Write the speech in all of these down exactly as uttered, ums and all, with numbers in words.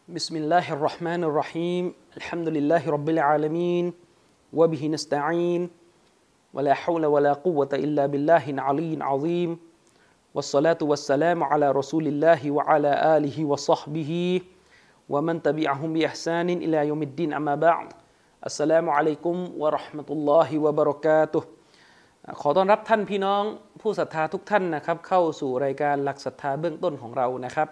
بسم الله الرحمن الرحيم الحمد لله رب العالمين وبه نستعين ولا حول ولا قوة إلا بالله العلي العظيم والصلاة والسلام على رسول الله وعلى آله وصحبه ومن تبعهم بإحسان إلى يوم الدين أما بعد السلام عليكم ورحمة الله وبركاته ขอต้อนรับท่านพี่น้องผู้ศรัทธาทุกท่านนะครับเข้าสู่รายการหลักศรัทธาเบื้องต้นของเรานะครับ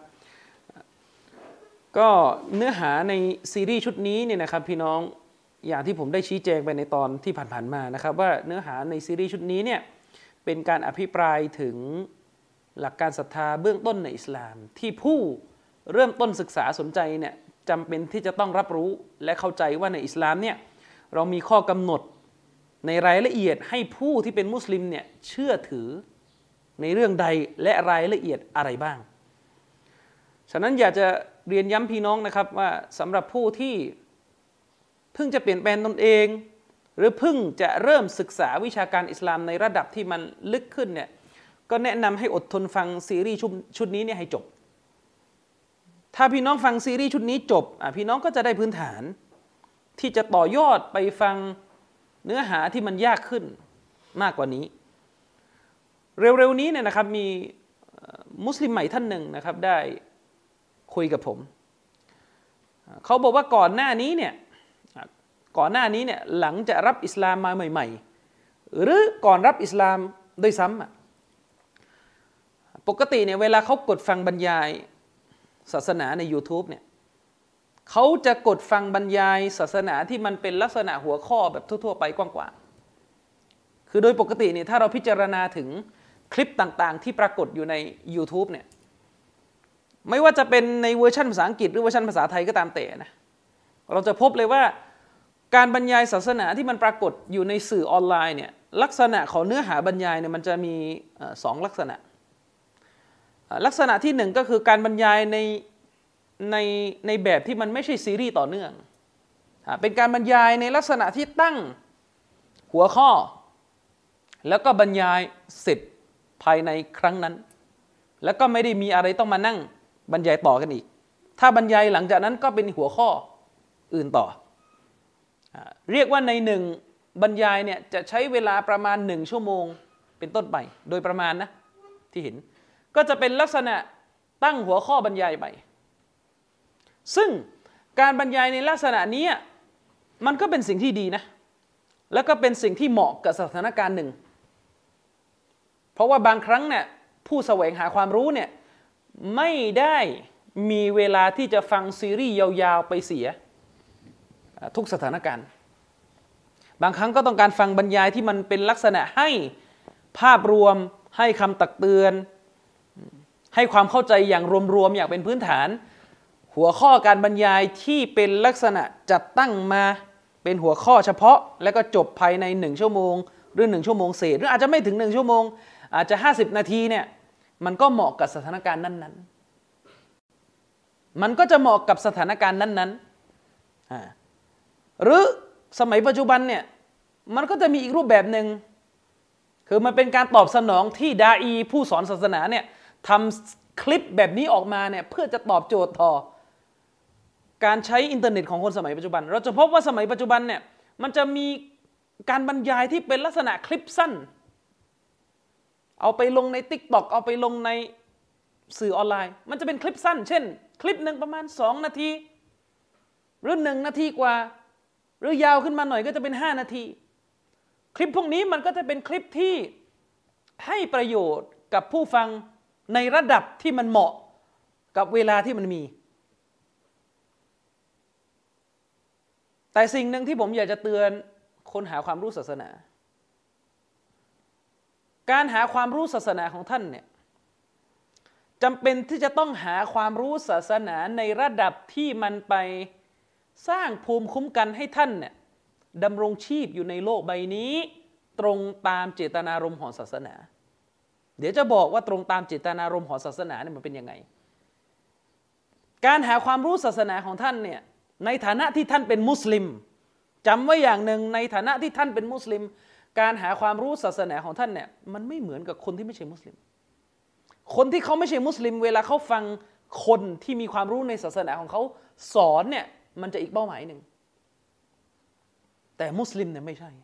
ก็เนื้อหาในซีรีส์ชุดนี้เนี่ยนะครับพี่น้องอย่างที่ผมได้ชี้แจงไปในตอนที่ผ่านๆมานะครับว่าเนื้อหาในซีรีส์ชุดนี้เนี่ยเป็นการอภิปรายถึงหลักการศรัทธาเบื้องต้นในอิสลามที่ผู้เริ่มต้นศึกษาสนใจเนี่ยจำเป็นที่จะต้องรับรู้และเข้าใจว่าในอิสลามเนี่ยเรามีข้อกำหนดในรายละเอียดให้ผู้ที่เป็นมุสลิมเนี่ยเชื่อถือในเรื่องใดและรายละเอียดอะไรบ้างฉะนั้นอยากจะเรียนย้ำพี่น้องนะครับว่าสำหรับผู้ที่เพิ่งจะเปลี่ยนแปลงตนเองหรือเพิ่งจะเริ่มศึกษาวิชาการอิสลามในระดับที่มันลึกขึ้นเนี่ยก็แนะนำให้อดทนฟังซีรีส์ชุดนี้เนี่ยให้จบถ้าพี่น้องฟังซีรีส์ชุดนี้จบอ่ะพี่น้องก็จะได้พื้นฐานที่จะต่อยอดไปฟังเนื้อหาที่มันยากขึ้นมากกว่านี้เร็วๆนี้เนี่ยนะครับมีมุสลิมใหม่ท่านหนึ่งนะครับได้คุยกับผมเขาบอกว่าก่อนหน้านี้เนี่ยก่อนหน้านี้เนี่ยหลังจะรับอิสลามมาใหม่ๆหรือก่อนรับอิสลามด้วยซ้ำปกติเนี่ยเวลาเขากดฟังบรรยายศาสนาใน YouTube เนี่ยเขาจะกดฟังบรรยายศาสนาที่มันเป็นลักษณะหัวข้อแบบทั่วๆไปกว้างๆคือโดยปกติเนี่ยถ้าเราพิจารณาถึงคลิปต่างๆที่ปรากฏอยู่ใน YouTube เนี่ยไม่ว่าจะเป็นในเวอร์ชันภาษาอังกฤษหรือเวอร์ชันภาษาไทยก็ตามแต่นะเราจะพบเลยว่าการบรรยายศาสนาที่มันปรากฏอยู่ในสื่อออนไลน์เนี่ยลักษณะของเนื้อหาบรรยายเนี่ยมันจะมีสองลักษณะลักษณะที่หนึ่งก็คือการบรรยายในในในแบบที่มันไม่ใช่ซีรีส์ต่อเนื่องเป็นการบรรยายในลักษณะที่ตั้งหัวข้อแล้วก็บรรยายเสร็จภายในครั้งนั้นแล้วก็ไม่ได้มีอะไรต้องมานั่งบรรยายต่อกันอีกถ้าบรรยายหลังจากนั้นก็เป็นหัวข้ออื่นต่อเรียกว่าในหนึ่งบรรยายเนี่ยจะใช้เวลาประมาณหนึ่งชั่วโมงเป็นต้นไปโดยประมาณนะที่เห็นก็จะเป็นลักษณะตั้งหัวข้อบรรยายไปซึ่งการบรรยายในลักษณะนี้มันก็เป็นสิ่งที่ดีนะแล้วก็เป็นสิ่งที่เหมาะกับสถานการณ์หนึ่งเพราะว่าบางครั้งเนี่ยผู้แสวงหาความรู้เนี่ยไม่ได้มีเวลาที่จะฟังซีรีส์ยาวๆไปเสียทุกสถานการณ์บางครั้งก็ต้องการฟังบรรยายที่มันเป็นลักษณะให้ภาพรวมให้คำตักเตือนให้ความเข้าใจอย่างรวมๆอย่างเป็นพื้นฐานหัวข้อการบรรยายที่เป็นลักษณะจัดตั้งมาเป็นหัวข้อเฉพาะแล้วก็จบภายในหนึ่งชั่วโมงหรือหนึ่งชั่วโมงเศษหรืออาจจะไม่ถึงหนึ่งชั่วโมงอาจจะห้าสิบนาทีเนี่ยมันก็เหมาะกับสถานการณ์นั้นๆมันก็จะเหมาะกับสถานการณ์นั้นๆหรือสมัยปัจจุบันเนี่ยมันก็จะมีอีกรูปแบบหนึ่งคือมันเป็นการตอบสนองที่ดาอีผู้สอนศาสนาเนี่ยทำคลิปแบบนี้ออกมาเนี่ยเพื่อจะตอบโจทย์ต่อการใช้อินเทอร์เน็ตของคนสมัยปัจจุบันเราจะพบว่าสมัยปัจจุบันเนี่ยมันจะมีการบรรยายที่เป็นลักษณะคลิปสั้นเอาไปลงใน TikTok เอาไปลงในสื่อออนไลน์มันจะเป็นคลิปสั้นเช่นคลิปหนึ่งประมาณสองนาทีหรือหนึ่งนาทีกว่าหรือยาวขึ้นมาหน่อยก็จะเป็นห้านาทีคลิปพวกนี้มันก็จะเป็นคลิปที่ให้ประโยชน์กับผู้ฟังในระดับที่มันเหมาะกับเวลาที่มันมีแต่สิ่งหนึ่งที่ผมอยากจะเตือนคนหาความรู้ศาสนาการหาความรู้ศาสนาของท่านเนี่ยจำเป็นที่จะต้องหาความรู้ศาสนาในระดับที่มันไปสร้างภูมิคุ้มกันให้ท่านเนี่ยดำรงชีพอยู่ในโลกใบนี้ตรงตามเจตนารมณ์ของศาสนาเดี๋ยวจะบอกว่าตรงตามเจตนารมณ์ของศาสนาเนี่ยมันเป็นยังไงการหาความรู้ศาสนาของท่านเนี่ยในฐานะที่ท่านเป็นมุสลิมจำไว้อย่างหนึ่งในฐานะที่ท่านเป็นมุสลิมการหาความรู้ศาสนาของท่านเนี่ยมันไม่เหมือนกับคนที่ไม่ใช่มุสลิมคนที่เขาไม่ใช่มุสลิมเวลาเขาฟังคนที่มีความรู้ในศาสนาของเขาสอนเนี่ยมันจะอีกเป้าหมายหนึ่งแต่มุสลิมเนี่ยไม่ใช่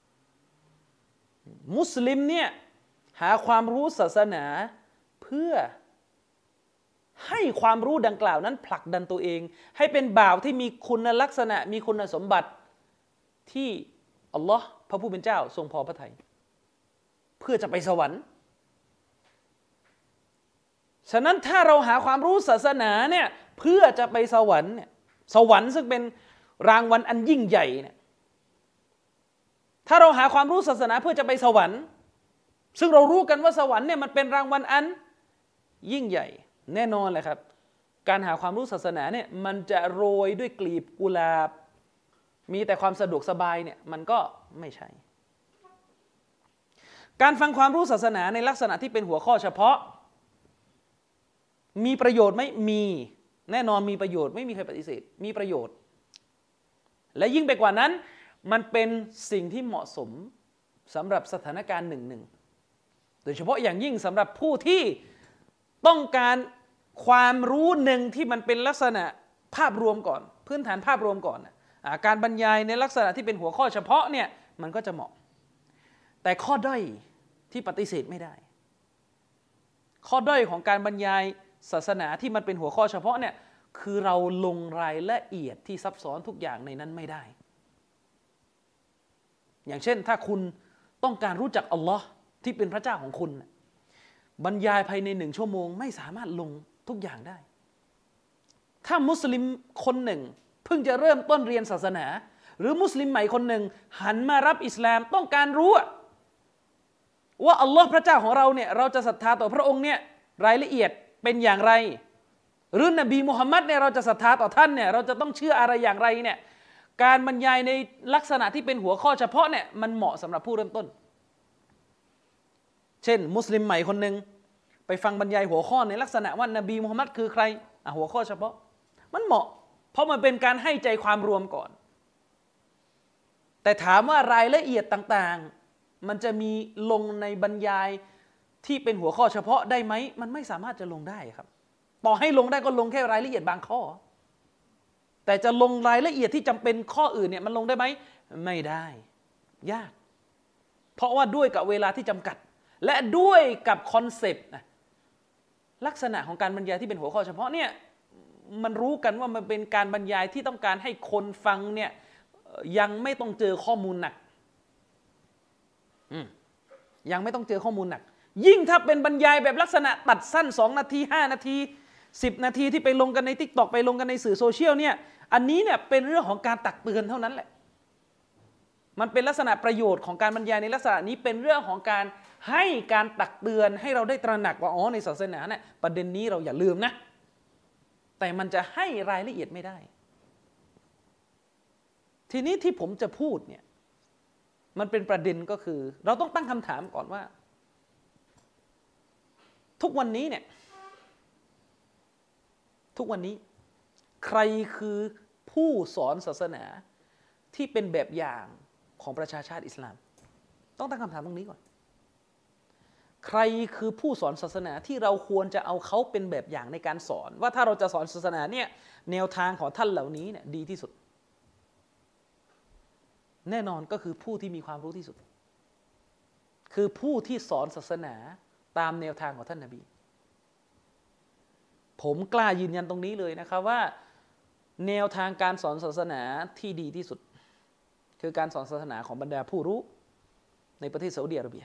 มุสลิมเนี่ยหาความรู้ศาสนาเพื่อให้ความรู้ดังกล่าวนั้นผลักดันตัวเองให้เป็นบ่าวที่มีคุณลักษณะมีคุณสมบัติที่อัลลอฮ์พระผู้เป็นเจ้าทรงพอพระทัยเพื่อจะไปสวรรค์ฉะนั้นถ้าเราหาความรู้ศาสนาเนี่ยเพื่อจะไปสวรรค์เนี่ยสวรรค์ซึ่งเป็นรางวัลอันยิ่งใหญ่เนี่ยถ้าเราหาความรู้ศาสนาเพื่อจะไปสวรรค์ซึ่งเรารู้กันว่าสวรรค์เนี่ยมันเป็นรางวัลอันยิ่งใหญ่แน่นอนเลยครับการหาความรู้ศาสนาเนี่ยมันจะโรยด้วยกลีบกุหลาบมีแต่ความสะดวกสบายเนี่ยมันก็ไม่ใช่การฟังความรู้ศาสนาในลักษณะที่เป็นหัวข้อเฉพาะมีประโยชน์ไหมมีแน่นอนมีประโยชน์ไม่มีใครปฏิเสธมีประโยชน์และยิ่งไปกว่านั้นมันเป็นสิ่งที่เหมาะสมสำหรับสถานการณ์หนึ่งหนึ่งโดยเฉพาะอย่างยิ่งสำหรับผู้ที่ต้องการความรู้หนึ่งที่มันเป็นลักษณะภาพรวมก่อนพื้นฐานภาพรวมก่อนการบรรยายในลักษณะที่เป็นหัวข้อเฉพาะเนี่ยมันก็จะเหมาะแต่ข้อด้อยที่ปฏิเสธไม่ได้ข้อด้อยของการบรรยายศาสนาที่มันเป็นหัวข้อเฉพาะเนี่ยคือเราลงรายละเอียดที่ซับซ้อนทุกอย่างในนั้นไม่ได้อย่างเช่นถ้าคุณต้องการรู้จักอัลลอฮ์ที่เป็นพระเจ้าของคุณบรรยายภายในหนึ่งชั่วโมงไม่สามารถลงทุกอย่างได้ถ้ามุสลิมคนหนึ่งเพิ่งจะเริ่มต้นเรียนศาสนาหรือมุสลิมใหม่คนหนึ่งหันมารับอิสลามต้องการรู้ว่าอัลลอฮ์พระเจ้าของเราเนี่ยเราจะศรัทธาต่อพระองค์เนี่ยรายละเอียดเป็นอย่างไรหรือนบีมุฮัมมัดเนี่ยเราจะศรัทธาต่อท่านเนี่ยเราจะต้องเชื่ออะไรอย่างไรเนี่ยการบรรยายในลักษณะที่เป็นหัวข้อเฉพาะเนี่ยมันเหมาะสำหรับผู้เริ่มต้นเช่นมุสลิมใหม่คนหนึ่งไปฟังบรรยายหัวข้อในลักษณะว่านบีมุฮัมมัดคือใครอ่ะหัวข้อเฉพาะมันเหมาะเพราะมันเป็นการให้ใจความรวมก่อนแต่ถามว่ารายละเอียดต่างๆมันจะมีลงในบรรยายที่เป็นหัวข้อเฉพาะได้ไหมมันไม่สามารถจะลงได้ครับต่อให้ลงได้ก็ลงแค่รายละเอียดบางข้อแต่จะลงรายละเอียดที่จำเป็นข้ออื่นเนี่ยมันลงได้ไหมไม่ได้ยากเพราะว่าด้วยกับเวลาที่จำกัดและด้วยกับคอนเซปต์นะลักษณะของการบรรยายที่เป็นหัวข้อเฉพาะเนี่ยมันรู้กันว่ามันเป็นการบรรยายที่ต้องการให้คนฟังเนี่ยยังไม่ต้องเจอข้อมูลหนักยังไม่ต้องเจอข้อมูลหนักยิ่งถ้าเป็นบรรยายแบบลักษณะตัดสั้นสองนาทีห้านาทีสิบนาทีที่ไปลงกันใน TikTok ไปลงกันในสื่อโซเชียลเนี่ยอันนี้เนี่ยเป็นเรื่องของการตักเตือนเท่านั้นแหละมันเป็นลักษณะประโยชน์ของการบรรยายในลักษณะนี้เป็นเรื่องของการให้การตักเตือนให้เราได้ตระหนักว่าอ๋อในศาสนาเนี่ยประเด็นนี้เราอย่าลืมนะแต่มันจะให้รายละเอียดไม่ได้ทีนี้ที่ผมจะพูดเนี่ยมันเป็นประเด็นก็คือเราต้องตั้งคำถามก่อนว่าทุกวันนี้เนี่ยทุกวันนี้ใครคือผู้สอนศาสนาที่เป็นแบบอย่างของประชาชาติอิสลามต้องตั้งคำถามตรงนี้ก่อนใครคือผู้สอนศาสนาที่เราควรจะเอาเขาเป็นแบบอย่างในการสอนว่าถ้าเราจะสอนศาสนาเนี่ยแนวทางของท่านเหล่านี้เนี่ยดีที่สุดแน่นอนก็คือผู้ที่มีความรู้ที่สุดคือผู้ที่สอนศาสนาตามแนวทางของท่านนบีผมกล้ายืนยันตรงนี้เลยนะครับว่าแนวทางการสอนศาสนาที่ดีที่สุดคือการสอนศาสนาของบรรดาผู้รู้ในประเทศซาอุดิอาระเบีย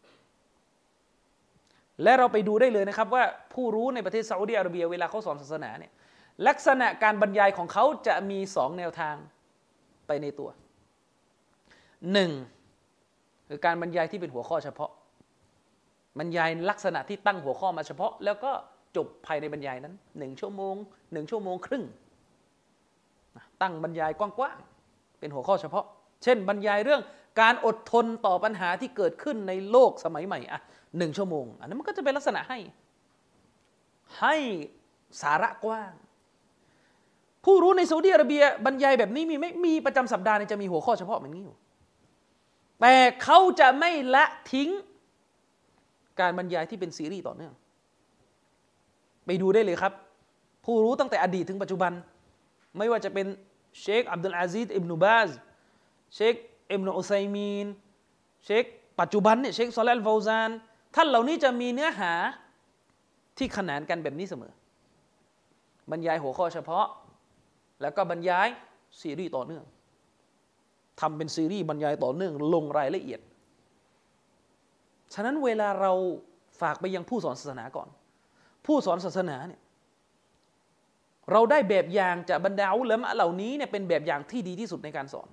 และเราไปดูได้เลยนะครับว่าผู้รู้ในประเทศซาอุดิอาระเบียเวลาเขาสอนศาสนาเนี่ยลักษณะการบรรยายของเขาจะมีสองแนวทางไปในตัวหนึ่งคือการบรรยายที่เป็นหัวข้อเฉพาะบรรยายลักษณะที่ตั้งหัวข้อมาเฉพาะแล้วก็จบภายในบรรยายนั้นหนึ่งชั่วโมงหนึ่งชั่วโมงครึ่งตั้งบรรยายกว้างๆเป็นหัวข้อเฉพาะเช่นบรรยายเรื่องการอดทนต่อปัญหาที่เกิดขึ้นในโลกสมัยใหม่อ่ะหนึ่งชั่วโมงอันนั้นมันก็จะเป็นลักษณะให้ให้สาระกว้างผู้รู้ในซาอุดิอาระเบียบรรยายแบบนี้มีไม่มีประจำสัปดาห์จะมีหัวข้อเฉพาะแบบนี้อยู่แต่เขาจะไม่ละทิ้งการบรรยายที่เป็นซีรีส์ต่อเนื่องไปดูได้เลยครับผู้รู้ตั้งแต่อดีตถึงปัจจุบันไม่ว่าจะเป็นเชคอับดุลอาซีซอิบนุบาซเชคอิบนุอุซัยมีนเชคปัจจุบันเนี่ยเชคซอเลห์อัลฟาวซานท่านเหล่านี้จะมีเนื้อหาที่ขนานกันแบบนี้เสมอบรรยายหัวข้อเฉพาะแล้วก็บรรยายซีรีส์ต่อเนื่องทำเป็นซีรีส์บรรยายต่อเนื่องลงรายละเอียดฉะนั้นเวลาเราฝากไปยังผู้สอนศาสนาก่อนผู้สอนศาสนาเนี่ยเราได้แบบอย่างจากบรรดาอุลามะเหล่านี้เนี่ยเป็นแบบอย่างที่ดีที่สุดในการสอน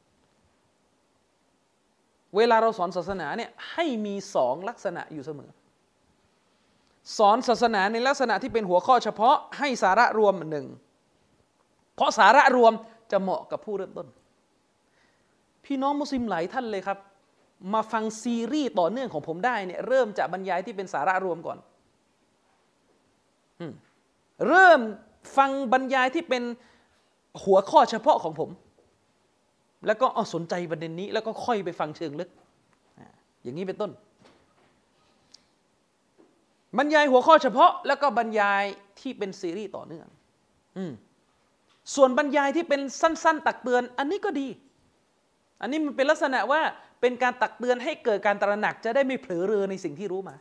เวลาเราสอนศาสนาเนี่ยให้มีสองลักษณะอยู่เสมอสอนศาสนาในลักษณะที่เป็นหัวข้อเฉพาะให้สาระรวมหนึ่งเพราะสาระรวมจะเหมาะกับผู้เริ่มต้นพี่น้องมุสลิมหลายท่านเลยครับมาฟังซีรีส์ต่อเนื่องของผมได้เนี่ยเริ่มจากบรรยายที่เป็นสาระรวมก่อนเริ่มฟังบรรยายที่เป็นหัวข้อเฉพาะของผมแล้วก็อ๋อสนใจประเด็นนี้แล้วก็ค่อยไปฟังเชิงลึกอย่างนี้เป็นต้นบรรยายหัวข้อเฉพาะแล้วก็บรรยายที่เป็นซีรีส์ต่อเนื่องอืมส่วนบรรยายที่เป็นสั้นๆตักเตือนอันนี้ก็ดีอันนี้มันเป็นลักษณะว่าเป็นการตักเตือนให้เกิดการตระหนักจะได้ไม่เผลอเรอในสิ่งที่รู้มา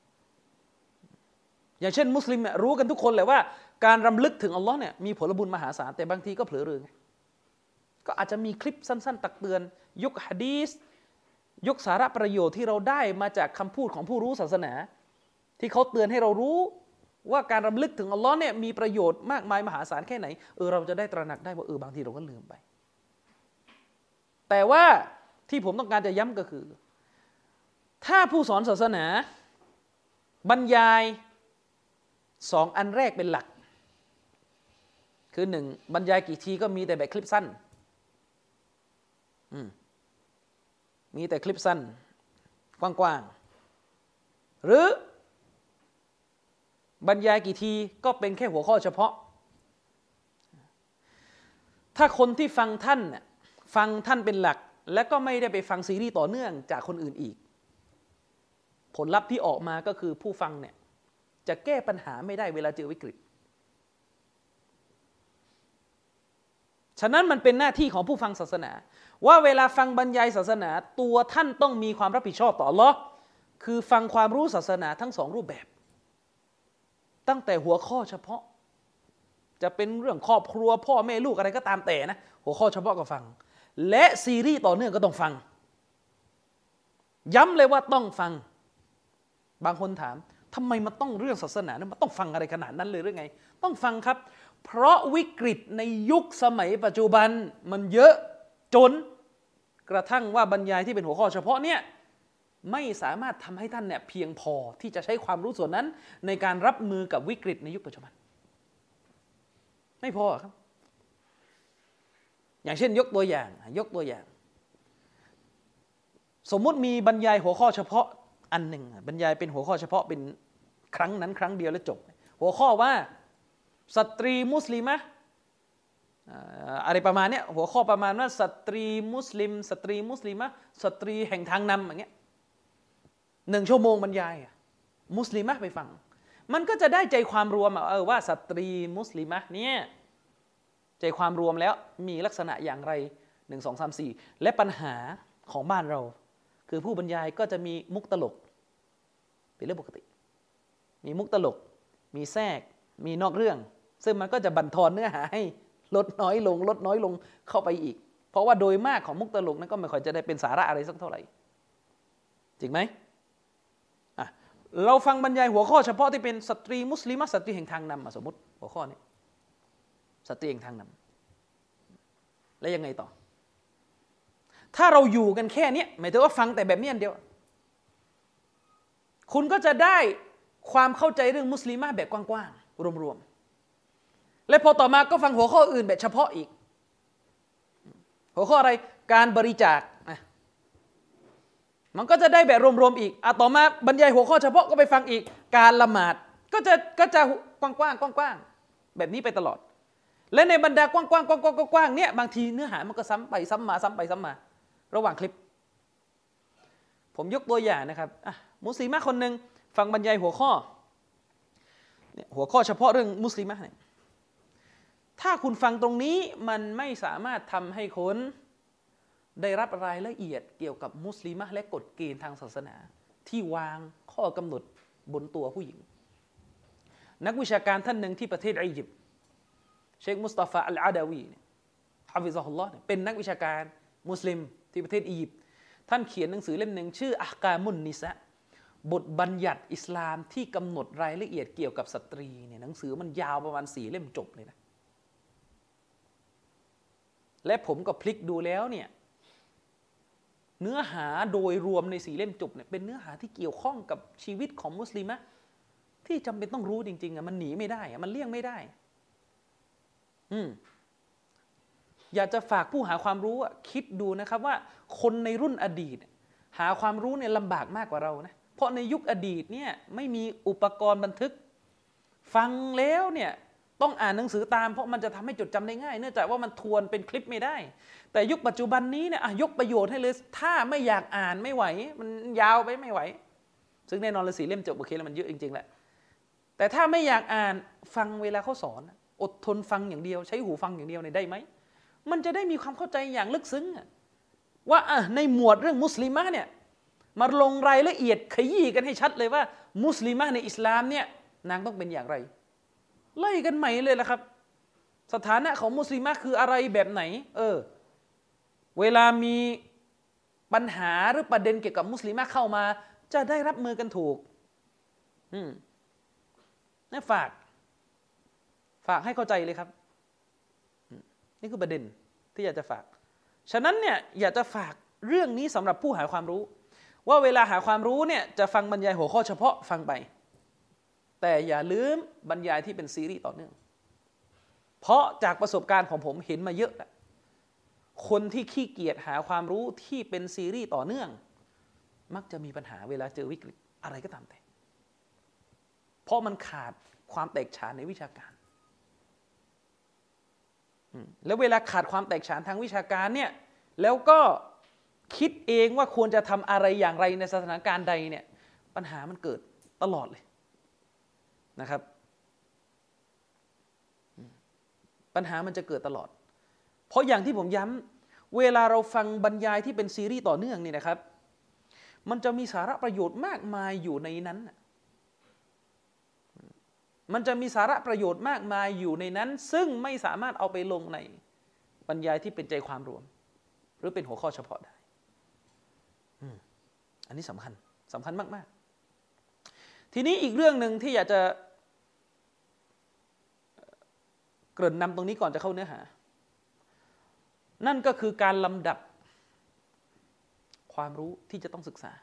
อย่างเช่นมุสลิมเนี่ยรู้กันทุกคนแหละว่าการรำลึกถึงอัลลอฮ์เนี่ยมีผลบุญมหาศาลแต่บางทีก็เผลอเรอก็อาจจะมีคลิปสั้นๆตักเตือนยกหะดีษยกสาระประโยชน์ที่เราได้มาจากคำพูดของผู้รู้ศาสนาที่เขาเตือนให้เรารู้ว่าการรำลึกถึงอัลลอฮ์เนี่ยมีประโยชน์มากมายมหาศาลแค่ไหนเออเราจะได้ตระหนักได้ว่าเออบางทีเราก็ลืมไปแต่ว่าที่ผมต้องการจะย้ำก็คือถ้าผู้สอนศาสนาบรรยายสองอันแรกเป็นหลักคือหนึ่งบรรยายกี่ทีก็มีแต่แบบคลิปสั้นมีแต่คลิปสั้นกว้างๆหรือบรรยายกี่ทีก็เป็นแค่หัวข้อเฉพาะถ้าคนที่ฟังท่านเนี่ยฟังท่านเป็นหลักและก็ไม่ได้ไปฟังซีรีส์ต่อเนื่องจากคนอื่นอีกผลลัพธ์ที่ออกมาก็คือผู้ฟังเนี่ยจะแก้ปัญหาไม่ได้เวลาเจอวิกฤตฉะนั้นมันเป็นหน้าที่ของผู้ฟังศาสนาว่าเวลาฟังบรรยายศาสนาตัวท่านต้องมีความรับผิดชอบต่ออัลเลาะห์คือฟังความรู้ศาสนาทั้งสองรูปแบบตั้งแต่หัวข้อเฉพาะจะเป็นเรื่องครอบครัวพ่อแม่ลูกอะไรก็ตามแต่นะหัวข้อเฉพาะก็ฟังและซีรีส์ต่อเนื่องก็ต้องฟังย้ำเลยว่าต้องฟังบางคนถามทำไมมันต้องเรื่องศาสนาเนี่ยมันต้องฟังอะไรขนาดนั้นเลยหรือไงต้องฟังครับเพราะวิกฤตในยุคสมัยปัจจุบันมันเยอะจนกระทั่งว่าบรรยายที่เป็นหัวข้อเฉพาะเนี่ยไม่สามารถทำให้ท่านเนี่ยเพียงพอที่จะใช้ความรู้ส่วนนั้นในการรับมือกับวิกฤตในยุคปัจจุบันไม่พอครับอย่างเช่นยกตัวอย่างยกตัวอย่างสมมุติมีบรรยายหัวข้อเฉพาะอันหนึ่งบรรยายเป็นหัวข้อเฉพาะเป็นครั้งนั้นครั้งเดียวแล้วจบหัวข้อว่าสตรีมุสลิมะอะไรประมาณนี้หัวข้อประมาณว่าสตรีมุสลิมสตรีมุสลิมะสตรีแห่งทางนำอย่างเงี้ยหนึ่งชั่วโมงบรรยายมุสลิมะไปฟังมันก็จะได้ใจความรวมเออว่าสตรีมุสลิมะเนี่ยใจความรวมแล้วมีลักษณะอย่างไรหนึ่งสองสามสี่และปัญหาของบ้านเราคือผู้บรรยายก็จะมีมุกตลกเป็นเรื่องปกติมีมุกตลกมีแทรกมีนอกเรื่องซึ่งมันก็จะบั่นทอนเนื้อหาให้ลดน้อยลงลดน้อยลงเข้าไปอีกเพราะว่าโดยมากของมุกตลกนั้นก็ไม่ค่อยจะได้เป็นสาระอะไรสักเท่าไหร่จริงไหมอ่ะเราฟังบรรยายหัวข้อเฉพาะที่เป็นสตรีมุสลิมะสตรีแห่งทางนำสมมติหัวข้อนี้สตรีแห่งทางนำแล้วยังไงต่อถ้าเราอยู่กันแค่นี้หมายถึงว่าฟังแต่แบบนี้อันเดียวคุณก็จะได้ความเข้าใจเรื่องมุสลิมะแบบกว้างๆรวมๆและพอต่อมาก็ฟังหัวข้ออื่นแบบเฉพาะอีกหัวข้ออะไรการบริจาคมันก็จะได้แบบรวมๆอีกอ่ะต่อมาบรรยายหัวข้อเฉพาะก็ไปฟังอีกการละหมาดก็จะก็จะกว้างๆกว้างๆแบบนี้ไปตลอดและในบรรดากว้างๆกว้างๆเนี่ยบางทีเนื้อหามันก็ซ้ำไปซ้ำมาซ้ำไปซ้ำมาระหว่างคลิปผมยกตัวอย่างนะครับอ่ะมุสลิมะคนหนึ่งฟังบรรยายหัวข้อเนี่ยหัวข้อเฉพาะเรื่องมุสลิมะเนี่ยถ้าคุณฟังตรงนี้มันไม่สามารถทำให้คนได้รับรายละเอียดเกี่ยวกับมุสลิมะและกฎเกณฑ์ทางศาสนาที่วางข้อกำหนดบนตัวผู้หญิงนักวิชาการท่านหนึ่งที่ประเทศอียิปต์เชคมุสตาฟาอัลอาดาวีเนี่ยฮะฟิซะฮุลลอฮ์เป็นนักวิชาการมุสลิมที่ประเทศอียิปต์ท่านเขียนหนังสือเล่มหนึ่งชื่ออะห์กามุนนิสะบทบัญญัติอิสลามที่กำหนดรายละเอียดเกี่ยวกับสตรีเนี่ยหนังสือมันยาวประมาณสี่เล่มจบเลยนะและผมก็พลิกดูแล้วเนี่ยเนื้อหาโดยรวมในสี่เล่มจบเนี่ยเป็นเนื้อหาที่เกี่ยวข้องกับชีวิตของมุสลิมะที่จำเป็นต้องรู้จริงๆอ่ะมันหนีไม่ได้อ่ะมันเลี่ยงไม่ได้อืมอยากจะฝากผู้หาความรู้อ่ะคิดดูนะครับว่าคนในรุ่นอดีตหาความรู้เนี่ยลำบากมากกว่าเรานะเพราะในยุคอดีตเนี่ยไม่มีอุปกรณ์บันทึกฟังแล้วเนี่ยต้องอ่านหนังสือตามเพราะมันจะทำให้จดจำได้ง่ายเนื่องจากว่ามันทวนเป็นคลิปไม่ได้แต่ยุคปัจจุบันนี้เนี่ยยกประโยชน์ให้เลยถ้าไม่อยากอ่านไม่ไหวมันยาวไปไม่ไหวซึ่งแน่นอนเลยสี่เล่มจบโอเคแล้วมันเยอะจริงๆแหละแต่ถ้าไม่อยากอ่านฟังเวลาเขาสอนอดทนฟังอย่างเดียวใช้หูฟังอย่างเดียวเนี่ยได้ไหมมันจะได้มีความเข้าใจอย่างลึกซึ้งว่าในหมวดเรื่องมุสลิมะเนี่ยมาลงรายละเอียดขยี้กันให้ชัดเลยว่ามุสลิมะในอิสลามเนี่ยนางต้องเป็นอย่างไรไล่กันใหม่เลยละครับสถานะของมุสลิมะคืออะไรแบบไหนเออเวลามีปัญหาหรือประเด็นเกี่ยวกับมุสลิมะเข้ามาจะได้รับมือกันถูกอืมนี่ฝากฝากให้เข้าใจเลยครับนี่คือประเด็นที่อยากจะฝากฉะนั้นเนี่ยอยากจะฝากเรื่องนี้สำหรับผู้หาความรู้ว่าเวลาหาความรู้เนี่ยจะฟังบรรยายหัวข้อเฉพาะฟังไปแต่อย่าลืมบรรยายที่เป็นซีรีส์ต่อเนื่องเพราะจากประสบการณ์ของผมเห็นมาเยอะแล้วคนที่ขี้เกียจหาความรู้ที่เป็นซีรีส์ต่อเนื่องมักจะมีปัญหาเวลาเจอวิกฤตอะไรก็ตามแต่เพราะมันขาดความแตกฉานในวิชาการแล้วเวลาขาดความแตกฉานทางวิชาการเนี่ยแล้วก็คิดเองว่าควรจะทำอะไรอย่างไรในสถานการณ์ใดเนี่ยปัญหามันเกิดตลอดเลยนะครับปัญหามันจะเกิดตลอดเพราะอย่างที่ผมย้ำเวลาเราฟังบรรยายที่เป็นซีรีส์ต่อเนื่องนี่นะครับมันจะมีสาระประโยชน์มากมายอยู่ในนั้นมันจะมีสาระประโยชน์มากมายอยู่ในนั้นซึ่งไม่สามารถเอาไปลงในบรรยายที่เป็นใจความรวมหรือเป็นหัวข้อเฉพาะได้อันนี้สำคัญสำคัญมากๆทีนี้อีกเรื่องหนึ่งที่อยากจะเกริ่นนำตรงนี้ก่อนจะเข้าเนื้อหานั่นก็คือการลำดับความรู้ที่จะต้องศึกษา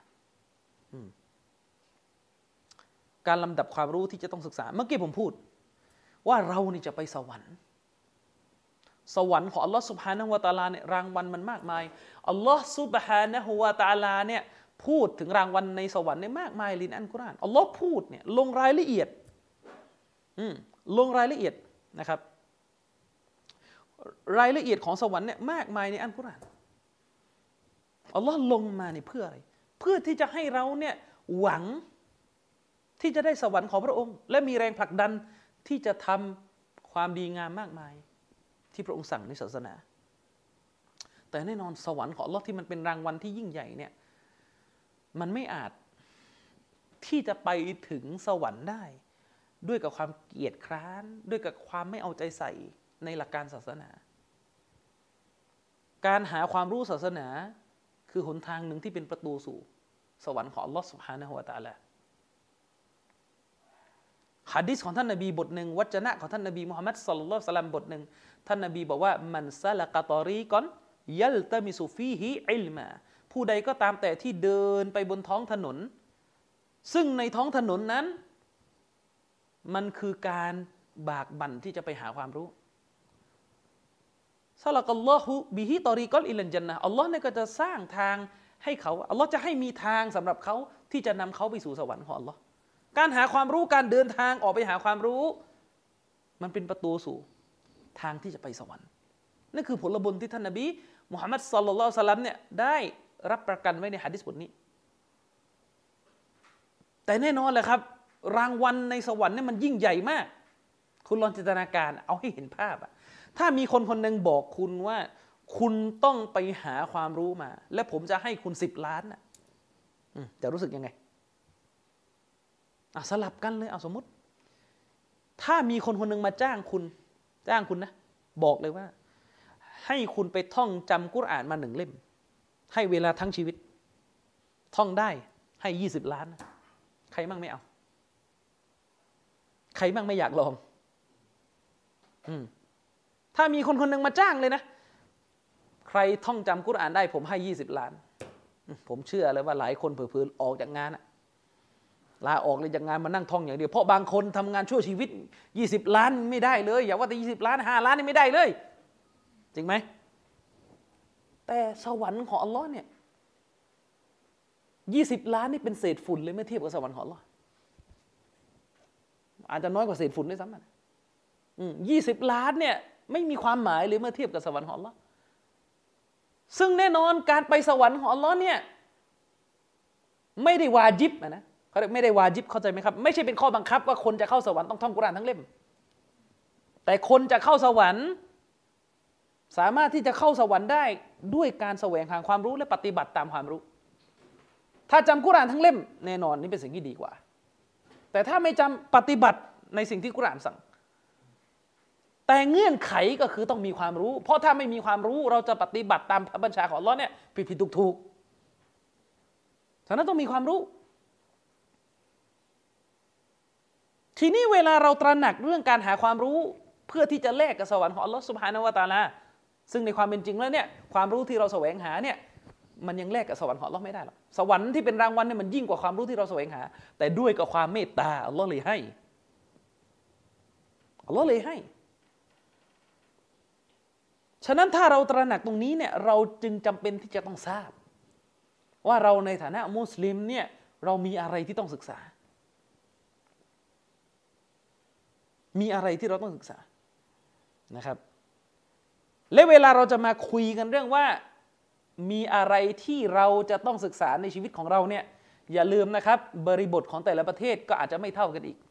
การลำดับความรู้ที่จะต้องศึกษาเมื่อกี้ผมพูดว่าเรานี่จะไปสวรรค์สวรรค์ของอัลลอฮฺซุบฮานะฮูวะตะอาลาเนี่ยรางวัลมันมากมายอัลลอฮฺซุบฮานะฮูวะตะอาลาเนี่ยพูดถึงรางวัลในสวรรค์เนี่ยมากมายลินอัลกุรอานอัลลอฮฺพูดเนี่ยลงรายละเอียดอืมลงรายละเอียดนะครับรายละเอียดของสวรรค์เนี่ยมากมายในอัลกุรอานอัลลอฮฺลงมาเนี่ยเพื่ออะไรเพื่อที่จะให้เราเนี่ยหวังที่จะได้สวรรค์ของพระองค์และมีแรงผลักดันที่จะทำความดีงามมากมายที่พระองค์สั่งในศาสนาแต่แน่นอนสวรรค์ของอัลเลาะห์ที่มันเป็นรางวัลที่ยิ่งใหญ่เนี่ยมันไม่อาจที่จะไปถึงสวรรค์ได้ด้วยกับความเกียจคร้านด้วยกับความไม่เอาใจใส่ในหลักการศาสนาการหาความรู้ศาสนาคือหนทางหนึ่งที่เป็นประตูสู่สวรรค์ของอัลเลาะห์ซุบฮานะฮูวะตะอาลาหะดีษของท่านนบีบทหนึ่งวจนะของท่านนบีมุฮัมมัดศ็อลลัลลอฮุอะลัยฮิวะซัลลัมบทหนึ่งท่านนบีบอกว่ามันซะละกะตอรีกอนยัลตะมิซุฟีฮิอิลมาผู้ใดก็ตามแต่ที่เดินไปบนท้องถนนซึ่งในท้องถนนนั้นมันคือการบากบั่นที่จะไปหาความรู้ซะละกัลลอฮุบิฮิตอรีกอลอิลันญันนะฮ์อัลเลาะห์เนี่ยก็จะสร้างทางให้เขาอัลเลาะห์จะให้มีทางสำหรับเขาที่จะนำเขาไปสู่สวรรค์ของอัลเลาะห์การหาความรู้การเดินทางออกไปหาความรู้มันเป็นประตูสู่ทางที่จะไปสวรรค์นั่นคือผลบุญที่ท่านนบีมุฮัมมัดศ็อลลัลลอฮุอะลัยฮิวะซัลลัมเนี่ยได้รับประกันไว้ในหะดีษบทนี้แต่แน่นอนแหละครับรางวัลในสวรรค์เนี่ยมันยิ่งใหญ่มากคุณลองจินตนาการเอาให้เห็นภาพอะถ้ามีคนคนหนึ่งบอกคุณว่าคุณต้องไปหาความรู้มาและผมจะให้คุณสิบล้านนะจะรู้สึกยังไงอ่ะสลับกันเลยเอาสมมติถ้ามีคนคนหนึ่งมาจ้างคุณจ้างคุณนะบอกเลยว่าให้คุณไปท่องจำกุรอานมาหนึ่งเล่มให้เวลาทั้งชีวิตท่องได้ให้ยี่สิบล้านใครมั่งไม่เอาใครมั่งไม่อยากลองอืมถ้ามีคนคนหนึ่งมาจ้างเลยนะใครท่องจำกุรอานได้ผมให้ยี่สิบล้านผมเชื่อเลยว่าหลายคนเผลอๆออกจากงานลาออกเลยจากงานมานั่งท่องอย่างเดียวเพราะบางคนทำงานชั่วชีวิตยี่สิบล้านไม่ได้เลยอย่าว่าแต่ยี่สิบล้านห้าล้านนี่ไม่ได้เลยจริงไหมแต่สวรรค์ของอัลลอฮ์เนี่ยยี่สิบล้านนี่เป็นเศษฝุ่นเลยเมื่อเทียบกับสวรรค์ของอัลลอฮ์อาจจะน้อยกว่าเศษฝุ่นด้วยซ้ำยี่สิบล้านเนี่ยไม่มีความหมายเลยเมื่อเทียบกับสวรรค์ของอัลลอฮ์ซึ่งแน่นอนการไปสวรรค์ของอัลลอฮ์เนี่ยไม่ได้วาญิบนะเขาเรียกไม่ได้วาญิบเข้าใจไหมครับไม่ใช่เป็นข้อบังคับว่าคนจะเข้าสวรรค์ต้องท่องกุรอานทั้งเล่มแต่คนจะเข้าสวรรค์สามารถที่จะเข้าสวรรค์ได้ด้วยการแสวงหาความรู้และปฏิบัติตามความรู้ถ้าจำกุรอานทั้งเล่มแน่นอนนี่เป็นสิ่งที่ดีกว่าแต่ถ้าไม่จำปฏิบัติในสิ่งที่กุรอานสั่งแต่เงื่อนไขก็คือต้องมีความรู้เพราะถ้าไม่มีความรู้เราจะปฏิบัติตามพระบัญชาของอัลเลาะห์เนี่ยผิดๆถูกๆฉะนั้นต้องมีความรู้ทีนี้เวลาเราตระหนักเรื่องการหาความรู้เพื่อที่จะแลกกับสวรรค์ของอัลเลาะห์ซุบฮานะฮูวะตะอาลาซึ่งในความเป็นจริงแล้วเนี่ยความรู้ที่เราแสวงหาเนี่ยมันยังแลกกับสวรรค์ของอัลเลาะห์ไม่ได้หรอกสวรรค์ที่เป็นรางวัลเนี่ยมันยิ่งกว่าความรู้ที่เราแสวงหาแต่ด้วยกับความเมตตาอัลเลาะห์เลยให้อัลเลาะห์เลยให้ฉะนั้นถ้าเราตระหนักตรงนี้เนี่ยเราจึงจำเป็นที่จะต้องทราบว่าเราในฐานะมุสลิมเนี่ยเรามีอะไรที่ต้องศึกษามีอะไรที่เราต้องศึกษานะครับและเวลาเราจะมาคุยกันเรื่องว่ามีอะไรที่เราจะต้องศึกษาในชีวิตของเราเนี่ยอย่าลืมนะครับบริบทของแต่ละประเทศก็อาจจะไม่เท่ากันอีก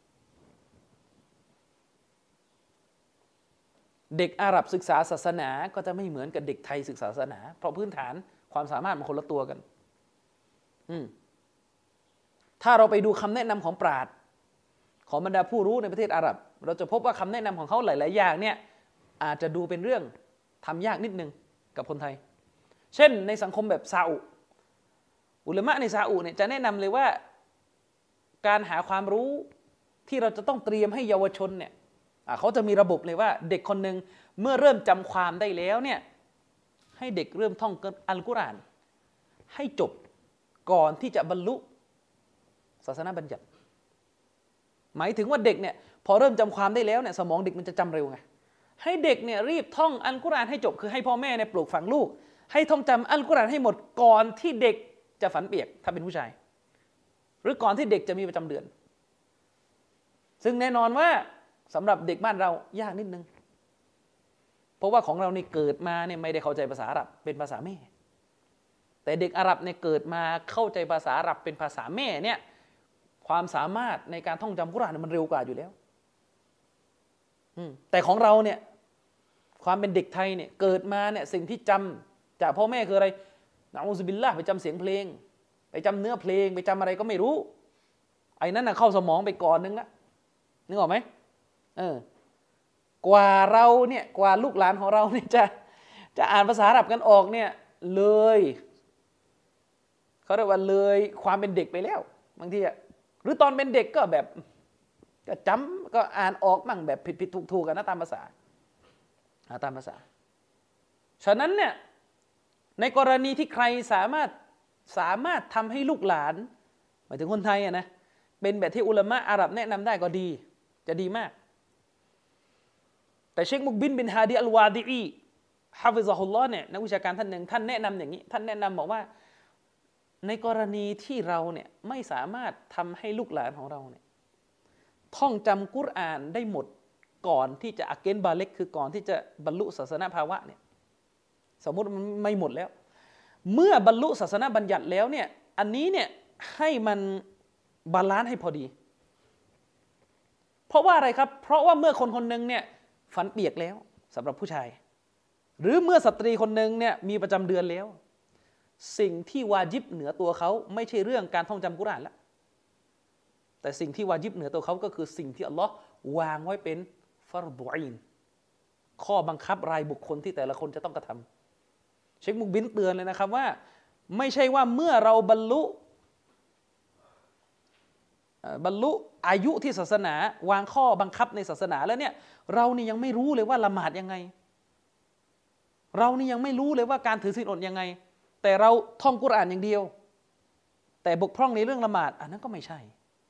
เด็กอาหรับศึกษาศาสนาก็จะไม่เหมือนกับเด็กไทยศึกษาศาสนาเพราะพื้นฐานความสามารถมันคนละตัวกันอืมถ้าเราไปดูคำแนะนำของปราชญ์ของบรรดาผู้รู้ในประเทศอาหรับเราจะพบว่าคำแนะนำของเขาหลายๆอย่างเนี่ยอาจจะดูเป็นเรื่องทำยากนิดนึงกับคนไทยเช่นในสังคมแบบซาอุอุลามะในซาอุเนี่ยจะแนะนำเลยว่าการหาความรู้ที่เราจะต้องเตรียมให้เยาวชนเนี่ยเขาจะมีระบบเลยว่าเด็กคนหนึ่งเมื่อเริ่มจำความได้แล้วเนี่ยให้เด็กเริ่มท่องอัลกุรอานให้จบก่อนที่จะบรรลุศาสนาบัญญัติหมายถึงว่าเด็กเนี่ยพอเริ่มจำความได้แล้วเนี่ยสมองเด็กมันจะจำเร็วไงให้เด็กเนี่ยรีบท่องอัลกุรอานให้จบคือให้พ่อแม่เนี่ยปลูกฝังลูกให้ท่องจำอัลกุรอานให้หมดก่อนที่เด็กจะฝันเปียกถ้าเป็นผู้ชายหรือก่อนที่เด็กจะมีประจำเดือนซึ่งแน่นอนว่าสำหรับเด็กบ้านเรายากนิดนึงเพราะว่าของเราเนี่ยเกิดมาเนี่ยไม่ได้เข้าใจภาษาอาหรับเป็นภาษาแม่แต่เด็กอาหรับเนี่ยเกิดมาเข้าใจภาษาอาหรับเป็นภาษาแม่เนี่ยความสามารถในการท่องจำกุรอานมันเร็วกว่าอยู่แล้วแต่ของเราเนี่ยความเป็นเด็กไทยเนี่ยเกิดมาเนี่ยสิ่งที่จำจากพ่อแม่คืออะไรนะอูซุบิลลาห์ไปจำเสียงเพลงไปจำเนื้อเพลงไปจำอะไรก็ไม่รู้ไอ้นั่นน่ะเข้าสมองไปก่อนนึงละนึกออกไหมเออกว่าเราเนี่ยกว่าลูกหลานของเราเนี่ยจะจะอ่านภาษาอาหรับกันออกเนี่ยเลยเขาเรียกว่าเลยความเป็นเด็กไปแล้วบางทีอ่ะหรือตอนเป็นเด็กก็แบบก็จำก็อ่านออกมั่งแบบผิดๆถูกๆกันนะตามภาษาตามภาษาฉะนั้นเนี่ยในกรณีที่ใครสามารถสามารถทำให้ลูกหลานหมายถึงคนไทยอ่ะนะเป็นแบบที่อุลามะอาหรับแนะนำได้ก็ดีจะดีมากแต่เชคมุกบินบินฮาดีอัลวาดีอีฮาฟิซะฮุลลอฮ์เนี่ยนักวิชาการท่านหนึ่งท่านแนะนำอย่างนี้ท่านแนะนำบอกว่าในกรณีที่เราเนี่ยไม่สามารถทำให้ลูกหลานของเราเนี่ยท่องจำกุรอานได้หมดก่อนที่จะอักเกนบาเล็กคือก่อนที่จะบรรลุศาสนาภาวะเนี่ยสมมติมันไม่หมดแล้วเมื่อบรรลุศาสนาบัญญัติแล้วเนี่ยอันนี้เนี่ยให้มันบาลานซ์ให้พอดีเพราะว่าอะไรครับเพราะว่าเมื่อคนคนหนึ่งเนี่ยฝันเปียกแล้วสำหรับผู้ชายหรือเมื่อสตรีคนหนึ่งเนี่ยมีประจำเดือนแล้วสิ่งที่วาญิบเหนือตัวเขาไม่ใช่เรื่องการท่องจำกุรอานละแต่สิ่งที่วาญิบเหนือตัวเขาก็คือสิ่งที่อัลลอฮ์วางไว้เป็นฟัรฎุอีนข้อบังคับรายบุคคลที่แต่ละคนจะต้องกระทำเชคมุกบินเตือนเลยนะครับว่าไม่ใช่ว่าเมื่อเราบรรลุบรรลุอายุที่ศาสนาวางข้อบังคับในศาสนาแล้วเนี่ยเรานี่ยังไม่รู้เลยว่าละหมาดยังไงเรานี่ยังไม่รู้เลยว่าการถือศีลอดยังไงแต่เราท่องกุรอานอย่างเดียวแต่บกพร่องในเรื่องละหมาดอันนั้นก็ไม่ใช่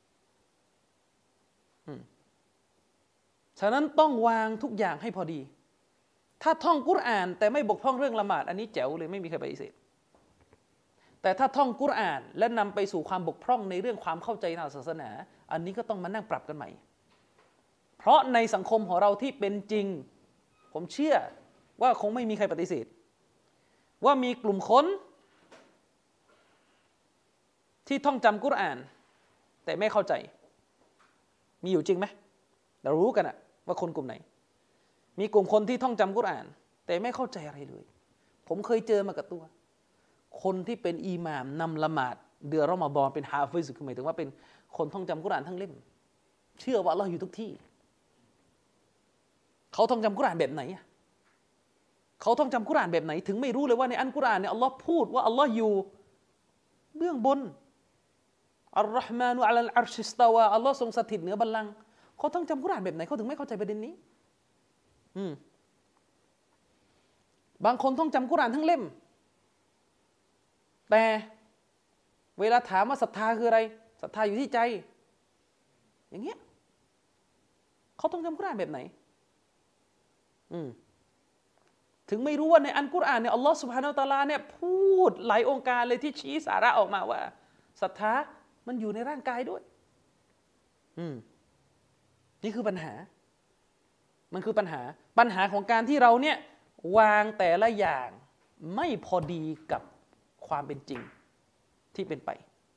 ฉะนั้นต้องวางทุกอย่างให้พอดีถ้าท่องกุรอานแต่ไม่บกพร่องเรื่องละหมาดอันนี้แจ๋วเลยไม่มีใครปฏิเสธแต่ถ้าท่องกุรอานและนำไปสู่ความบกพร่องในเรื่องความเข้าใจทางศาสนาอันนี้ก็ต้องมานั่งปรับกันใหม่เพราะในสังคมของเราที่เป็นจริงผมเชื่อว่าคงไม่มีใครปฏิเสธว่ามีกลุ่มคนที่ท่องจำกุรอานแต่ไม่เข้าใจมีอยู่จริงไหมเรารู้กันอะว่าคนกลุ่มไหนมีกลุ่มคนที่ท่องจำกุรอานแต่ไม่เข้าใจอะไรเลยผมเคยเจอมากับตัวคนที่เป็นอิหม่ามนำละหมาดเดือนรอมฎอนเป็นฮาฟิซคือหมายถึงว่าเป็นคนท่องจำกุรอานทั้งเล่มเชื่อว่าอัลเลาะห์อยู่ทุกที่เขาท่องจำกุรอานแบบไหนเขาท่องจำกุรอานแบบไหนถึงไม่รู้เลยว่าในอัลกุรอานเนี่ยอัลเลาะห์พูดว่าอัลเลาะห์อยู่เบื้องบนอัลลอฮ์มานุอัลลอัรชิสตาวาอัลเลาะห์ทรงสถิตเหนือบัลลังก์เขาท่องจำกุรอานแบบไหนเขาถึงไม่เข้าใจประเด็นนี้อืมบางคนท่องจำกุรอานทั้งเล่มแต่เวลาถามว่าศรัทธาคืออะไรศรัทธาอยู่ที่ใจอย่างเงี้ยเขาต้องจำกุรอานแบบไหนอืมถึงไม่รู้ว่าในอัลกุรอานเนี่ยอัลลอฮฺซุบฮานะฮูวะตะอาลาเนี่ยพูดหลายองค์การเลยที่ชี้สาระออกมาว่าศรัทธามันอยู่ในร่างกายด้วยอืมนี่คือปัญหามันคือปัญหาปัญหาของการที่เราเนี่ยวางแต่ละอย่างไม่พอดีกับความเป็นจริงที่เป็นไป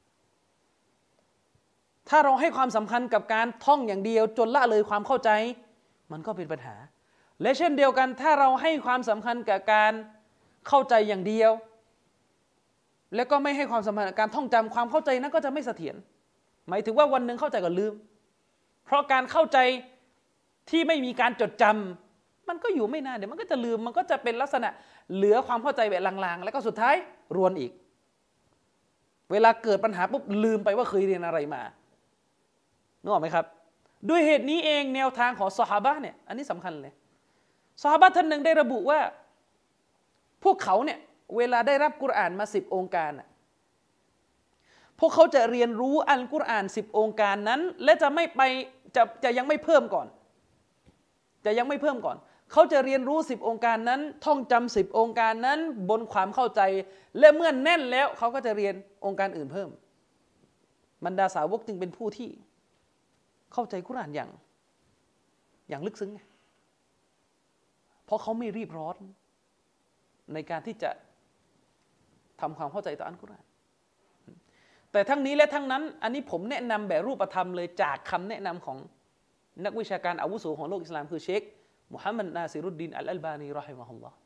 ถ้าเราให้ความสำคัญกับการท่องอย่างเดียวจนละเลยความเข้าใจมันก็เป็นปัญหาและเช่นเดียวกันถ้าเราให้ความสำคัญกับการเข้าใจอย่างเดียวแล้วก็ไม่ให้ความสำคัญกับการท่องจำความเข้าใจนั้นก็จะไม่เสถียรหมายถึงว่าวันหนึ่งเข้าใจก็ลืมเพราะการเข้าใจที่ไม่มีการจดจำมันก็อยู่ไม่นานเดี๋ยวมันก็จะลืมมันก็จะเป็นลักษณะเหลือความเข้าใจแบบลางๆแล้วก็สุดท้ายรวนอีกเวลาเกิดปัญหาปุ๊บลืมไปว่าเคยเรียนอะไรมานึกออกไหมครับด้วยเหตุนี้เองแนวทางของซอฮาบะห์เนี่ยอันนี้สำคัญเลยซอฮาบะห์ท่านหนึ่งได้ระบุว่าพวกเขาเนี่ยเวลาได้รับกุรอานมาสิบองค์การพวกเขาจะเรียนรู้อัลกุรอานสิบองค์การนั้นและจะไม่ไปจะจะยังไม่เพิ่มก่อนจะยังไม่เพิ่มก่อนเขาจะเรียนรู้สิบองค์การนั้นท่องจำสิบองค์การนั้นบนความเข้าใจและเมื่อแน่นแล้วเขาก็จะเรียนองค์การอื่นเพิ่มบรรดาสาวกจึงเป็นผู้ที่เข้าใจกุรอานอย่างอย่างลึกซึ้งเพราะเขาไม่รีบร้อนในการที่จะทำความเข้าใจต่ออัลกุรอานแต่ทั้งนี้และทั้งนั้นอันนี้ผมแนะนำแบบรูปธรรมเลยจากคำแนะนำของนักวิชาการอาวุโสของโลกอิสลามคือเชคมุฮัมมัดนาซิรุดดีนอัลอัลบานีรอฮิมะฮุลลอฮ์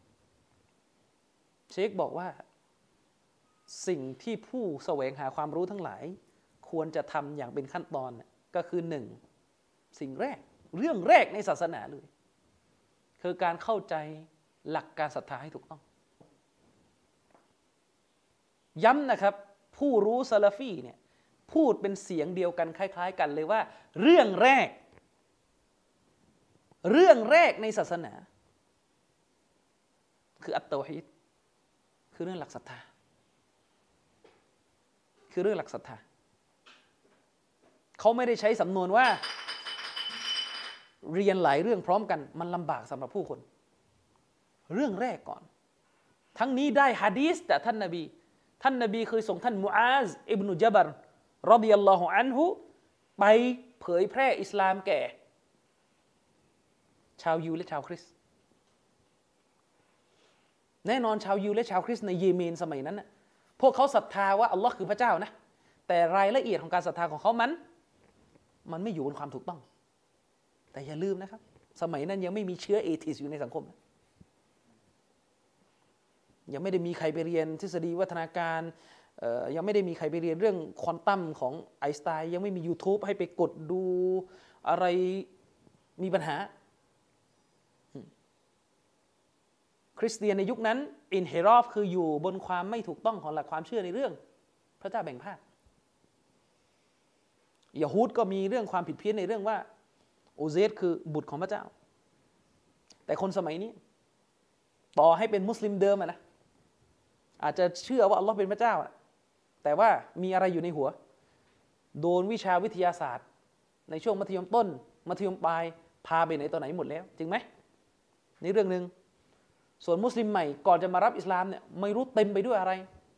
เชคบอกว่าสิ่งที่ผู้แสวงหาความรู้ทั้งหลายควรจะทำอย่างเป็นขั้นตอนก็คือหนึ่งสิ่งแรกเรื่องแรกในศาสนาเลยคือการเข้าใจหลักการศรัทธาให้ถูกต้องย้ำนะครับผู้รู้ซะลาฟีเนี่ยพูดเป็นเสียงเดียวกันคล้ายๆกันเลยว่าเรื่องแรกเรื่องแรกในศาสนาคืออัตตอฮีดคือเรื่องหลักศรัทธาคือเรื่องหลักศรัทธาเขาไม่ได้ใช้สำนวนว่าเรียนหลายเรื่องพร้อมกันมันลำบากสำหรับผู้คนเรื่องแรกก่อนทั้งนี้ได้หะดีษจากท่านนบีท่านนบีเคยส่งท่านมุอาซอิบนุญะบัรรอฎิยัลลอฮุอันฮุไปเผยแพร่อิสลามแก่ชาวยิวและชาวคริสต์แน่นอนชาวยิวและชาวคริสต์ในเยเมนสมัยนั้นนะพวกเขาศรัทธาว่าอัลลอฮ์คือพระเจ้านะแต่รายละเอียดของการศรัทธาของเขามันมันไม่อยู่บนความถูกต้องแต่อย่าลืมนะครับสมัยนั้นยังไม่มีเชื้อเอทิสอยู่ในสังคมยังไม่ได้มีใครไปเรียนทฤษฎีวัฒนาการยังไม่ได้มีใครไปเรียนเรื่องควอนตัมของไอน์สไตน์ยังไม่มี YouTube ให้ไปกดดูอะไรมีปัญหาคริสเตียนในยุคนั้นอินเฮรอฟคืออยู่บนความไม่ถูกต้องของหลักความเชื่อในเรื่องพระเจ้าแบ่งภาคยะฮูดก็มีเรื่องความผิดเพี้ยนในเรื่องว่าอุเซรคือบุตรของพระเจ้าแต่คนสมัยนี้ต่อให้เป็นมุสลิมเดิมนะอาจจะเชื่อว่าอัลลอฮ์เป็นพระเจ้าแต่ว่ามีอะไรอยู่ในหัวโดนวิชาวิทยาศาสตร์ในช่วงมัธยมต้นมัธยมปลายพาไปไหนต่อไหนหมดแล้วจริงไหมนี่เรื่องนึงส่วนมุสลิมใหม่ก่อนจะมารับอิสลามเนี่ยไม่รู้เต็มไปด้วยอะไร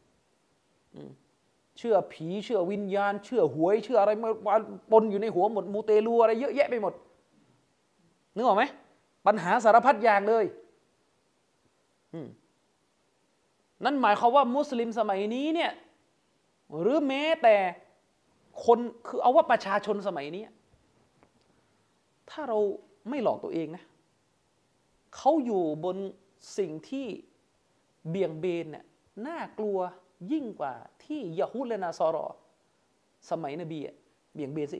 เชื่อผีเชื่อวิญญาณเชื่อหวยเชื่ออะไรมาปนอยู่ในหัวหมดมูเตลูอะไรเยอะแยะไปหมดนึกออกไหมปัญหาสารพัดอย่างเลยนั่นหมายความว่ามุสลิมสมัยนี้เนี่ยหรือแม้แต่คนคือเอาว่าประชาชนสมัยนี้ถ้าเราไม่หลอกตัวเองนะเขาอยู่บนสิ่งที่เบี่ยงเบนเนี่ยน่ากลัวยิ่งกว่าที่ยะฮูดและนาซอรอสมัยนบีเบี่ยงเบนสิ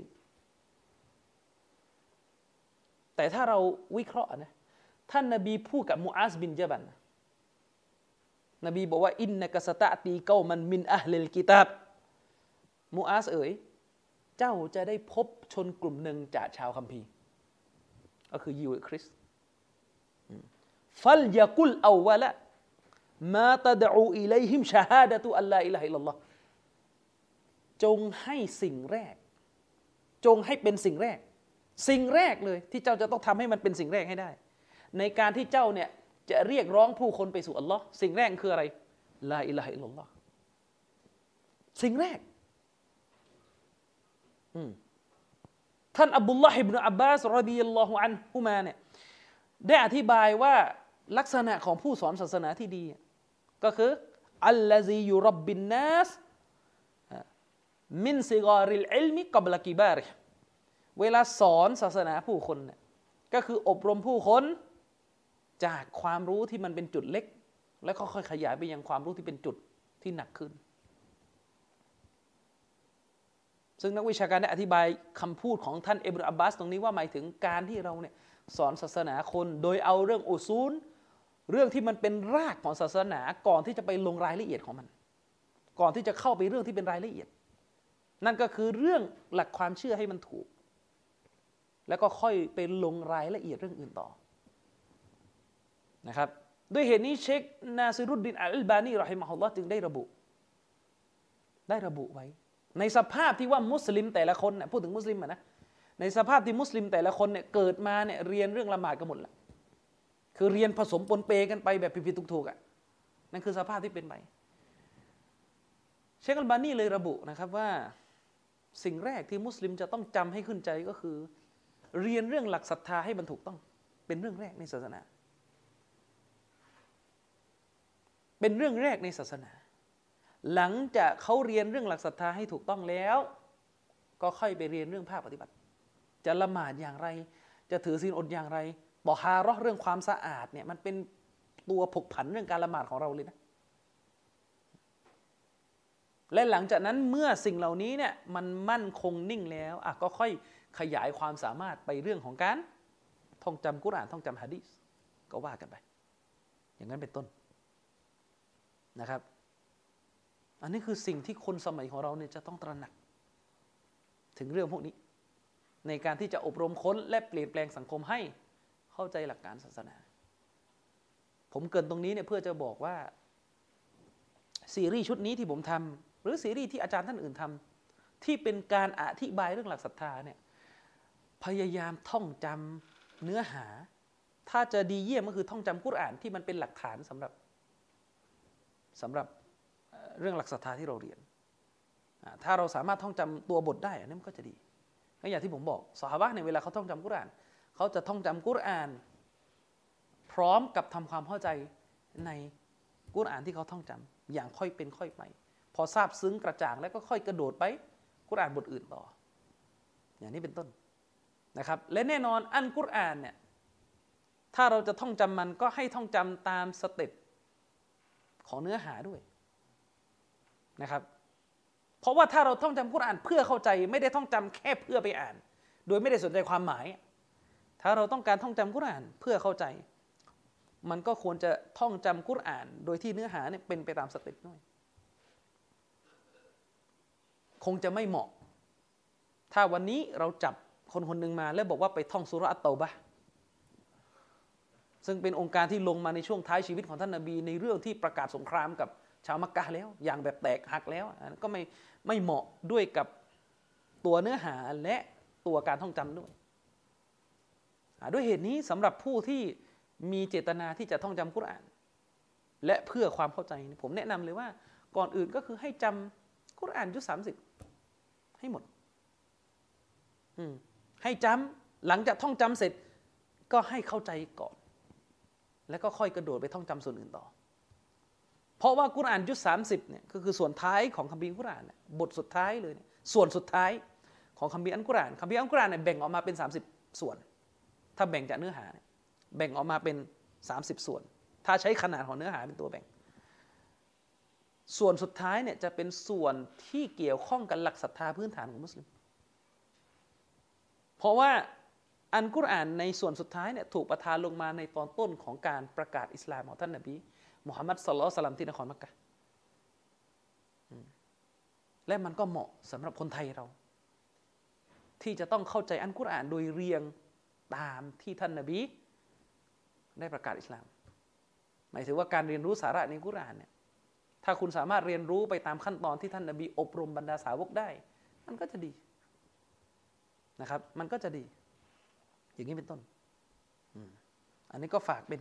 แต่ถ้าเราวิเคราะห์นะท่านนบีพูดกับมูอาซบินญะบัลนบีบอกว่าอินนะกะสตะตีเกามันมินอะห์ลิลกิตาบมูอาซเอ๋ยเจ้าจะได้พบชนกลุ่มหนึ่งจากชาวคัมภีร์ก็คือยิวคริสต์ฟัลยะกุลเอาวะละมาตะดูอิลัยฮิมชะฮาดะตุอัลลาอิลาฮะอิลลัลลอฮ์จงให้สิ่งแรกจงให้เป็นสิ่งแรกสิ่งแรกเลยที่เจ้าจะต้องทำให้มันเป็นสิ่งแรกให้ได้ในการที่เจ้าเนี่ยจะเรียกร้องผู้คนไปสู่อัลลอฮ์สิ่งแรกคืออะไรลาอิลาฮะอิลลัลลอฮ์สิ่งแรกท่านอับดุลลอฮ์อิบนุอับบาสรอฎิยัลลอฮุอันฮุมาเนี่ยได้อธิบายว่าลักษณะของผู้สอนศาสนาที่ดีก็คืออัลลซียุรับบินนัสมินซิกอริลอิลมิกับลกิบาริเวลาสอนศาสนาผู้คนเนี่ยก็คืออบรมผู้คนจากความรู้ที่มันเป็นจุดเล็กแล้วค่อยๆขยายไปยังความรู้ที่เป็นจุดที่หนักขึ้นซึ่งนักวิชาการได้อธิบายคำพูดของท่านอิบนุอับบาสตรงนี้ว่าหมายถึงการที่เราเนี่ยสอนศาสนาคนโดยเอาเรื่องอุซูลเรื่องที่มันเป็นรากของศาสนาก่อนที่จะไปลงรายละเอียดของมันก่อนที่จะเข้าไปเรื่องที่เป็นรายละเอียดนั่นก็คือเรื่องหลักความเชื่อให้มันถูกแล้วก็ค่อยไปลงรายละเอียดเรื่องอื่นต่อนะครับด้วยเหตุนี้เชคนาซิรุดดินอัลบานีรอฮิมะฮุลลอฮ์จึงได้ระบุได้ระบุไว้ในสภาพที่ว่ามุสลิมแต่ละคนเนี่ยพูดถึงมุสลิมนะในสภาพที่มุสลิมแต่ละคนเนี่ยเกิดมาเนี่ยเรียนเรื่องละหมาดกันหมดแล้วคือเรียนผสมปนเปกันไปแบบผิดๆถูกๆอ่ะนั่นคือสภาพที่เป็นไปเชคอัลบานีเลยระบุนะครับว่าสิ่งแรกที่มุสลิมจะต้องจำให้ขึ้นใจก็คือเรียนเรื่องหลักศรัทธาให้มันถูกต้องเป็นเรื่องแรกในศาสนาเป็นเรื่องแรกในศาสนาหลังจากเขาเรียนเรื่องหลักศรัทธาให้ถูกต้องแล้วก็ค่อยไปเรียนเรื่องภาคปฏิบัติจะละหมาดอย่างไรจะถือศีลอดอย่างไรต่อฮาเราะห์เรื่องความสะอาดเนี่ยมันเป็นตัวผกผันเรื่องการละหมาดของเราเลยนะและหลังจากนั้นเมื่อสิ่งเหล่านี้เนี่ยมันมั่นคงนิ่งแล้วอ่ะก็ค่อยขยายความสามารถไปเรื่องของการท่องจำกุรอานท่องจำหะดีษก็ว่ากันไปอย่างนั้นเป็นต้นนะครับอันนี้คือสิ่งที่คนสมัยของเราเนี่ยจะต้องตระหนักถึงเรื่องพวกนี้ในการที่จะอบรมค้นและเปลี่ยนแปลงสังคมให้เข้าใจหลักการศาสนาผมเกินตรงนี้เนี่ยเพื่อจะบอกว่าซีรีส์ชุดนี้ที่ผมทำหรือซีรีส์ที่อาจารย์ท่านอื่นทำที่เป็นการอธิบายเรื่องหลักศรัทธาเนี่ยพยายามท่องจำเนื้อหาถ้าจะดีเยี่ยมก็คือท่องจำกุรอานที่มันเป็นหลักฐานสำหรับสำหรับเรื่องหลักศรัทธาที่เราเรียนถ้าเราสามารถท่องจำตัวบทได้อันนี้มันก็จะดีก็อย่างที่ผมบอกซอฮาบะห์ในเวลาเขาท่องจำกุรอานเขาจะท่องจำกุรอานพร้อมกับทำความเข้าใจในกุรอานที่เขาท่องจำอย่างค่อยเป็นค่อยไปพอทราบซึ้งกระจ่างแล้วก็ค่อยกระโดดไปกุรอานบทอื่นต่ออย่างนี้เป็นต้นนะครับและแน่นอนอันกุรอานเนี่ยถ้าเราจะท่องจำมันก็ให้ท่องจำตามสเต็ปของเนื้อหาด้วยนะครับเพราะว่าถ้าเราท่องจำกุรอานเพื่อเข้าใจไม่ได้ท่องจำแค่เพื่อไปอ่านโดยไม่ได้สนใจความหมายถ้าเราต้องการท่องจำกุรอานเพื่อเข้าใจมันก็ควรจะท่องจำกุรอานโดยที่เนื้อหาเนี่ยเป็นไปตามสเต็ปด้วยคงจะไม่เหมาะถ้าวันนี้เราจับคนคนหนึ่งมาแล้วบอกว่าไปท่องซูเราะห์อัตเตาบะห์ซึ่งเป็นองค์การที่ลงมาในช่วงท้ายชีวิตของท่านนบีในเรื่องที่ประกาศสงครามกับชาวมักกะฮ์แล้วอย่างแบบแตกหักแล้วก็ไม่ไม่เหมาะด้วยกับตัวเนื้อหาและตัวการท่องจำด้วยด้วยเหตุนี้สำหรับผู้ที่มีเจตนาที่จะท่องจำกุรอานและเพื่อความเข้าใจผมแนะนำเลยว่าก่อนอื่นก็คือให้จำกุรอานยุคสามสิบให้หมดให้จำหลังจากท่องจำเสร็จก็ให้เข้าใจก่อนแล้วก็ค่อยกระโดดไปท่องจำส่วนอื่นต่อเพราะว่ากุรอานยุคสามสิบเนี่ยก็คือส่วนท้ายของคัมภีร์กุรอานบทสุดท้ายเลยส่วนสุดท้ายของคัมภีร์อัลกุรอานคัมภีร์อัลกุรอานเนี่ยแบ่งออกมาเป็นสามสิบส่วนถ้าแบ่งจากเนื้อหาเนี่ยแบ่งออกมาเป็นสามสิบส่วนถ้าใช้ขนาดของเนื้อหาเป็นตัวแบ่งส่วนสุดท้ายเนี่ยจะเป็นส่วนที่เกี่ยวข้องกับหลักศรัทธาพื้นฐานของมุสลิมเพราะว่าอัลกุรอานในส่วนสุดท้ายเนี่ยถูกประทานลงมาในตอนต้นของการประกาศอิสลามของท่านนบีมุฮัมมัดศ็อลลัลลอฮุอะลัยฮิวะซัลลัมที่นครมักกะฮ์และมันก็เหมาะสำหรับคนไทยเราที่จะต้องเข้าใจอัลกุรอานโดยเรียงตามที่ท่านนบีได้ประกาศอิสลามหมายถึงว่าการเรียนรู้สาระในกุรอานเนี่ยถ้าคุณสามารถเรียนรู้ไปตามขั้นตอนที่ท่านนบีอบรมบรรดาสาวกได้มันก็จะดีนะครับมันก็จะดีอย่างนี้เป็นต้นอันนี้ก็ฝากเป็น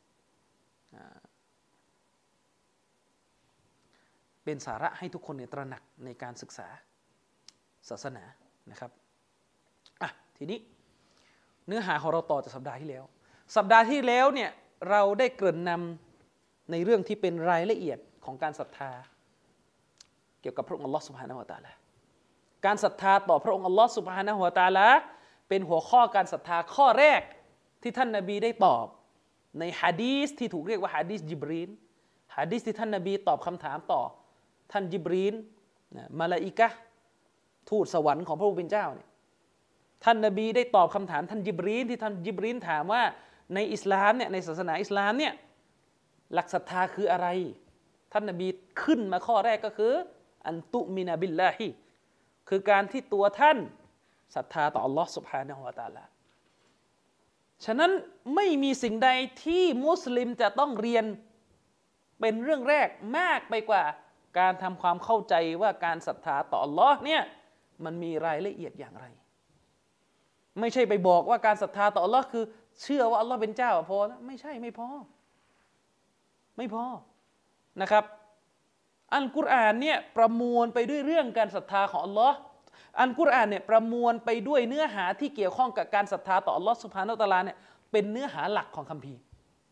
เป็นสาระให้ทุกคนเนี่ยตระหนักในการศึกษาศาสนานะครับอ่ะทีนี้เนื้อหาของเราต่อจากสัปดาห์ที่แล้วสัปดาห์ที่แล้วเนี่ยเราได้เกริ่นนำในเรื่องที่เป็นรายละเอียดของการศรัทธาเกี่ยวกับพระองค์อัลลอฮฺซุบฮานะฮูวะตะอาลาการศรัทธาต่อพระองค์อัลลอฮฺซุบฮานะฮูวะตะอาลาเป็นหัวข้อการศรัทธาข้อแรกที่ท่านนบีได้ตอบในหะดีษที่ถูกเรียกว่าหะดีษญิบรีลหะดีษที่ท่านนบีตอบคำถามต่อท่านญิบรีลมะลาอิกะฮ์ทูตสวรรค์ของพระผู้เป็นเจ้าเนี่ยท่านนบีได้ตอบคำถามท่านญิบรีลที่ท่านญิบรีลถามว่าในอิสลามเนี่ยในศาสนาอิสลามเนี่ยหลักศรัทธาคืออะไรท่านนบีขึ้นมาข้อแรกก็คืออันตุมินะบิลลาฮิคือการที่ตัวท่านศรัทธาต่ออัลลอฮ์ سبحانه และ تعالى ฉะนั้นไม่มีสิ่งใดที่มุสลิมจะต้องเรียนเป็นเรื่องแรกมากไปกว่าการทำความเข้าใจว่าการศรัทธาต่ออัลลอฮ์เนี่ยมันมีรายละเอียดอย่างไรไม่ใช่ไปบอกว่าการศรัทธาต่ออัลลอฮ์คือเชื่อว่าอัลลอฮ์เป็นเจ้าพอแล้วไม่ใช่ไม่พอไม่พอนะครับอัลกุรอานเนี่ยประมวลไปด้วยเรื่องการศรัทธาของอัลลอฮ์อัลกุรอานเนี่ยประมวลไปด้วยเนื้อหาที่เกี่ยวข้องกับการศรัทธาต่ออัลลอฮ์ซุบฮานะฮูวะตะอาลาเนี่ยเป็นเนื้อหาหลักของคัมภีร์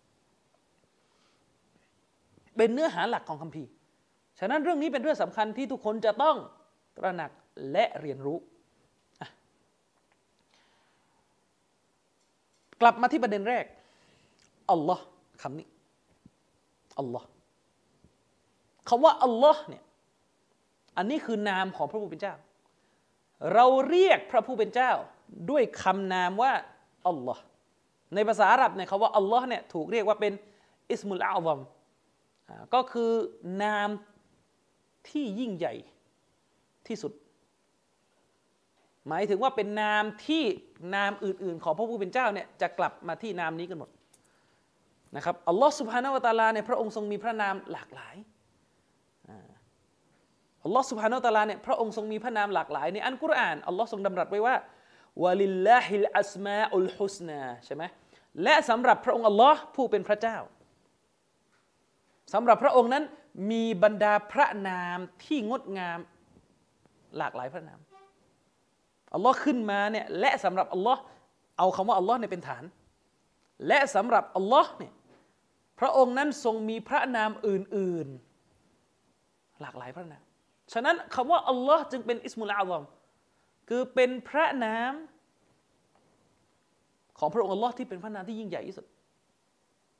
เป็นเนื้อหาหลักของคัมภีร์ฉะนั้นเรื่องนี้เป็นเรื่องสำคัญที่ทุกคนจะต้องตระหนักและเรียนรู้กลับมาที่ประเด็นแรกอัลลอฮ์คำนี้อัลลอฮ์คำว่าอัลลอฮ์เนี่ยอันนี้คือนามของพระผู้เป็นเจ้าเราเรียกพระผู้เป็นเจ้าด้วยคำนามว่าอัลลอฮ์ในภาษาอาหรับเนี่ยคำว่าอัลลอฮ์เนี่ยถูกเรียกว่าเป็นอิสมุลอาซัมก็คือนามที่ยิ่งใหญ่ที่สุดหมายถึงว่าเป็นนามที่นามอื่นๆของพระผู้เป็นเจ้าเนี่ยจะกลับมาที่นามนี้กันหมดนะครับอัลลอฮ์ซุบฮานะฮูวะตะอาลาเนี่ยพระองค์ทรงมีพระนามหลากหลายอัลลอฮ์ซุบฮานะฮูวะตะอาลาเนี่ยพระองค์ทรงมีพระนามหลากหลายในอัลกุรอานอัลลอฮ์ทรงดำรัสไว้ว่าวะลิลลาฮิลอัสมาอุลฮุสนาใช่ไหมและสำหรับพระองค์อัลลอฮ์ผู้เป็นพระเจ้าสำหรับพระองค์นั้นมีบรรดาพระนามที่งดงามหลากหลายพระนามอัลลอฮ์ขึ้นมาเนี่ยและสำหรับอัลลอฮ์เอาคำว่าอัลลอฮ์เนี่ยเป็นฐานและสำหรับอัลลอฮ์เนี่ยพระองค์นั้นทรงมีพระนามอื่นๆหลากหลายพระนามฉะนั้นคำว่าอัลลอฮ์จึงเป็นอิสมุลอาซัมคือเป็นพระนามของพระองค์อัลลอฮ์ที่เป็นพระนามที่ยิ่งใหญ่ที่สุด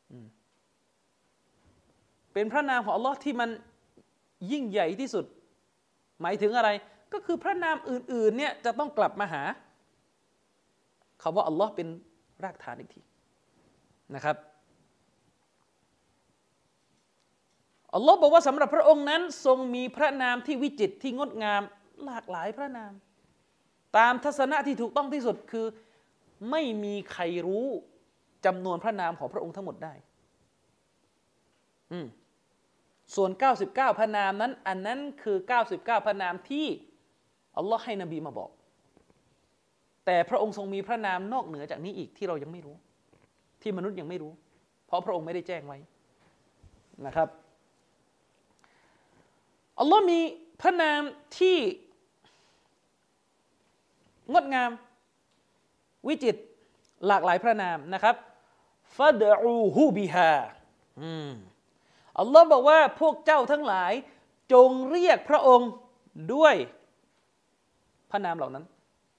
เป็นพระนามของอัลลอฮ์ที่มันยิ่งใหญ่ที่สุดหมายถึงอะไรก็คือพระนามอื่นๆเนี่ยจะต้องกลับมาหาคำว่าอัลลอฮ์เป็นรากฐานอีกทีนะครับอัลลอฮ์บอกว่าสำหรับพระองค์นั้นทรงมีพระนามที่วิจิตรที่งดงามหลากหลายพระนามตามทัศนะที่ถูกต้องที่สุดคือไม่มีใครรู้จำนวนพระนามของพระองค์ทั้งหมดได้อืมส่วนเก้าสิบเก้าพระนามนั้นอันนั้นคือเก้าสิบเก้าพระนามที่อัลลอฮ์ให้นบีมาบอกแต่พระองค์ทรงมีพระนามนอกเหนือจากนี้อีกที่เรายังไม่รู้ที่มนุษย์ยังไม่รู้เพราะพระองค์ไม่ได้แจ้งไว้นะครับอัลลอฮ์มีพระนามที่งดงามวิจิตรหลากหลายพระนามนะครับฟะดะอูฮูบิฮาอืมอัลลอฮ์บอกว่าพวกเจ้าทั้งหลายจงเรียกพระองค์ด้วยพระนามเหล่านั้น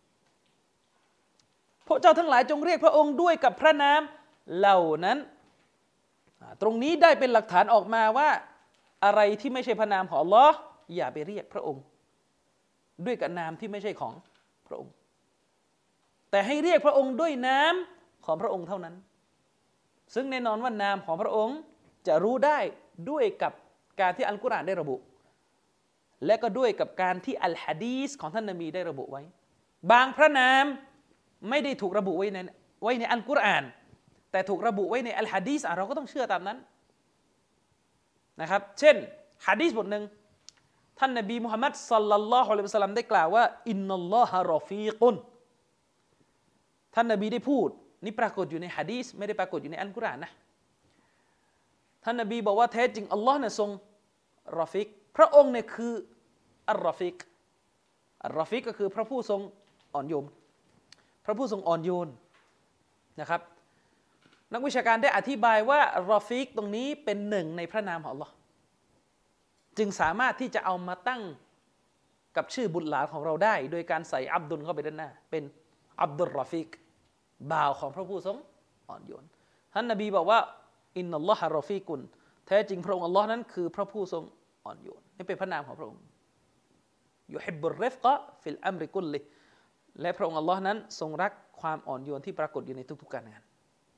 พวกเจ้าทั้งหลายจงเรียกพระองค์ด้วยกับพระนามเหล่านั้นตรงนี้ได้เป็นหลักฐานออกมาว่าอะไรที่ไม่ใช่พระนามของอัลลอฮ์อย่าไปเรียกพระองค์ด้วยกับนามที่ไม่ใช่ของพระองค์แต่ให้เรียกพระองค์ด้วยนามของพระองค์เท่านั้นซึ่งแน่นอนว่านามของพระองค์จะรู้ได้ด้วยกับการที่อัลกุรอานได้ระบุและก็ด้วยกับการที่อัลหะดีษของท่านนบีได้ระบุไว้บางพระนามไม่ได้ถูกระบุไว้ในไว้ในอัลกุรอานแต่ถูกระบุไว้ในอัลหะดีษเราก็ต้องเชื่อตามนั้นนะครับเช่นหะดีษบทหนึ่งท่านนบีมุฮัมมัดศ็อลลัลลอฮุอะลัยฮิวะซัลลัมได้กล่าวว่าอินนัลลอฮะรอฟีกุนท่านนบีได้พูดนี่ปรากฏอยู่ในหะดีษไม่ได้ปรากฏอยู่ในอัลกุรอานนะท่านนบีบอกว่าแท้จริงอัลลอฮ์เนี่ยทรงรอฟิกพระองค์เนี่ยคืออัลรอฟิกอัลรอฟิกก็คือพระผู้ทรงอ่อนโยนพระผู้ทรงอ่อนโยนนะครับนักวิชาการได้อธิบายว่ารอฟิกตรงนี้เป็นหนึ่งในพระนามของอัลลอฮ์จึงสามารถที่จะเอามาตั้งกับชื่อบุตรหลานของเราได้โดยการใส่อับดุลเข้าไปด้านหน้าเป็นอับดุลรอฟิกบ่าวของพระผู้ทรงอ่อนโยนท่านนบีบอกว่าอินนัลลอฮะรอฟีกุนแท้จริงพระองค์อัลลอฮ์นั้นคือพระผู้ทรงอ่อนโยนนี่เป็นพระนามของพระองค์ยุฮิบบุรริฟกะฟิลอัมริกุลลิและพระองค์อัลลอฮ์นั้นทรงรักความอ่อนโยนที่ปรากฏอยู่ในทุกๆการงาน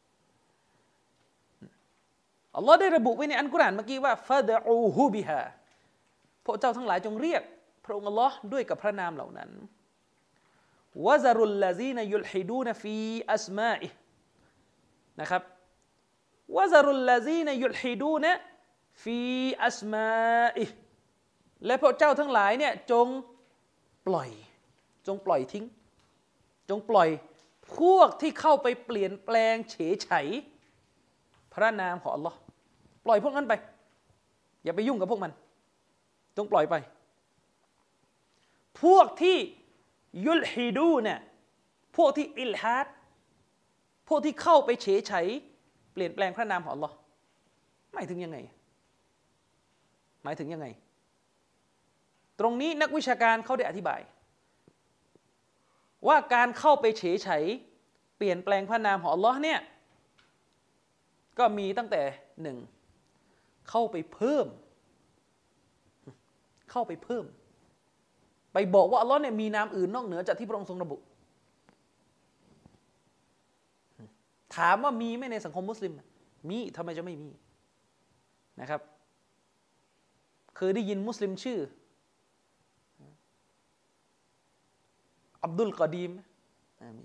อัลลอฮ์ได้ระบุไว้ในอัลกุรอานเมื่อกี้ว่าฟะดะอูฮูบิฮาพวกเจ้าทั้งหลายจงเรียกพระองค์อัลลอฮ์ด้วยกับพระนามเหล่านั้นวะซารุลลาซีนยุลฮิดูนฟีอัสมาอินะครับวะซารุลลาซีนยุลฮิดูนฟีอัสมาอิและพวกเจ้าทั้งหลายเนี่ยจงปล่อยจงปล่อยทิ้งจงปล่อยพวกที่เข้าไปเปลี่ยนแปลงเฉยไฉพระนามของอัลลอฮ์ปล่อยพวกนั้นไปอย่าไปยุ่งกับพวกมันจงปล่อยไปพวกที่ยุลฮิดูเนี่ยพวกที่อิลฮาดพวกที่เข้าไปเฉยไฉเปลี่ยนแปลงพระนามของอัลลอฮ์หมายถึงยังไงหมายถึงยังไงตรงนี้นักวิชาการเขาได้อธิบายว่าการเข้าไปเฉยไฉเปลี่ยนแปลงพระนามของอัลลอฮ์เนี่ยก็มีตั้งแต่หนึ่งเข้าไปเพิ่มเข้าไปเพิ่มไปบอกว่าอัลลอฮ์เนี่ยมีนามอื่นนอกเหนือจากที่พระองค์ทรงระบุถามว่ามีไหมในสังคมมุสลิมมีทำไมจะไม่มีนะครับเคยได้ยินมุสลิมชื่ออับดุลกอดีมมี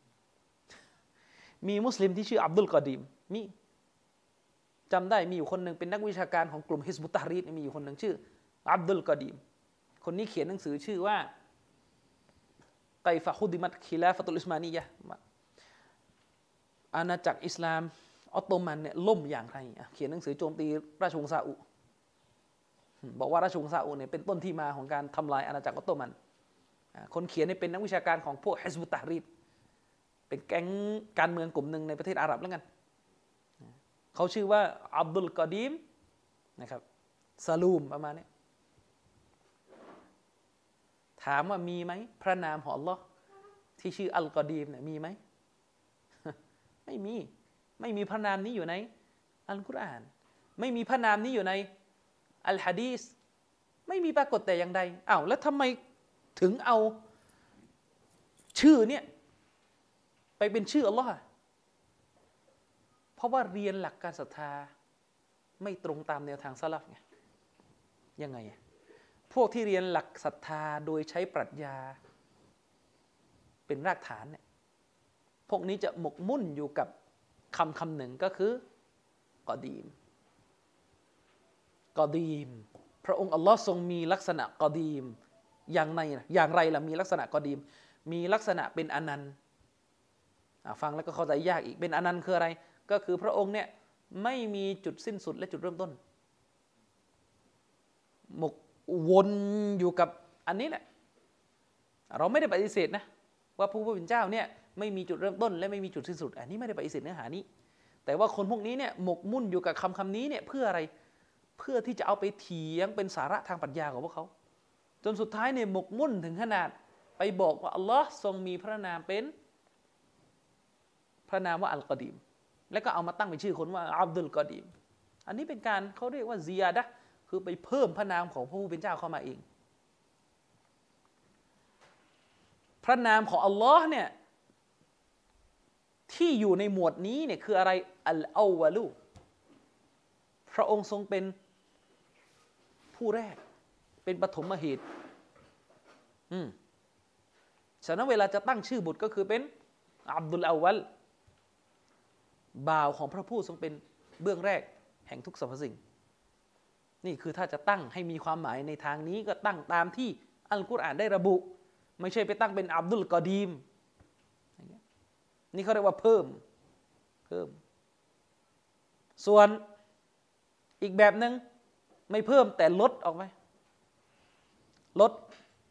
มีมุสลิมที่ชื่ออับดุลกอดีมมีจำได้มีอยู่คนหนึ่งเป็นนักวิชาการของกลุ่มฮิซบุตตะฮรีรมีอยู่คนหนึ่งชื่ออับดุลกอดีมคนนี้เขียนหนังสือชื่อว่าไกฟะฮุดิมัตคิลาฟะตุลอิสมานียะห์อาณาจักรอิสลามออตโตมันเนี่ยล่มอย่างไรเขียนหนังสือโจมตีราชวงศ์ซาอุบอกว่าราชวงศ์ซาอุเนี่ยเป็นต้นที่มาของการทำลายอาณาจักรออตโตมันคนเขียนเนี่ยเป็นนักวิชาการของพวกฮิซบุตตะฮรีรเป็นแก๊งการเมืองกลุ่มหนึ่งในประเทศอาหรับแล้วกันเขาชื่อว่าอับดุลกอดีมนะครับซาลูมประมาณนี้ถามว่ามีไหมพระนามของอัลลอฮ์ที่ชื่ออัลกอดีมเนี่ยมีไหมไม่มีไม่มีพระนามนี้อยู่ในอัลกุรอานไม่มีพระนามนี้อยู่ในอัลหะดีษไม่มีปรากฏแต่อย่างใดอ้าวแล้วทำไมถึงเอาชื่อเนี่ยไปเป็นชื่ออัลลอฮ์เพราะว่าเรียนหลักการศรัทธาไม่ตรงตามแนวทางซะลัฟไงยังไงพวกที่เรียนหลักศรัทธาโดยใช้ปรัชญาเป็นรากฐานเนี่ยพวกนี้จะหมกมุ่นอยู่กับคำคำหนึ่งก็คือกอดีมกอดีมพระองค์อัลลอฮ์ทรงมีลักษณะกอดีมอย่างไรอย่างไรล่ะมีลักษณะกอดีมมีลักษณะเป็นอนันต์ฟังแล้วก็เข้าใจยากอีกเป็นอนันต์คืออะไรก็คือพระองค์เนี่ยไม่มีจุดสิ้นสุดและจุดเริ่มต้นหมกวนอยู่กับอันนี้แหละเราไม่ได้ปฏิเสธนะว่าพระผู้เป็นเจ้าเนี่ยไม่มีจุดเริ่มต้นและไม่มีจุดสิ้นสุดอันนี้ไม่ได้ปฏิเสธเนื้อหานี้แต่ว่าคนพวกนี้เนี่ยหมกมุ่นอยู่กับคำคำนี้เนี่ยเพื่ออะไรเพื่อที่จะเอาไปเถียงเป็นสาระทางปรัชญาของพวกเขาจนสุดท้ายเนี่ยหมกมุ่นถึงขนาดไปบอกว่าอัลลอฮ์ทรงมีพระนามเป็นพระนามว่าอัลกอดีมแล้วก็เอามาตั้งเป็นชื่อคนว่าอับดุลกอดีมอันนี้เป็นการเขาเรียกว่าซิยาดะห์คือไปเพิ่มพระนามของพระผู้เป็นเจ้าเข้ามาเองพระนามของอัลลอฮ์เนี่ยที่อยู่ในหมวดนี้เนี่ยคืออะไรอัลอาวะลูพระองค์ทรงเป็นผู้แรกเป็นปฐมเหตุอืมฉะนั้นเวลาจะตั้งชื่อบุตรก็คือเป็นอับดุลอาวะลบ่าวของพระผู้ทรงเป็นเบื้องแรกแห่งทุกสรรพสิ่งนี่คือถ้าจะตั้งให้มีความหมายในทางนี้ก็ตั้งตามที่อัลกุรอานได้ระบุไม่ใช่ไปตั้งเป็นอับดุลกอดีมนี่เขาเรียกว่าเพิ่มเพิ่มส่วนอีกแบบหนึ่งไม่เพิ่มแต่ลดออกไปลด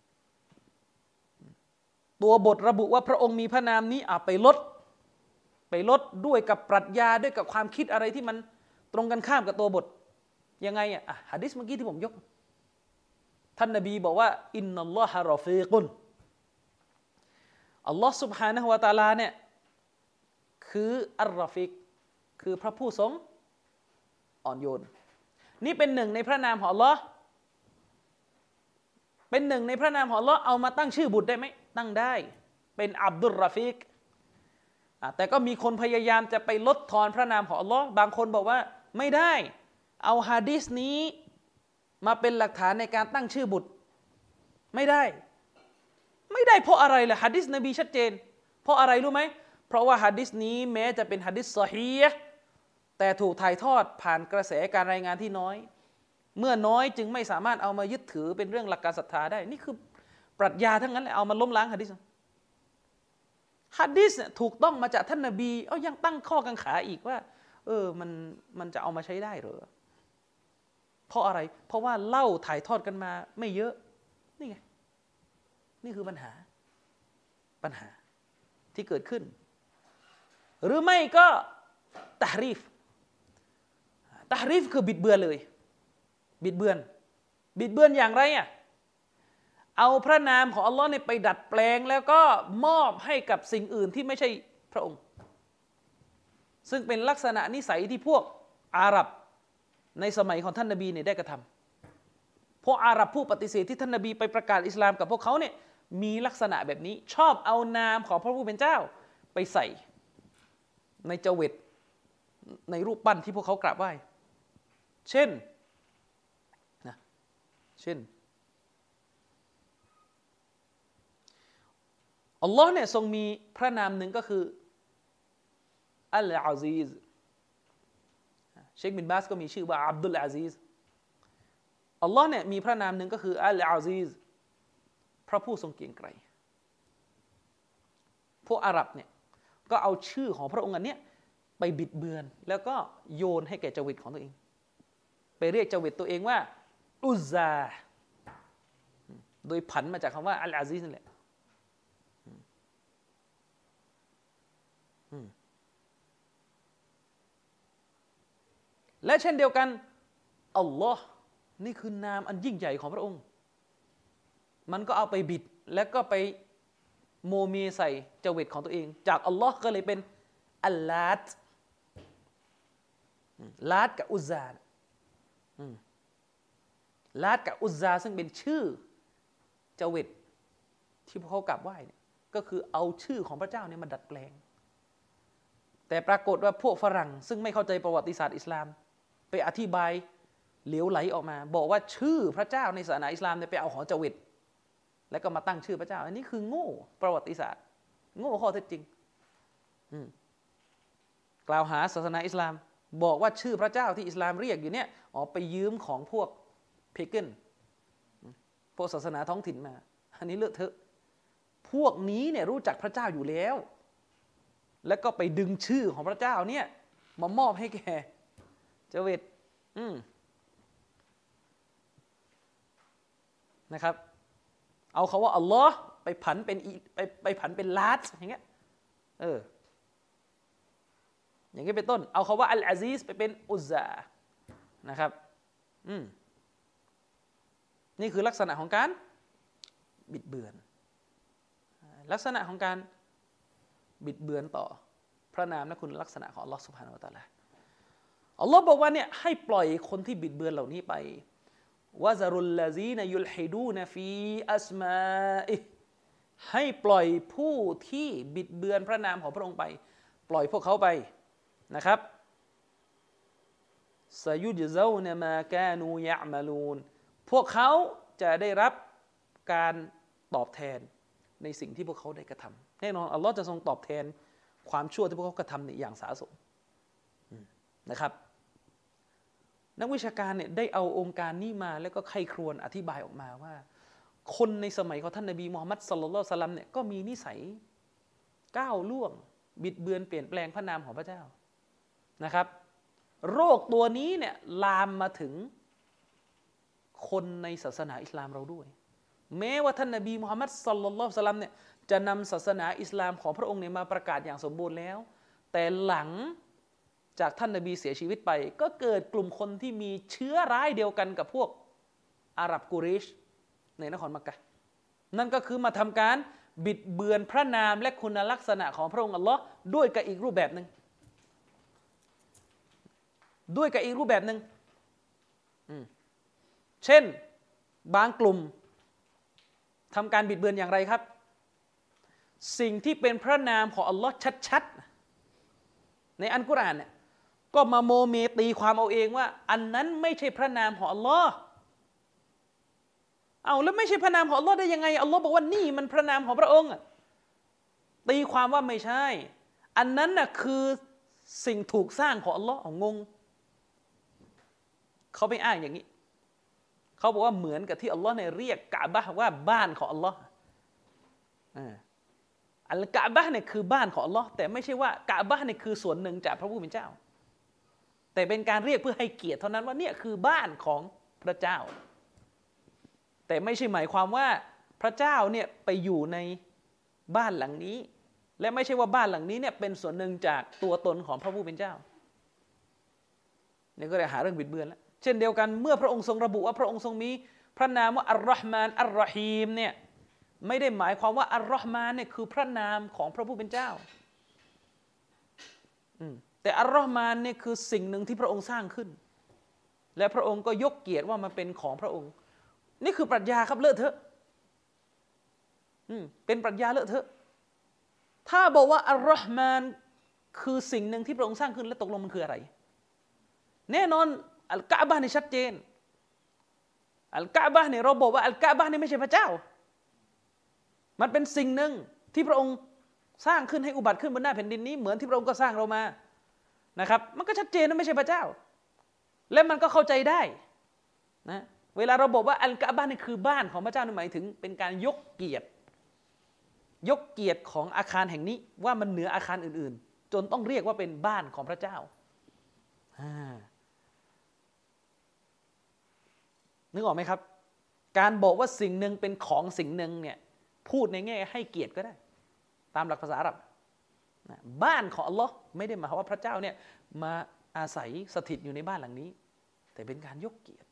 ตัวบทระบุว่าพระองค์มีพระนามนี้อ่ะไปลดไปลดด้วยกับปรัชญาด้วยกับความคิดอะไรที่มันตรงกันข้ามกับตัวบทยังไงอ่ะหะดีษเมื่อกี้ที่ผมยกท่านนบีบอกว่าอินนัลลอฮะรอฟีกุนอัลลอฮ์ سبحانه และ تعالى เนี่ยคืออัลรอฟิกคือพระผู้ทรงอ่อนโยนนี่เป็นหนึ่งในพระนามของอัลลอฮ์เป็นหนึ่งในพระนามของอัลลอฮ์เอามาตั้งชื่อบุตรได้ไหมตั้งได้เป็นอับดุลรอฟิกแต่ก็มีคนพยายามจะไปลดทอนพระนามของอัลลอฮ์บางคนบอกว่าไม่ได้เอาหะดีษนี้มาเป็นหลักฐานในการตั้งชื่อบุตรไม่ได้ไม่ได้เพราะอะไรล่ะหะดีษนบีชัดเจนเพราะอะไรรู้ไหมเพราะว่าหะดีษนี้แม้จะเป็นหะดีษซอฮีฮ์แต่ถูกถ่ายทอดผ่านกระแสการรายงานที่น้อยเมื่อน้อยจึงไม่สามารถเอามายึดถือเป็นเรื่องหลักการศรัทธาได้นี่คือปรัชญาทั้งนั้นแหละเอามาล้มล้างหะดีษหะดีษถูกต้องมาจากท่านนบีเอ้ายังตั้งข้อกังขาอีกว่าเออมันมันจะเอามาใช้ได้เหรอเพราะอะไรเพราะว่าเล่าถ่ายทอดกันมาไม่เยอะนี่ไงนี่คือปัญหาปัญหาที่เกิดขึ้นหรือไม่ก็ตะฮรีฟตะฮรีฟคือบิดเบือนเลยบิดเบือนบิดเบือนอย่างไรอ่ะเอาพระนามของอัลลอฮ์เนี่ยไปดัดแปลงแล้วก็มอบให้กับสิ่งอื่นที่ไม่ใช่พระองค์ซึ่งเป็นลักษณะนิสัยที่พวกอาหรับในสมัยของท่านนบีเนี่ยได้กระทำพวกอาหรับผู้ปฏิเสธที่ท่านนบีไปประกาศอิสลามกับพวกเขาเนี่ยมีลักษณะแบบนี้ชอบเอานามของพระผู้เป็นเจ้าไปใส่ในเจวิตในรูปปั้นที่พวกเขากราบไหว้เช่นนะเช่นอัลลอฮ์เนี่ยทรงมีพระนามหนึ่งก็คืออัลอาซีซเชคบินบาสก็มีชื่อว่าอับดุลอาซีซอัลลอฮ์เนี่ยมีพระนามหนึ่งก็คืออัลอาซีซพระผู้ทรงเกรียงไกรพวกอาหรับเนี่ยก็เอาชื่อของพระองค์อันเนี้ยไปบิดเบือนแล้วก็โยนให้แก่จวิตของตัวเองไปเรียกจวิตตัวเองว่าอุซซาโดยผันมาจากคำว่าอัลอาซีซนั่นแหละและเช่นเดียวกันอัลลอฮ์นี่คือนามอันยิ่งใหญ่ของพระองค์มันก็เอาไปบิดแล้วก็ไปโมเมใส่เจวิตของตัวเองจากอัลลอฮ์ก็เลยเป็นอัลลาตลาตกับอุซซาลาตกับอุซซาซึ่งเป็นชื่อเจวิตที่พวกเขากราบไหว้เนี่ยก็คือเอาชื่อของพระเจ้าเนี่ยมาดัดแปลงแต่ปรากฏว่าพวกฝรั่งซึ่งไม่เข้าใจประวัติศาสตร์อิสลามไปอธิบายเหลวไหลออกมาบอกว่าชื่อพระเจ้าในศาสนาอิสลามเนี่ยไปเอาของเจวิตแล้วก็มาตั้งชื่อพระเจ้าอันนี้คือโง่ประวัติศาสตร์โง่ข้อเท็จจริงกล่าวหาศาสนาอิสลามบอกว่าชื่อพระเจ้าที่อิสลามเรียกอยู่เนี่ยอ๋อไปยืมของพวกเพเกนพวกศาสนาท้องถิ่นมาอันนี้เลอะเทอะพวกนี้เนี่ยรู้จักพระเจ้าอยู่แล้วแล้วก็ไปดึงชื่อของพระเจ้าเนี่ยมามอบให้แกเจวิตนะครับเอาคาว่าอัลลอฮ์ไปผันเป็นไปไปผันเป็นลาตอย่างเงี้ยเอออย่างนี้เป็นต้นเอาคาว่าอัลอาซีซไปเป็นอุซซานะครับอืมนี่คือลักษณะของการบิดเบือนลักษณะของการบิดเบือนต่อพระนามและคุณลักษณะของอัลลอฮ์ซุบฮานะฮูวะตะอาลาอัลลอฮ์บอกว่าเนี่ยให้ปล่อยคนที่บิดเบือนเหล่านี้ไปวะซารุลลาซีนยุลฮิดูนฟีอัสมาอิให้ปล่อยผู้ที่บิดเบือนพระนามของพระองค์ไปปล่อยพวกเขาไปนะครับซายุจเซานะมากานูยะอ์มะลูนพวกเขาจะได้รับการตอบแทนในสิ่งที่พวกเขาได้กระทำแน่นอนอัลลอฮ์จะทรงตอบแทนความชั่วที่พวกเขากระทำในอย่างสาสมนะครับนักวิชาการเนี่ยได้เอาองค์การนี้มาแล้วก็ไขครวญอธิบายออกมาว่าคนในสมัยของท่านนบีมูฮัมมัดศ็อลลัลลอฮุอะลัยฮิวะซัลลัมเนี่ยก็มีนิสัยก้าวล่วงบิดเบือนเปลี่ยนแปลงพระนามของพระเจ้านะครับโรคตัวนี้เนี่ยลามมาถึงคนในศาสนาอิสลามเราด้วยแม้ว่าท่านนบีมูฮัมมัดศ็อลลัลลอฮุอะลัยฮิวะซัลลัมเนี่ยจะนำศาสนาอิสลามของพระองค์เนี่ยมาประกาศอย่างสมบูรณ์แล้วแต่หลังจากท่านนบีเสียชีวิตไปก็เกิดกลุ่มคนที่มีเชื้อร้ายเดียวกันกับพวกอาหรับกุเรชในนครมักกะฮ์นั่นก็คือมาทำการบิดเบือนพระนามและคุณลักษณะของพระองค์อัลลอฮ์ด้วยกับอีกรูปแบบหนึ่งด้วยกับอีกรูปแบบหนึ่งเช่นบางกลุ่มทำการบิดเบือนอย่างไรครับสิ่งที่เป็นพระนามของอัลลอฮ์ชัดๆในอัลกุรอานเนี่ยก็มาโมเมตีความเอาเองว่าอันนั้นไม่ใช่พระนามของอัลลอฮ์เอาแล้วไม่ใช่พระนามของอัลลอฮ์ได้ยังไงอัลลอฮ์บอกว่านี่มันพระนามของพระองค์ตีความว่าไม่ใช่อันนั้นน่ะคือสิ่งถูกสร้างของอัลลอฮ์งงเขาไม่อ้างอย่างนี้เขาบอกว่าเหมือนกับที่อัลลอฮ์เนี่ยเรียกกะบะห์ว่าบ้านของอัลลอฮ์อัลกะบะห์เนี่ยคือบ้านของอัลลอฮ์แต่ไม่ใช่ว่ากะบะห์เนี่ยคือส่วนหนึ่งจากพระผู้เป็นเจ้าแต่เป็นการเรียกเพื่อให้เกียรติเท่านั้นว่าเนี่ยคือบ้านของพระเจ้าแต่ไม่ใช่หมายความว่าพระเจ้าเนี่ยไปอยู่ในบ้านหลังนี้และไม่ใช่ว่าบ้านหลังนี้เนี่ยเป็นส่วนหนึ่งจากตัวตนของพระผู้เป็นเจ้าเนี่ยก็เลยหาเรื่องบิดเบือนแล้วเช่นเดียวกันเมื่อพระองค์ทรงระบุว่าพระองค์ทรงมีพระนามว่าอัลลอฮ์มานอัลรอฮีมเนี่ยไม่ได้หมายความว่าอัลลอฮ์มานเนี่ยคือพระนามของพระผู้เป็นเจ้าแต่อัลลอฮ์มานเนี่ยคือสิ่งหนึ่งที่พระองค์สร้างขึ้นและพระองค์ก็ยกเกียรติว่ามันเป็นของพระองค์นี่คือปรัชญาครับเลอะเทอะเป็นปรัชญาเลอะเทอะถ้าบอกว่าอัลลอฮ์มานคือสิ่งหนึ่งที่พระองค์สร้างขึ้นแล้วตกลงมันคืออะไรแน่นอนอัลกะอ์บะห์นี่ชัดเจนอัลกะอ์บะห์เนี่ยเราบอกว่าอัลกะอ์บะห์นี่ไม่ใช่พระเจ้ามันเป็นสิ่งหนึ่งที่พระองค์สร้างขึ้นให้อุบัติขึ้นบนหน้าแผ่นดินนี้เหมือนที่พระองค์ก็สร้างเรามานะครับมันก็ชัดเจนนะไม่ใช่พระเจ้าและมันก็เข้าใจได้นะเวลาเราบอกว่าอัลกะอ์บะห์นี่คือบ้านของพระเจ้านั่นหมายถึงเป็นการยกเกียรติยกเกียรติของอาคารแห่งนี้ว่ามันเหนืออาคารอื่นๆจนต้องเรียกว่าเป็นบ้านของพระเจ้านึกออกไหมครับการบอกว่าสิ่งหนึ่งเป็นของสิ่งหนึ่งเนี่ยพูดในแง่ให้เกียรติก็ได้ตามหลักภาษาอาหรับบ้านของอัลลอฮ์ไม่ได้หมายความว่าพระเจ้าเนี่ยมาอาศัยสถิตอยู่ในบ้านหลังนี้แต่เป็นการยกเกียรติ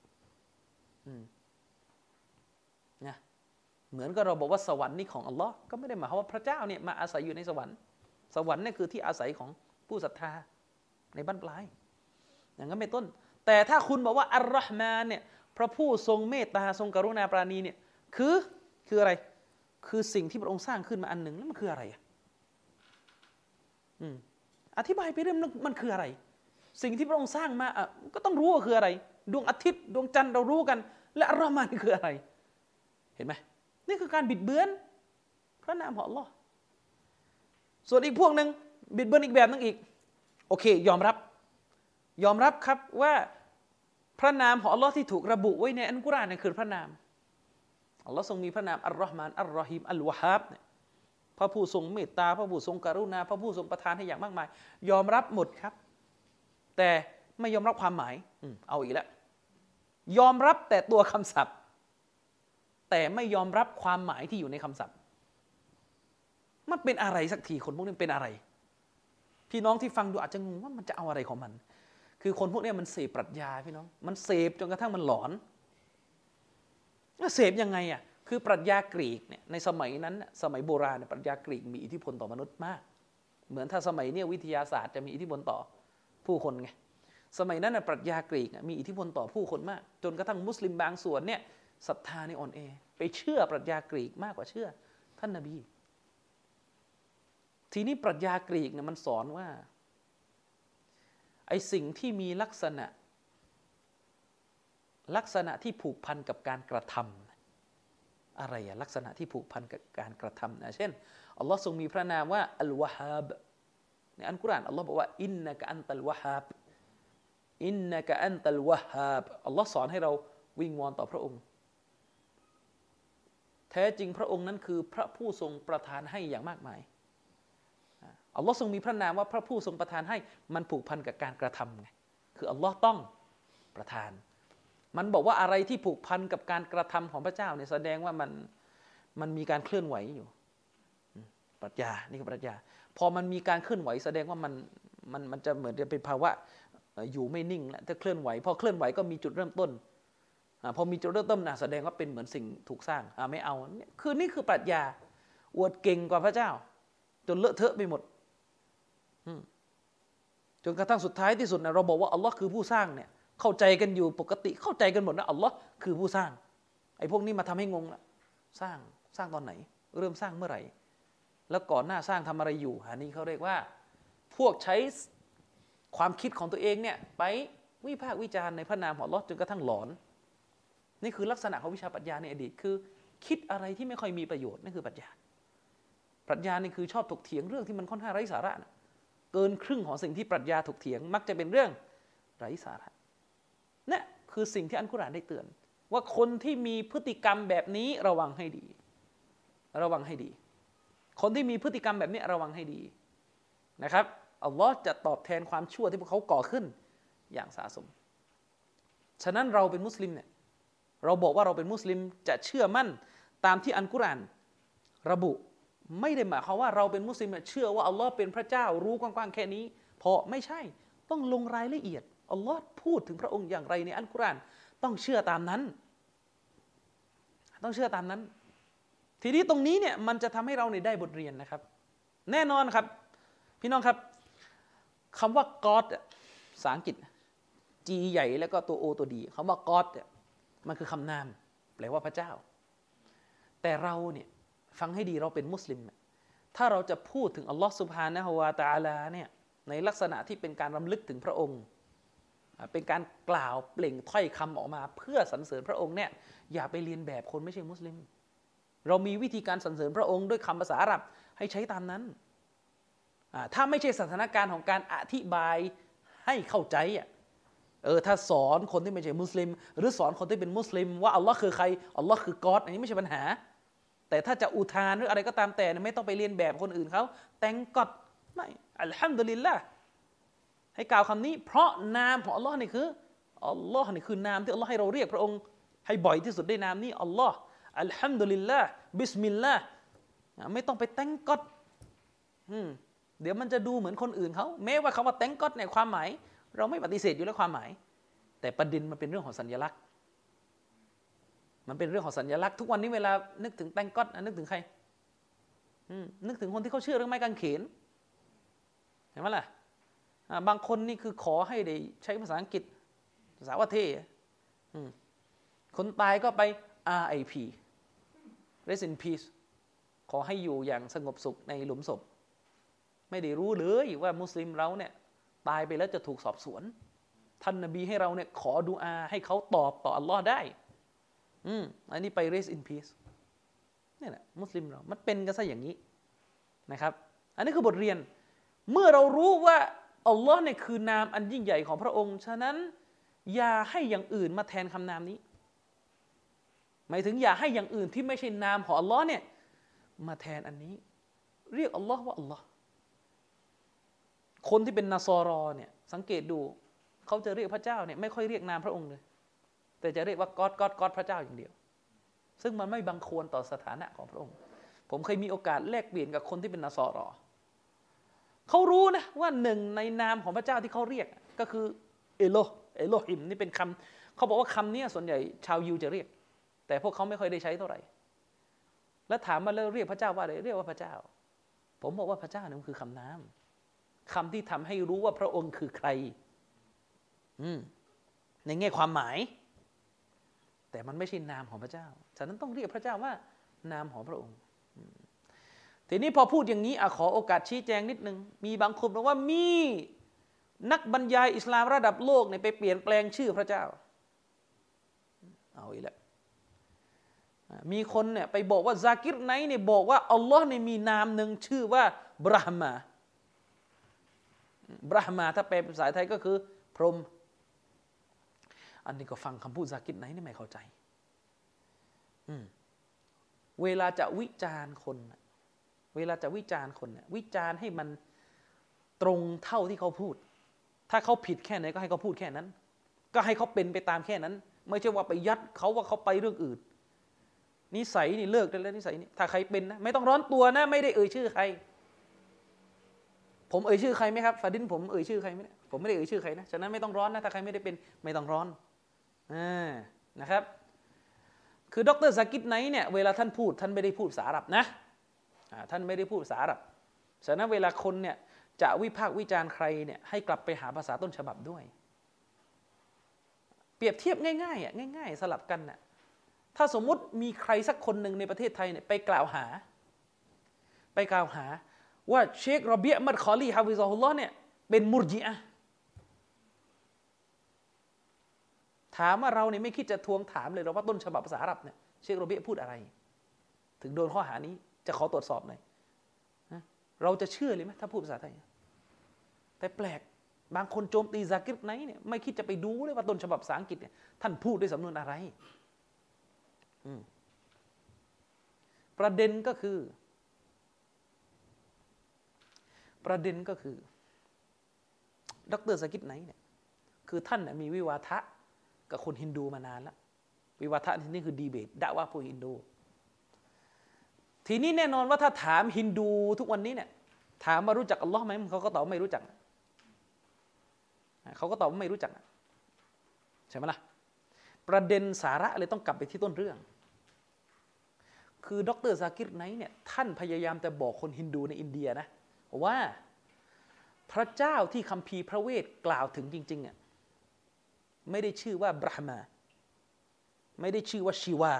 นะเหมือนกับเราบอกว่าสวรรค์นี่ของอัลลอฮ์ก็ไม่ได้หมายความว่าพระเจ้าเนี่ยมาอาศัยอยู่ในสวรรค์สวรรค์นี่คือที่อาศัยของผู้ศรัทธาในบ้านปลายอย่างนั้นเป็นต้นแต่ถ้าคุณบอกว่าอัลเราะห์มานเนี่ยพระผู้ทรงเมตตาทรงกรุณาปราณีเนี่ยคือคืออะไรคือสิ่งที่พระองค์สร้างขึ้นมาอันหนึ่งแล้วมันคืออะไรอ่ะอืมอธิบายไปเรื่องมันคืออะไรสิ่งที่พระองค์สร้างมาอ่ะก็ต้องรู้ว่าคืออะไรดวงอาทิตย์ดวงจันทร์เรารู้กันและอัลเราะห์มานคืออะไรเห็นไหมนี่คือการบิดเบือนพระนามของอัลลอฮ์ส่วนอีกพวกหนึ่งบิดเบือนอีกแบบนึงอีกโอเคยอมรับยอมรับครับว่าพระนามของอัลลอฮ์ที่ถูกระบุไว้ในอัลกุรอานนั่นคือพระนามอัลลอฮ์ทรงมีพระนามอัลเราะห์มานอัลรอฮีมอัลวะฮาบเนี่ยพระผู้ทรงเมตตาพระผู้ทรงกรุณาพระผู้ทรงประทานให้อย่างมากมายยอมรับหมดครับแต่ไม่ยอมรับความหมายอืมเอาอีกแล้วยอมรับแต่ตัวคำศัพท์แต่ไม่ยอมรับความหมายที่อยู่ในคำศัพท์มันเป็นอะไรสักทีคนพวกนี้เป็นอะไรพี่น้องที่ฟังดูอาจจะงงว่ามันจะเอาอะไรของมันคือคนพวกนี้มันเสพปรัชญาพี่น้องมันเสพจนกระทั่งมันหลอนเสพยังไงอ่ะคือปรัชญากรีกเนี่ยในสมัยนั้นสมัยโบราณปรัชญากรีกมีอิทธิพลต่อมนุษย์มากเหมือนถ้าสมัยนี้วิทยาศาสตร์จะมีอิทธิพลต่อผู้คนไงสมัยนั้นปรัชญากรีกมีอิทธิพลต่อผู้คนมากจนกระทั่งมุสลิมบางส่วนเนี่ยศรัทธาในอ่อนแอไปเชื่อปรัชญากรีกมากกว่าเชื่อท่านนบีทีนี้ปรัชญากรีกเนี่ยมันสอนว่าไอ้สิ่งที่มีลักษณะลักษณะที่ผูกพันกับการกระทำอะไรอะลักษณะที่ผูกพันกับการกระทำนะเช่นอัลลอฮ์ทรงมีพระนามว่าอัลวะฮาบในอัลกุรอานอัลลอฮ์บอกว่าอินนะกะอันตัลวะฮาบอินนะกะอันตัลวะฮาบอัลลอฮ์สอนให้เราวิงวอนต่อพระองค์แท้จริงพระองค์นั้นคือพระผู้ทรงประทานให้อย่างมากมายอัลลอฮ์ทรงมีพระนามว่าพระผู้ทรงประทานให้มันผูกพันกับการกระทำไงคืออัลลอฮ์ต้องประทานมันบอกว่าอะไรที่ผูกพันกับการกระทำของพระเจ้าเนี่ยแสดงว่ามันมันมีการเคลื่อนไหวอยู่ปรัชญานี่คือปรัชญาพอมันมีการเคลื่อนไหวแสดงว่ามันมันมันจะเหมือนจะเป็นภาวะอยู่ไม่นิ่งแล้วจะเคลื่อนไหวพอเคลื่อนไหวก็มีจุดเริ่มต้นพอมีจุดเริ่มต้นนะแสดงว่าเป็นเหมือนสิ่งถูกสร้างอ่าไม่เอาคือนี่คือปรัชญาอวดเก่งกว่าพระเจ้าจนเลอะเทอะไปหมดจนกระทั่งสุดท้ายที่สุดนะเราบอกว่าอัลลอฮ์คือผู้สร้างเนี่ยเข้าใจกันอยู่ปกติเข้าใจกันหมดนะอัลลอฮ์คือผู้สร้างไอ้พวกนี้มาทำให้งงละสร้างสร้างตอนไหนเริ่มสร้างเมื่อไหร่แล้วก่อนหน้าสร้างทำอะไรอยู่อันนี้เขาเรียกว่าพวกใช้ความคิดของตัวเองเนี่ยไปวิพากษ์วิจารณ์ในพระนามของอัลลอฮ์จนกระทั่งหลอนนี่คือลักษณะของวิชาปรัชญาในอดีตคือคิดอะไรที่ไม่ค่อยมีประโยชน์นั่นคือปรัชญาปรัชญานี่คือชอบถกเถียงเรื่องที่มันค่อนข้างไร้สาระนะเกินครึ่งของสิ่งที่ปรัชญาถกเถียงมักจะเป็นเรื่องไร้สาระนี่คือสิ่งที่อัลกุรอานได้เตือนว่าคนที่มีพฤติกรรมแบบนี้ระวังให้ดีระวังให้ดีคนที่มีพฤติกรรมแบบนี้ระวังให้ดีนะครับอัลลอฮ์จะตอบแทนความชั่วที่พวกเขาก่อขึ้นอย่างสะสมฉะนั้นเราเป็นมุสลิมเนี่ยเราบอกว่าเราเป็นมุสลิมจะเชื่อมั่นตามที่อัลกุรอานระบุไม่ได้หมายความว่าเราเป็นมุสลิมเชื่อว่าอัลลอฮ์เป็นพระเจ้ารู้กว้างๆแค่นี้พอไม่ใช่ต้องลงรายละเอียดอัลลอฮ์พูดถึงพระองค์อย่างไรในอัลกุรอานต้องเชื่อตามนั้นต้องเชื่อตามนั้นทีนี้ตรงนี้เนี่ยมันจะทำให้เราเนี่ยได้บทเรียนนะครับแน่นอนครับพี่น้องครับคำว่า God ภาษาอังกฤษ G ใหญ่แล้วก็ตัว O ตัว D คำว่า God เนี่ยมันคือคำนามแปลว่าพระเจ้าแต่เราเนี่ยฟังให้ดีเราเป็นมุสลิมถ้าเราจะพูดถึงอัลลอฮ์ซุบฮานะฮูวะตะอาลาเนี่ยในลักษณะที่เป็นการรำลึกถึงพระองค์เป็นการกล่าวเปล่งถ้อยคำออกมาเพื่อสรรเสริญพระองค์เนี่ยอย่าไปเรียนแบบคนไม่ใช่มุสลิมเรามีวิธีการสรรเสริญพระองค์ด้วยคำภาษาอาหรับให้ใช้ตามนั้นถ้าไม่ใช่สถานการณ์ของการอธิบายให้เข้าใจอ่ะเออถ้าสอนคนที่ไม่ใช่มุสลิมหรือสอนคนที่เป็นมุสลิมว่าอัลลอฮ์คือใครอัลลอฮ์คือกอดอันนี้ไม่ใช่ปัญหาแต่ถ้าจะอุทานหรืออะไรก็ตามแต่ไม่ต้องไปเรียนแบบคนอื่นเขาแต่งกฎไม่อัลฮัมดุลิลละห์ให้กล่าวคำนี้เพราะนามของอัลลอฮ์นี่คืออัลลอฮ์นี่คือนามที่อัลลอฮ์ให้เราเรียกพระองค์ให้บ่อยที่สุดได้นามนี้อัลลอฮ์อัลฮัมดุลิลละห์บิสมิลลาห์ไม่ต้องไปแต่งกฎเดี๋ยวมันจะดูเหมือนคนอื่นเขาแม้ว่าคำว่าแต่งกฎในความหมายเราไม่ปฏิเสธอยู่แล้วความหมายแต่ประเด็นมันเป็นเรื่องของสัญลักษณ์มันเป็นเรื่องของสัญลักษณ์ทุกวันนี้เวลานึกถึงแต่งกฎนึกถึงใครนึกถึงคนที่เขาเชื่อเรื่องไม้กางเขนเห็นไหมล่ะบางคนนี่คือขอให้ได้ใช้ภาษาอังกฤษภาษาว่าเท่คนตายก็ไป อาร์ ไอ พี Rest in peace ขอให้อยู่อย่างสงบสุขในหลุมศพไม่ได้รู้เลยว่ามุสลิมเราเนี่ยตายไปแล้วจะถูกสอบสวนท่านนบีให้เราเนี่ยขอดุอาให้เขาตอบต่ออัลลอฮ์ได้อืมอันนี้ไป Rest in peace นี่แหละมุสลิมเรามันเป็นกันซะอย่างนี้นะครับอันนี้คือบทเรียนเมื่อเรารู้ว่าอัลลอฮ์เนี่ยคือนามอันยิ่งใหญ่ของพระองค์ฉะนั้นอย่าให้อย่างอื่นมาแทนคำนามนี้หมายถึงอย่าให้อย่างอื่นที่ไม่ใช่นามของอัลลอฮ์เนี่ยมาแทนอันนี้เรียกอัลลอฮ์ว่าอัลลอฮ์คนที่เป็นนาซอรอเนี่ยสังเกตดูเขาจะเรียกพระเจ้าเนี่ยไม่ค่อยเรียกนามพระองค์เลยแต่จะเรียกว่ากอดกอดกอดพระเจ้าอย่างเดียวซึ่งมันไม่บังควรต่อสถานะของพระองค์ผมเคยมีโอกาสแลกเปลี่ยนกับคนที่เป็นนาซอรอเขารู้นะว่าหนึ่งในนามของพระเจ้าที่เขาเรียกก็คือเอโลเอโลฮิมนี่เป็นคำเขาบอกว่าคำนี้ส่วนใหญ่ชาวยิวจะเรียกแต่พวกเขาไม่ค่อยได้ใช้เท่าไหร่แล้วถามมาแล้วเรียกพระเจ้าว่าอะไรเรียกว่าพระเจ้าผมบอกว่าพระเจ้าเนี่ยมันคือคำนามคำที่ทำให้รู้ว่าพระองค์คือใครอืมในแง่ความหมายแต่มันไม่ใช่นามของพระเจ้าฉะนั้นต้องเรียกพระเจ้าว่านามของพระองค์ทีนี้พอพูดอย่างนี้อขอโอกาสชี้แจงนิดนึงมีบางคนบอกว่ามีนักบรรยายอิสลามระดับโลกเนี่ยไปเปลี่ยนแปลงชื่อพระเจ้าเอาอีกแล้วมีคนเนี่ยไปบอกว่าซากิรไนท์เนี่ยบอกว่าอัลลอฮ์เนี่ยมีนามหนึ่งชื่อว่าบรหมาบรหมาถ้าแปลเป็นภาษาไทยก็คือพรหมอันนี้ก็ฟังคำพูดซากิรไนท์นี่ไม่เข้าใจเวลาจะวิจารณ์คนเวลาจะวิจารณ์คนเนี่ยวิจารณ์ให้มันตรงเท่าที่เขาพูดถ้าเขาผิดแค่ไหนก็ให้เขาพูดแค่นั้นก็ให้เขาเป็นไปตามแค่นั้นไม่ใช่ว่าไปยัดเขาว่าเขาไปเรื่องอื่นนิสัยนี่เลิกได้แล้วนิสัยนี่ถ้าใครเป็นนะไม่ต้องร้อนตัวนะไม่ได้เอ่ยชื่อใครผมเอ่ยชื่อใครไหมครับฟาดินผมเอ่ยชื่อใครไหมผมไม่ได้เอ่ยชื่อใครนะฉะนั้นไม่ต้องร้อนนะถ้าใครไม่ได้เป็นไม่ต้องร้อนอ่านะครับคือดร.ซากิรไนท์เนี่ยเวลาท่านพูดท่านไม่ได้พูดภาษาอาหรับนะท่านไม่ได้พูดภาษาอาหรับฉะนั้นเวลาคนเนี่ยจะวิพากษ์วิจารณ์ใครเนี่ยให้กลับไปหาภาษาต้นฉบับด้วยเปรียบเทียบง่ายๆอ่ะง่ายๆสลับกันน่ะถ้าสมมุติมีใครสักคนหนึ่งในประเทศไทยเนี่ยไปกล่าวหาไปกล่าวหาว่าเชครอเบียมัดคอลีฮาฟิซะฮุลลอฮ์เนี่ยเป็นมุรญิอะห์ถามว่าเราเนี่ยไม่คิดจะทวงถามเลยหรอว่าต้นฉบับภาษาอาหรับเนี่ยเชครอเบียพูดอะไรถึงโดนข้อหานี้จะขอตรวจสอบหน่อยเราจะเชื่อเลยไหมถ้าพูดภาษาไทยแต่แปลกบางคนโจมตีซากิรไนท์เนี่ยไม่คิดจะไปดูเลยว่าต้นฉบับภาษาอังกฤษเนี่ยท่านพูดด้วยสำนวนอะไรประเด็นก็คือประเด็นก็คือดร.ซากิรไนท์เนี่ยคือท่านมีวิวาทะกับคนฮินดูมานานแล้ววิวาทะที่นี่คือดีเบตด่าว่าผู้ฮินดูทีนี้แน่นอนว่าถ้าถามฮินดูทุกวันนี้เนี่ยถามว่ารู้จักอัลลอฮ์ไหมเขาก็ตอบว่าไม่รู้จักเขาก็ตอบว่าไม่รู้จักใช่ไหมล่ะประเด็นสาระเลยต้องกลับไปที่ต้นเรื่องคือดร.ซากิรไนท์เนี่ยท่านพยายามจะบอกคนฮินดูในอินเดียนะว่าพระเจ้าที่คัมภีร์พระเวทกล่าวถึงจริงๆอ่ะไม่ได้ชื่อว่าบรหมาไม่ได้ชื่อว่าชีวา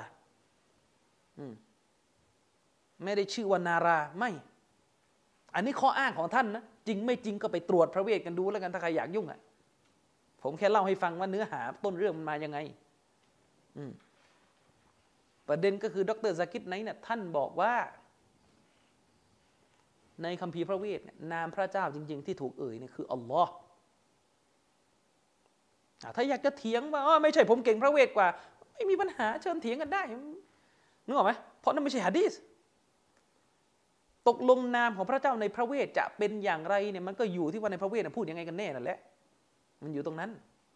ไม่ได้ชื่อว่านาราไม่อันนี้ข้ออ้างของท่านนะจริงไม่จริงก็ไปตรวจพระเวทกันดูแล้วกันถ้าใครอยากยุ่งอ่ะผมแค่เล่าให้ฟังว่าเนื้อหาต้นเรื่องมันมายังไงประเด็นก็คือดร.ซากิรไนท์เนี่ยท่านบอกว่าในคัมภีร์พระเวทนามพระเจ้าจริงๆที่ถูกเอ่ยเนี่ยคืออัลลอฮ์ถ้าอยากจะเถียงว่าอ๋อไม่ใช่ผมเก่งพระเวทกว่าไม่มีปัญหาเชิญเถียงกันได้นึกออกไหมเพราะนั่นไม่ใช่หะดีษตกลงนามของพระเจ้าในพระเวทจะเป็นอย่างไรเนี่ยมันก็อยู่ที่ว่าในพระเวทพูดยังไงกันแน่นั่นแหละมันอยู่ตรงนั้น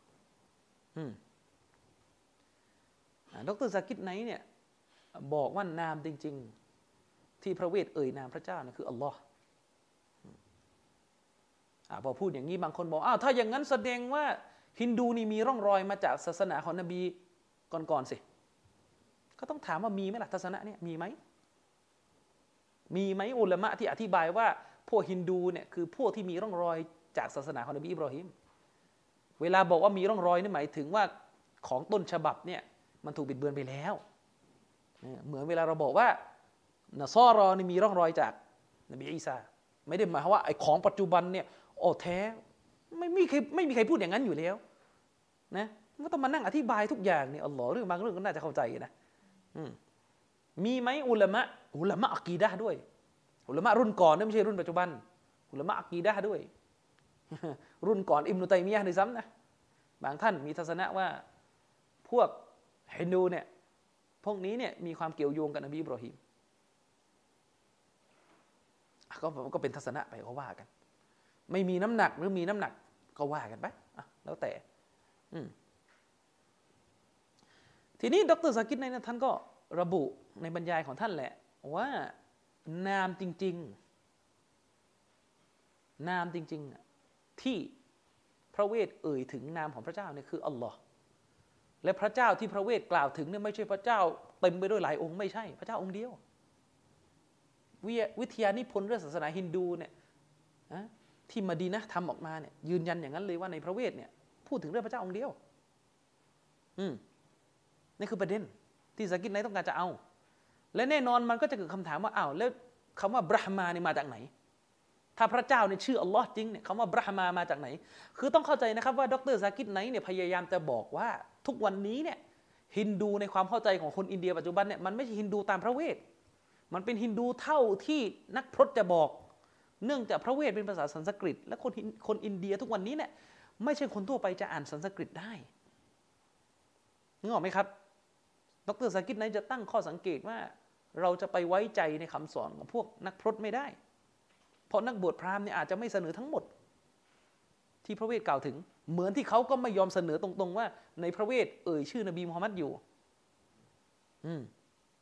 ดร.ซากิรไนท์เนี่ยบอกว่านามจริงๆที่พระเวทเอ่ยนามพระเจ้านะคืออัลลอฮ์พอพูดอย่างนี้บางคนบอกอ้าวถ้าอย่างนั้นแสดงว่าฮินดูนี่มีร่องรอยมาจากศาสนาของนบีก่อนๆสิก็ต้องถามว่ามีไหมล่ะทัศนะเนี่ยมีไหมมีไหมอุลามะที่อธิบายว่าพวกฮินดูเนี่ยคือพวกที่มีร่องรอยจากศาสนาของนบีอิบรอฮีมเวลาบอกว่ามีร่องรอยนี่หมายถึงว่าของต้นฉบับเนี่ยมันถูกบิดเบือนไปแล้วเหมือนเวลาเราบอกว่านซอรอนี่มีร่องรอยจากนบีอีสาไม่ได้หมายความว่าไอ้ของปัจจุบันเนี่ยโอ้แท้ไม่มีใครไม่มีใครพูดอย่างนั้นอยู่แล้วนะก็ต้องมานั่งอธิบายทุกอย่างเนี่ยอัลลอฮ์เรื่องบางเรื่องก็น่าจะเข้าใจนะมีไหมอุลามะอุลามะอะกีดะห์ด้วยอุลามะรุ่นก่อนไม่ใช่รุ่นปัจจุบันอุลามะอะกีดะห์ด้วยรุ่นก่อนอิบนุตัยมียะห์ด้วยซ้ำนะบางท่านมีทัศนะว่าพวกฮินดูเนี่ยพวกนี้เนี่ยมีความเกี่ยวโยงกับนบีอิบรอฮีมก็ก็เป็นทัศนะไปก็ว่ากันไม่มีน้ำหนักหรือมีน้ำหนักก็ว่ากันไปแล้วแต่ทีนี้ดร.ซากิดในท่านก็ระบุในบรรยายของท่านแหละว่านามจริงๆนามจริงๆที่พระเวทเอ่ยถึงนามของพระเจ้าเนี่ยคืออัลลอฮ์และพระเจ้าที่พระเวทกล่าวถึงเนี่ยไม่ใช่พระเจ้าเต็มไปด้วยหลายองค์ไม่ใช่พระเจ้าองค์เดียววิทยานิพนธ์เรื่องศาสนาฮินดูเนี่ยที่มะดีนะห์ทำออกมาเนี่ยยืนยันอย่างนั้นเลยว่าในพระเวทเนี่ยพูดถึงเรื่องพระเจ้าองค์เดียวอืมนี่คือประเด็นที่ซากิดไนต้องการจะเอาและแน่นอนมันก็จะเกิดคำถามว่าอ้าวแล้วคำว่าบรหมาเนี่ยมาจากไหนถ้าพระเจ้าเนี่ยชื่ออัลลอฮ์จริงเนี่ยคำว่าบรหมามาจากไหนคือต้องเข้าใจนะครับว่าดร.ซากิดไนเนี่ยพยายามจะบอกว่าทุกวันนี้เนี่ยฮินดูในความเข้าใจของคนอินเดียปัจจุบันเนี่ยมันไม่ใช่ฮินดูตามพระเวทมันเป็นฮินดูเท่าที่นักพรตจะบอกเนื่องจากพระเวทเป็นภาษาสันสกฤตและคนคนอินเดียทุกวันนี้เนี่ยไม่ใช่คนทั่วไปจะอ่านสันสกฤตได้นึกออกไหมครับดร.ซากิดไนจะตั้งข้อสังเกตว่าเราจะไปไว้ใจในคำสอนของพวกนักพรตไม่ได้เพราะนักบวชพราหมณ์เนี่ยอาจจะไม่เสนอทั้งหมดที่พระเวทกล่าวถึงเหมือนที่เขาก็ไม่ยอมเสนอตรงๆว่าในพระเวทเอ่ยชื่อนบีมุฮัมมัดอยู่อืม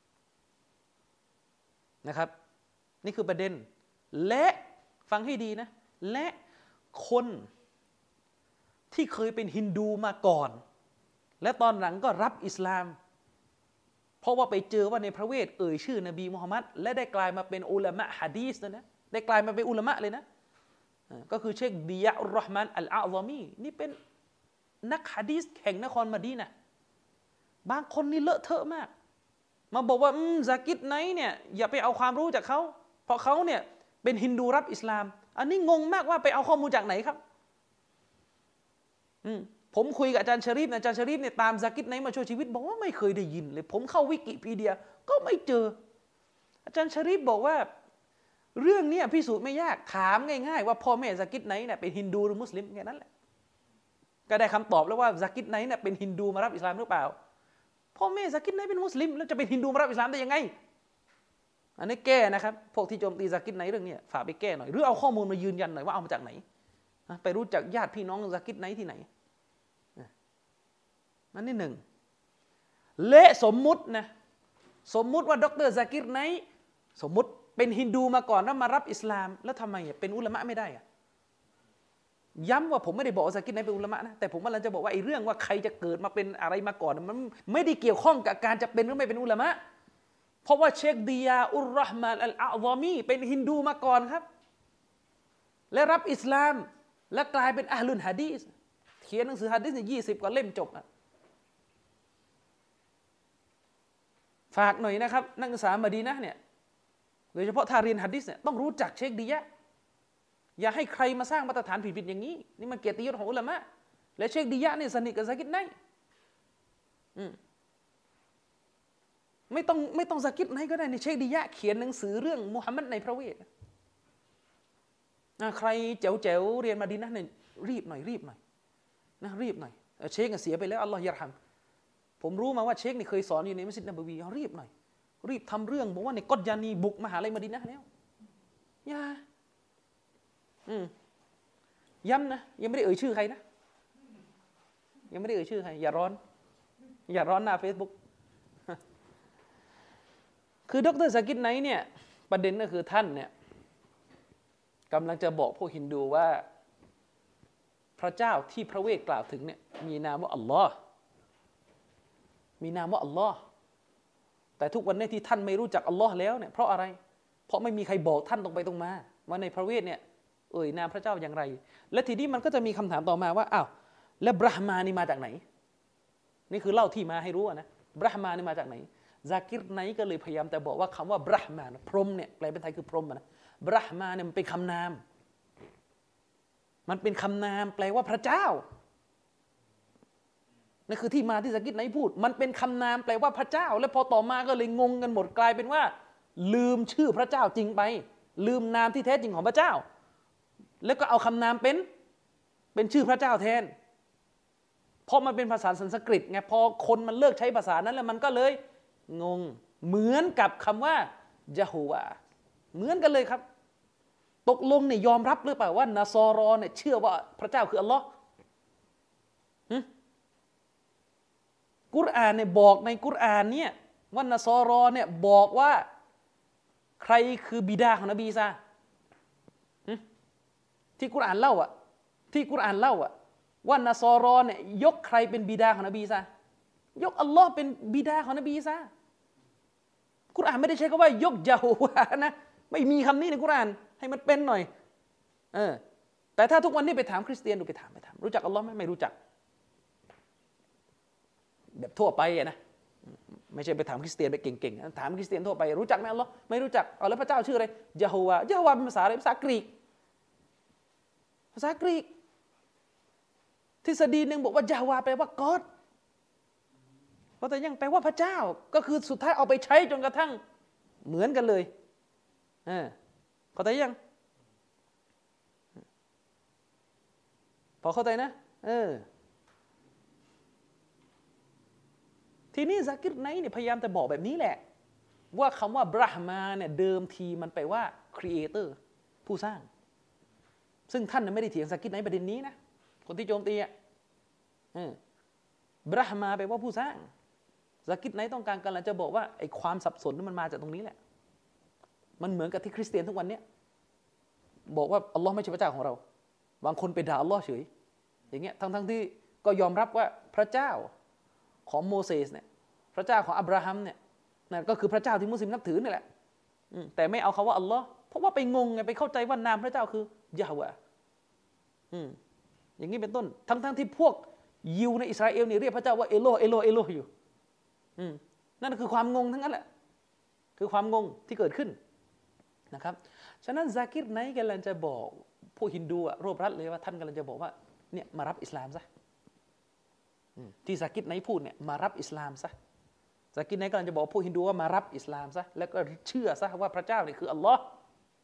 นะครับนี่คือประเด็นและฟังให้ดีนะและคนที่เคยเป็นฮินดูมาก่อนและตอนหลังก็รับอิสลามเพราะว่าไปเจอว่าในพระเวทเอ่ยชื่อนบีมุฮัมมัดและได้กลายมาเป็นอุลามะหะดีษนะนะได้กลายมาเป็นอุลามะเลยนะก็คือเชคดิยะอุรเราะห์มานอัลอาซอมีนี่เป็นนักหะดีษแห่งนครมะดีนะห์บางคนนี่เลอะเทอะมากมาบอกว่าอืมซากิดไนเนี่ยอย่าไปเอาความรู้จากเขาเพราะเขาเนี่ยเป็นฮินดูรับอิสลามอันนี้งงมากว่าไปเอาข้อมูลจากไหนครับอืมผมคุยกับอาจารย์ชะรีฟอาจารย์ชะรีฟเนี่ยตามซากิดไนมาช่วยชีวิตบอกว่าไม่เคยได้ยินเลยผมเข้าวิกิพีเดียก็ไม่เจออาจารย์ชะรีฟบอกว่าเรื่องนี้พิสูจน์ไม่ยากถามง่ายๆว่าพ่อแม่ซากิดไนเนี่ยเป็นฮินดูหรือมุสลิมแค่นั้นแหละก็ได้คำตอบแล้วว่าซากิดไนเนี่ยเป็นฮินดูมารับอิสลามหรือเปล่าพ่อแม่ซากิดไนเป็นมุสลิมแล้วจะเป็นฮินดูมารับอิสลามได้ยังไงอันนี้แก้นะครับพวกที่โจมตีซากิดไนเรื่องนี้ฝากไปแก้หน่อยหรือเอาข้อมูลมายืนยันหน่อยว่าเอามาจากไหนไปรู้จักญาติพี่น้องซากิดไนที่ไหนนั่นนี่หนึ่งและสมมุตินะสมมุติว่าดร.ซากิดไนสมมุติเป็นฮินดูมาก่อนแล้วมารับอิสลามแล้วทำไมเป็นอุลามะไม่ได้อะย้ำว่าผมไม่ได้บอกซากิดไนเป็นอุลามะนะแต่ผมกำลังจะบอกว่าไอ้เรื่องว่าใครจะเกิดมาเป็นอะไรมาก่อนมันไม่ได้เกี่ยวข้องกับการจะเป็นหรือไม่เป็นอุลามะเพราะว่าเชคดิยาอุรเราะห์มานอัลอาซอมีเป็นฮินดูมาก่อนครับและรับอิสลามและกลายเป็นอะห์ลุลหะดีษเขียนหนังสือหะดีษเนี่ยยี่สิบกว่าเล่มจบอ่ะฝากหน่อยนะครับนักศึกษามะดีนะห์เนี่ยโดยเฉพาะถ้าเรียนหะดีษเนี่ยต้องรู้จักเชคดิยะอย่าให้ใครมาสร้างมาตรฐานผิดๆอย่างนี้นี่มันเกียรติยศของอุลามะและเชคดิยะเนี่ยสนิทกับซากิดไนอืมไม่ต้องไม่ต้องซากิดไนก็ได้ในเชคดิยะเขียนหนังสือเรื่องมุฮัมมัดในพระเวทนะใครเจ๋วๆเรียนมะดีนะห์เนี่ยรีบหน่อยรีบหน่อยนะรีบหน่อยเชคเสียไปแล้วอัลลอฮฺยะร์ฮัมผมรู้มาว่าเชคนี่เคยสอนอยู่ในมัสยิดนบวีรีบหน่อยรีบทำเรื่องบอกว่าในกอดยานีบุกมหาลัยมะดีนะห์แล้วอย่าอืมย้ำนะยังไม่ได้เอ่ยชื่อใครนะยังไม่ได้เอ่ยชื่อใครอย่าร้อนอย่าร้อนหน้า Facebook คือดร.ซากิดไนเนี่ยประเด็นก็คือท่านเนี่ยกำลังจะบอกพวกฮินดูว่าพระเจ้าที่พระเวทกล่าวถึงเนี่ยมีนามว่าอัลลอฮ์มีนามว่าอัลลอฮ์แต่ทุกวันนี้ที่ท่านไม่รู้จักอัลลอฮ์แล้วเนี่ยเพราะอะไรเพราะไม่มีใครบอกท่านตรงไปตรงมาว่าในพระเวทเนี่ยเอ่ยนามพระเจ้าอย่างไรและทีนี้มันก็จะมีคำถามต่อมาว่าอ้าวแล้วบรหมานี่มาจากไหนนี่คือเล่าที่มาให้รู้นะบรหมานี่มาจากไหนซากิรไนก็เลยพยายามแต่บอกว่าคำว่าบรหมานพรหมเนี่ยแปลเป็นไทยคือพรหมนะบรหมาเนี่ยมันเป็นคำนามมันเป็นคำนามแปลว่าพระเจ้านั่นคือที่มาที่ซากิรไนพูดมันเป็นคำนามแปลว่าพระเจ้าแล้วพอต่อมาก็เลยงงกันหมดกลายเป็นว่าลืมชื่อพระเจ้าจริงไปลืมนามที่แท้จริงของพระเจ้าแล้วก็เอาคำนามเป็นเป็นชื่อพระเจ้าแทนเพราะมันเป็นภาษาสันสกฤตไงพอคนมันเลิกใช้ภาษานั้นแล้วมันก็เลยงงเหมือนกับคำว่ายะโฮวาเหมือนกันเลยครับตกลงเนี่ยยอมรับหรือเปล่าว่านาซอรอเนี่ยเชื่อว่าพระเจ้าคืออัลลอฮ์กุรอานเนี่ยบอกในกุรอานเนี่ยว่านาซอรอเนี่ยบอกว่าใครคือบิดาของนบีอีสาที่กุรอานเล่าอ่ะที่กุรอานเล่าอ่ะว่านาซอรอเนี่ยยกใครเป็นบิดาของนบีอีสายกอัลลอฮ์เป็นบิดาของนบีอีสากุรอานไม่ได้ใช้คำว่ายกยะโฮวานะไม่มีคำนี้ในกุรอานให้มันเป็นหน่อยเออแต่ถ้าทุกวันนี้ไปถามคริสเตียนดูไปถามไปถามรู้จักอัลลอฮ์ไหมไม่รู้จักแบบทั่วไปอะนะไม่ใช่ไปถามคริสเตียนไปเก่งๆถามคริสเตียนทั่วไปรู้จักไหมอัลลอฮ์ไม่รู้จักเอาแล้วพระเจ้าชื่ออะไรยะโฮวายะโฮวาเป็นภาษาอะไรภาษากรีกภาษากรีกทฤษฎีหนึ่งบอกว่ายะโฮวาแปลว่ากอดเพราะแต่ยังแปลว่าพระเจ้าก็คือสุดท้ายเอาไปใช้จนกระทั่งเหมือนกันเลยเออเข้าใจยังพอเข้าใจนะเออทีนี้ซากิรไนเนี่ยพยายามจะบอกแบบนี้แหละว่าคำว่าบรหมาเนี่ยเดิมทีมันแปลว่าครีเอเตอร์ผู้สร้างซึ่งท่านไม่ได้เถียงซากิรไนประเด็นนี้นะคนที่โจมตีอ่ะบรหมาแปลว่าผู้สร้างซากิรไนต้องการกำลังจะบอกว่าไอ้ความสับสนมันมาจากตรงนี้แหละมันเหมือนกับที่คริสเตียนทุกวันเนี้ยบอกว่าอัลลอฮ์ไม่ใช่พระเจ้าของเราบางคนไปด่าอัลลอฮ์เฉยอย่างเงี้ยทั้งๆที่ก็ยอมรับว่าพระเจ้าของโมเสสเนี่ยพระเจ้าของอับราฮัมเนี่ยนั่นก็คือพระเจ้าที่มุสลิมนับถือนี่แหละแต่ไม่เอาคำว่าอัลลอฮ์เพราะว่าไปงงไงไปเข้าใจว่านามพระเจ้าคือยะฮวะอย่างนี้เป็นต้นทั้งๆที่พวกยิวในอิสราเอลเนี่ยเรียกพระเจ้าว่าเอโลเอโลเอโลอยู่นั่นคือความงงทั้งนั้นแหละคือความงงที่เกิดขึ้นนะครับฉะนั้นซากิรไนกำลังจะบอกผู้ฮินดูอะรวบรัดเลยว่าท่านกำลังจะบอกว่าเนี่ยมารับอิสลามซะที่ซากิรไนพูดเนี่ยมารับอิสลามซะซากิรไนกำลังจะบอกผู้ฮินดูว่ามารับอิสลามซะแล้วก็เชื่อซะว่าพระเจ้าเนี่ยคืออัลลอฮ์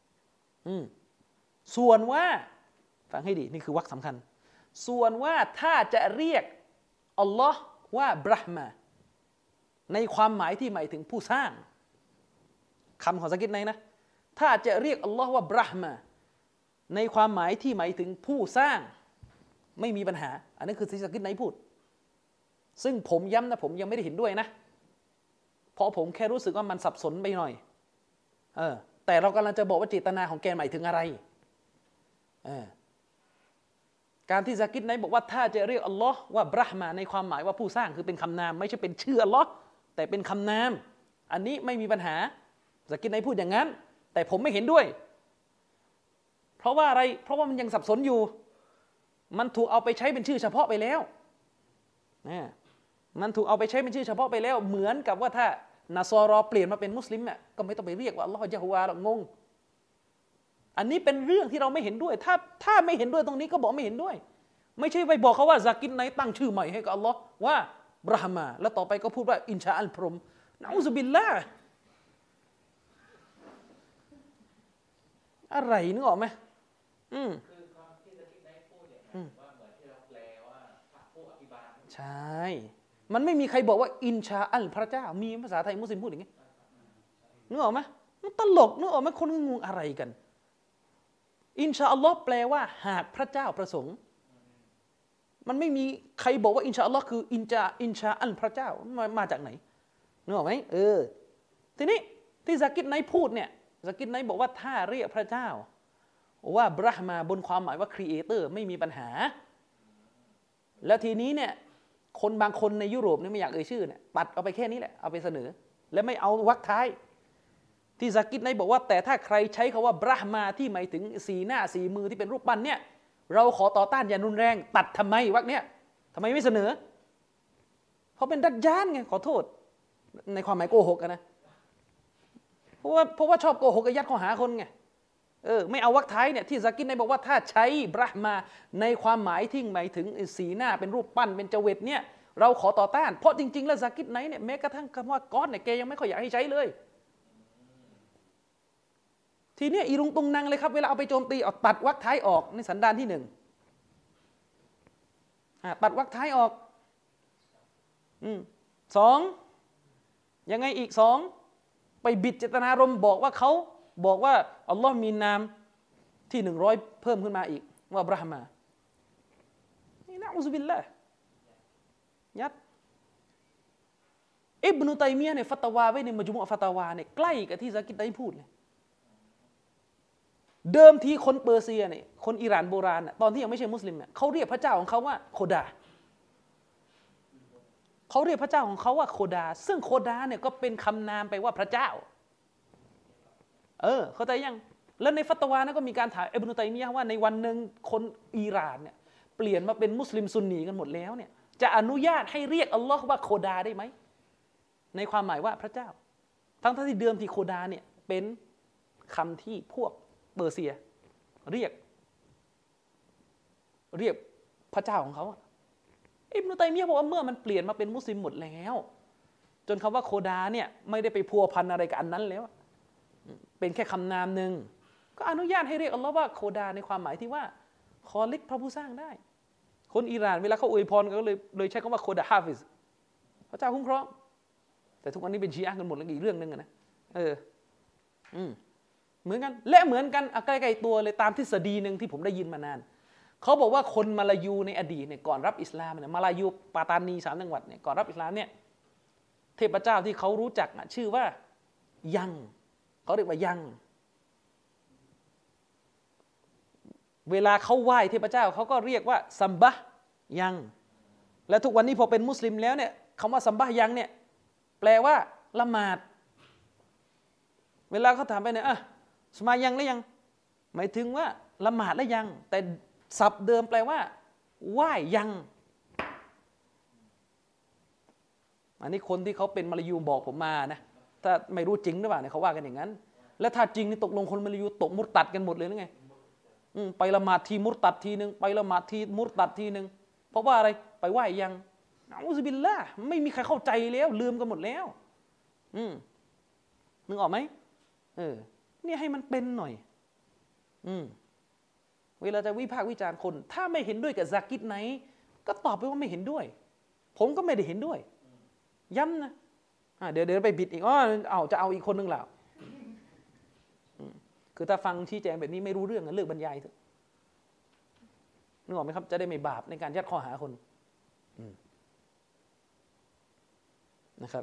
ส่วนว่าฟังให้ดีนี่คือวรรคสำคัญส่วนว่าถ้าจะเรียกอัลลอฮ์ว่าบรหมาในความหมายที่หมายถึงผู้สร้างคำของซากิรไนนะถ้าจะเรียกอัลลอฮ์ว่าบรหมาในความหมายที่หมายถึงผู้สร้างไม่มีปัญหาอันนี้คือที่ซากิรไนพูดซึ่งผมย้ำนะผมยังไม่ได้เห็นด้วยนะเพราะผมแค่รู้สึกว่ามันสับสนไปหน่อยเออแต่เรากำลังจะบอกว่าเจตนาของแกหมายถึงอะไรเออการที่ซากิรไนบอกว่าถ้าจะเรียกอัลลอฮ์ว่าบรหมาในความหมายว่าผู้สร้างคือเป็นคำนามไม่ใช่เป็นชื่ออัลลอฮ์แต่เป็นคำนามอันนี้ไม่มีปัญหาซากิรไนพูดอย่างนั้นแต่ผมไม่เห็นด้วยเพราะว่าอะไรเพราะว่ามันยังสับสนอยู่มันถูกเอาไปใช้เป็นชื่อเฉพาะไปแล้วนะมันถูกเอาไปใช้เป็นชื่อเฉพาะไปแล้วเหมือนกับว่าถ้านาซอรอเปลี่ยนมาเป็นมุสลิมเนี่ยก็ไม่ต้องไปเรียกว่าอัลลอฮ์ยะโฮวาหรอกงงอันนี้เป็นเรื่องที่เราไม่เห็นด้วยถ้าถ้าไม่เห็นด้วยตรงนี้ก็บอกไม่เห็นด้วยไม่ใช่ไปบอกเขาว่าซากิรไนตั้งชื่อใหม่ให้กับอัลลอฮ์ว่าบรหมาแล้วต่อไปก็พูดว่าอินชาอัลพรหมนะอูซุบิลลาห์อะไรนึกออกไหมอืมคือความที่ซากิรไนพูดเนี่ยว่าเหมือนที่เราแปลว่าผู้อภิบาลใช่มันไม่มีใครบอกว่าอินชาอัลพระเจ้ามีภาษาไทยมุสลิมพูดอย่างงี้นึกออกไหมมันตลกนึกออกไหมคนงงอะไรกันอินชาอัลลอฮ์แปลว่าหากพระเจ้าประสงค์มันไม่มีใครบอกว่าอินชาอัลลอฮ์คืออินจาอินชาอัลพระเจ้ามามาจากไหนนึกออกไหมเออทีนี้ที่ซากิรไนพูดเนี่ยซากิรไนบอกว่าถ้าเรียกพระเจ้าว่าบรหมาบนความหมายว่าครีเอเตอร์ไม่มีปัญหาแล้วทีนี้เนี่ยคนบางคนในยุโรปเนี่ยไม่อยากเอ่ยชื่อเนี่ยตัดเอาไปแค่นี้แหละเอาไปเสนอแล้วไม่เอาวรรคท้ายที่ซากิดไนบอกว่าแต่ถ้าใครใช้คาว่าบราห์มาที่หมายถึงสีหน้าสีมือที่เป็นรูปปั้นเนี่ยเราขอต่อต้านอย่างรุนแรงตัดทำไมวรรคเนี้ยทำไมไม่เสนอเพราะเป็นดัจญาลไงขอโทษในความหมายโกหกนะเพราะว่าเพราะว่าชอบโกหกกับยัดข้อหาคนไงเออไม่เอาวรรคท้ายเนี่ยที่ซากิดไนบอกว่าถ้าใช้บราห์มาในความหมายที่หมายถึงสีหน้าเป็นรูปปั้นเป็นเจวิตเนี่ยเราขอต่อต้านเพราะจริงๆแล้วซากิดไนเนี่ยแม้กระทั่งคำว่าก๊อดเนี่ยแกยังไม่ค่อยอยากให้ใช้เลยทีนี้อีรุงตุงนังเลยครับเวลาเอาไปโจมตีเอาตัดวรรคท้ายออกในสันดานที่หนึ่งตัดวรรคท้ายออกอืมสองยังไงอีกสองไปบิดเจตนารมณ์บอกว่าเขาบอกว่าอัลลอฮ์มีนามที่หนึ่งร้อยเพิ่มขึ้นมาอีกว่าบราห์มานี่นะอุซบิลละยัดอิบนุตัยมียะห์เนี่ยฟัตวาไว้ในมัจมุอะฟัตวาเนี่ยใกล้กับที่ซากิดไนพูดเลยเดิมทีคนเปอร์เซียเนี่ยคนอิหร่านโบราณตอนที่ยังไม่ใช่มุสลิมเนี่ยเขาเรียกพระเจ้าของเขาว่าโคดาเขาเรียกพระเจ้าของเขาว่าโคดาซึ่งโคดาเนี่ยก็เป็นคำนามไปว่าพระเจ้าเออเข้าใจยังแล้วในฟัตวานะก็มีการถามอิบนุตัยมียะห์ว่าในวันหนึ่งคนอิหร่านเนี่ยเปลี่ยนมาเป็นมุสลิมซุนนีกันหมดแล้วเนี่ยจะอนุญาตให้เรียกอัลลอฮ์ว่าโคดาได้ไหมในความหมายว่าพระเจ้าทั้งที่เดิมที่โคดาเนี่ยเป็นคำที่พวกเปอร์เซียเรียกเรียกพระเจ้าของเขาอิบนุตัยมียะห์บอกว่าเมื่อมันเปลี่ยนมาเป็นมุสลิมหมดแล้วจนคำว่าโคดาเนี่ยไม่ได้ไปพัวพันอะไรกับอันนั้นแล้วเป็นแค่คำนามหนึ่งก็อนุญาตให้เรียกอัลลอฮ์ว่าโคดาในความหมายที่ว่าคอลิกพระผู้สร้างได้คนอิหร่านเวลาเขาอวยพรก็เลยเลยใช้คำว่าโคดาฮาฟิซพระเจ้าคุ้มครองแต่ทุกวันนี้เป็นชีอะห์กันหมดแล้วอีกเรื่องนึงนะเอออืมเหมือนกันและเหมือนกันใกล้ๆตัวเลยตามทฤษฎีหนึ่งที่ผมได้ยินมานานเขาบอกว่าคนมาลายูในอดีตเนี่ยก่อนรับอิสลามเนี่ยมาลายูปาตานีสามจังหวัดเนี่ยก่อนรับอิสลามเนี่ยเทพเจ้าที่เขารู้จักชื่อว่ายังเขาเรียกว่ายังเวลาเขาไหว้เทพเจ้าเขาก็เรียกว่าซัมบะยังและทุกวันนี้พอเป็นมุสลิมแล้วเนี่ยคำว่าซัมบะยังเนี่ยแปลว่าละหมาดเวลาเขาถามไปเนี่ยอะสมายังหรือยังหมายถึงว่าละหมาดแล้วยังแต่ศัพท์เดิมแปลว่าไหว้ยังอันนี้คนที่เขาเป็นมลายูบอกผมมานะถ้าไม่รู้จริงหรือเปล่าเนี่ยเขาว่ากันอย่างนั้นและถ้าจริงนี่ตกลงคนมลายูตกมุรตัดกันหมดเลยหรือไงไปละหมาดทีมุรตัดทีนึงไปละหมาดทีมุรตัดทีนึงเพราะว่าอะไรไปไหว้ยังนะอูซุบิลละไม่มีใครเข้าใจแล้วลืมกันหมดแล้วอืมนึกออกไหมเออเนี่ยให้มันเป็นหน่อยอืมเวลาจะวิพากษ์วิจารณ์คนถ้าไม่เห็นด้วยกับซากิดไนก็ตอบไปว่าไม่เห็นด้วยผมก็ไม่ได้เห็นด้วยย้ำนะเดี๋ยวเดี๋ยวไปบิดอีกอ๋อเอาจะเอาอีกคนนึงแล้วคือถ้าฟังชี้แจงแบบนี้ไม่รู้เรื่องกันเลิกบรรยายเถอะนึกออกไหมครับจะได้ไม่บาปในการยัดข้อหาคนนะครับ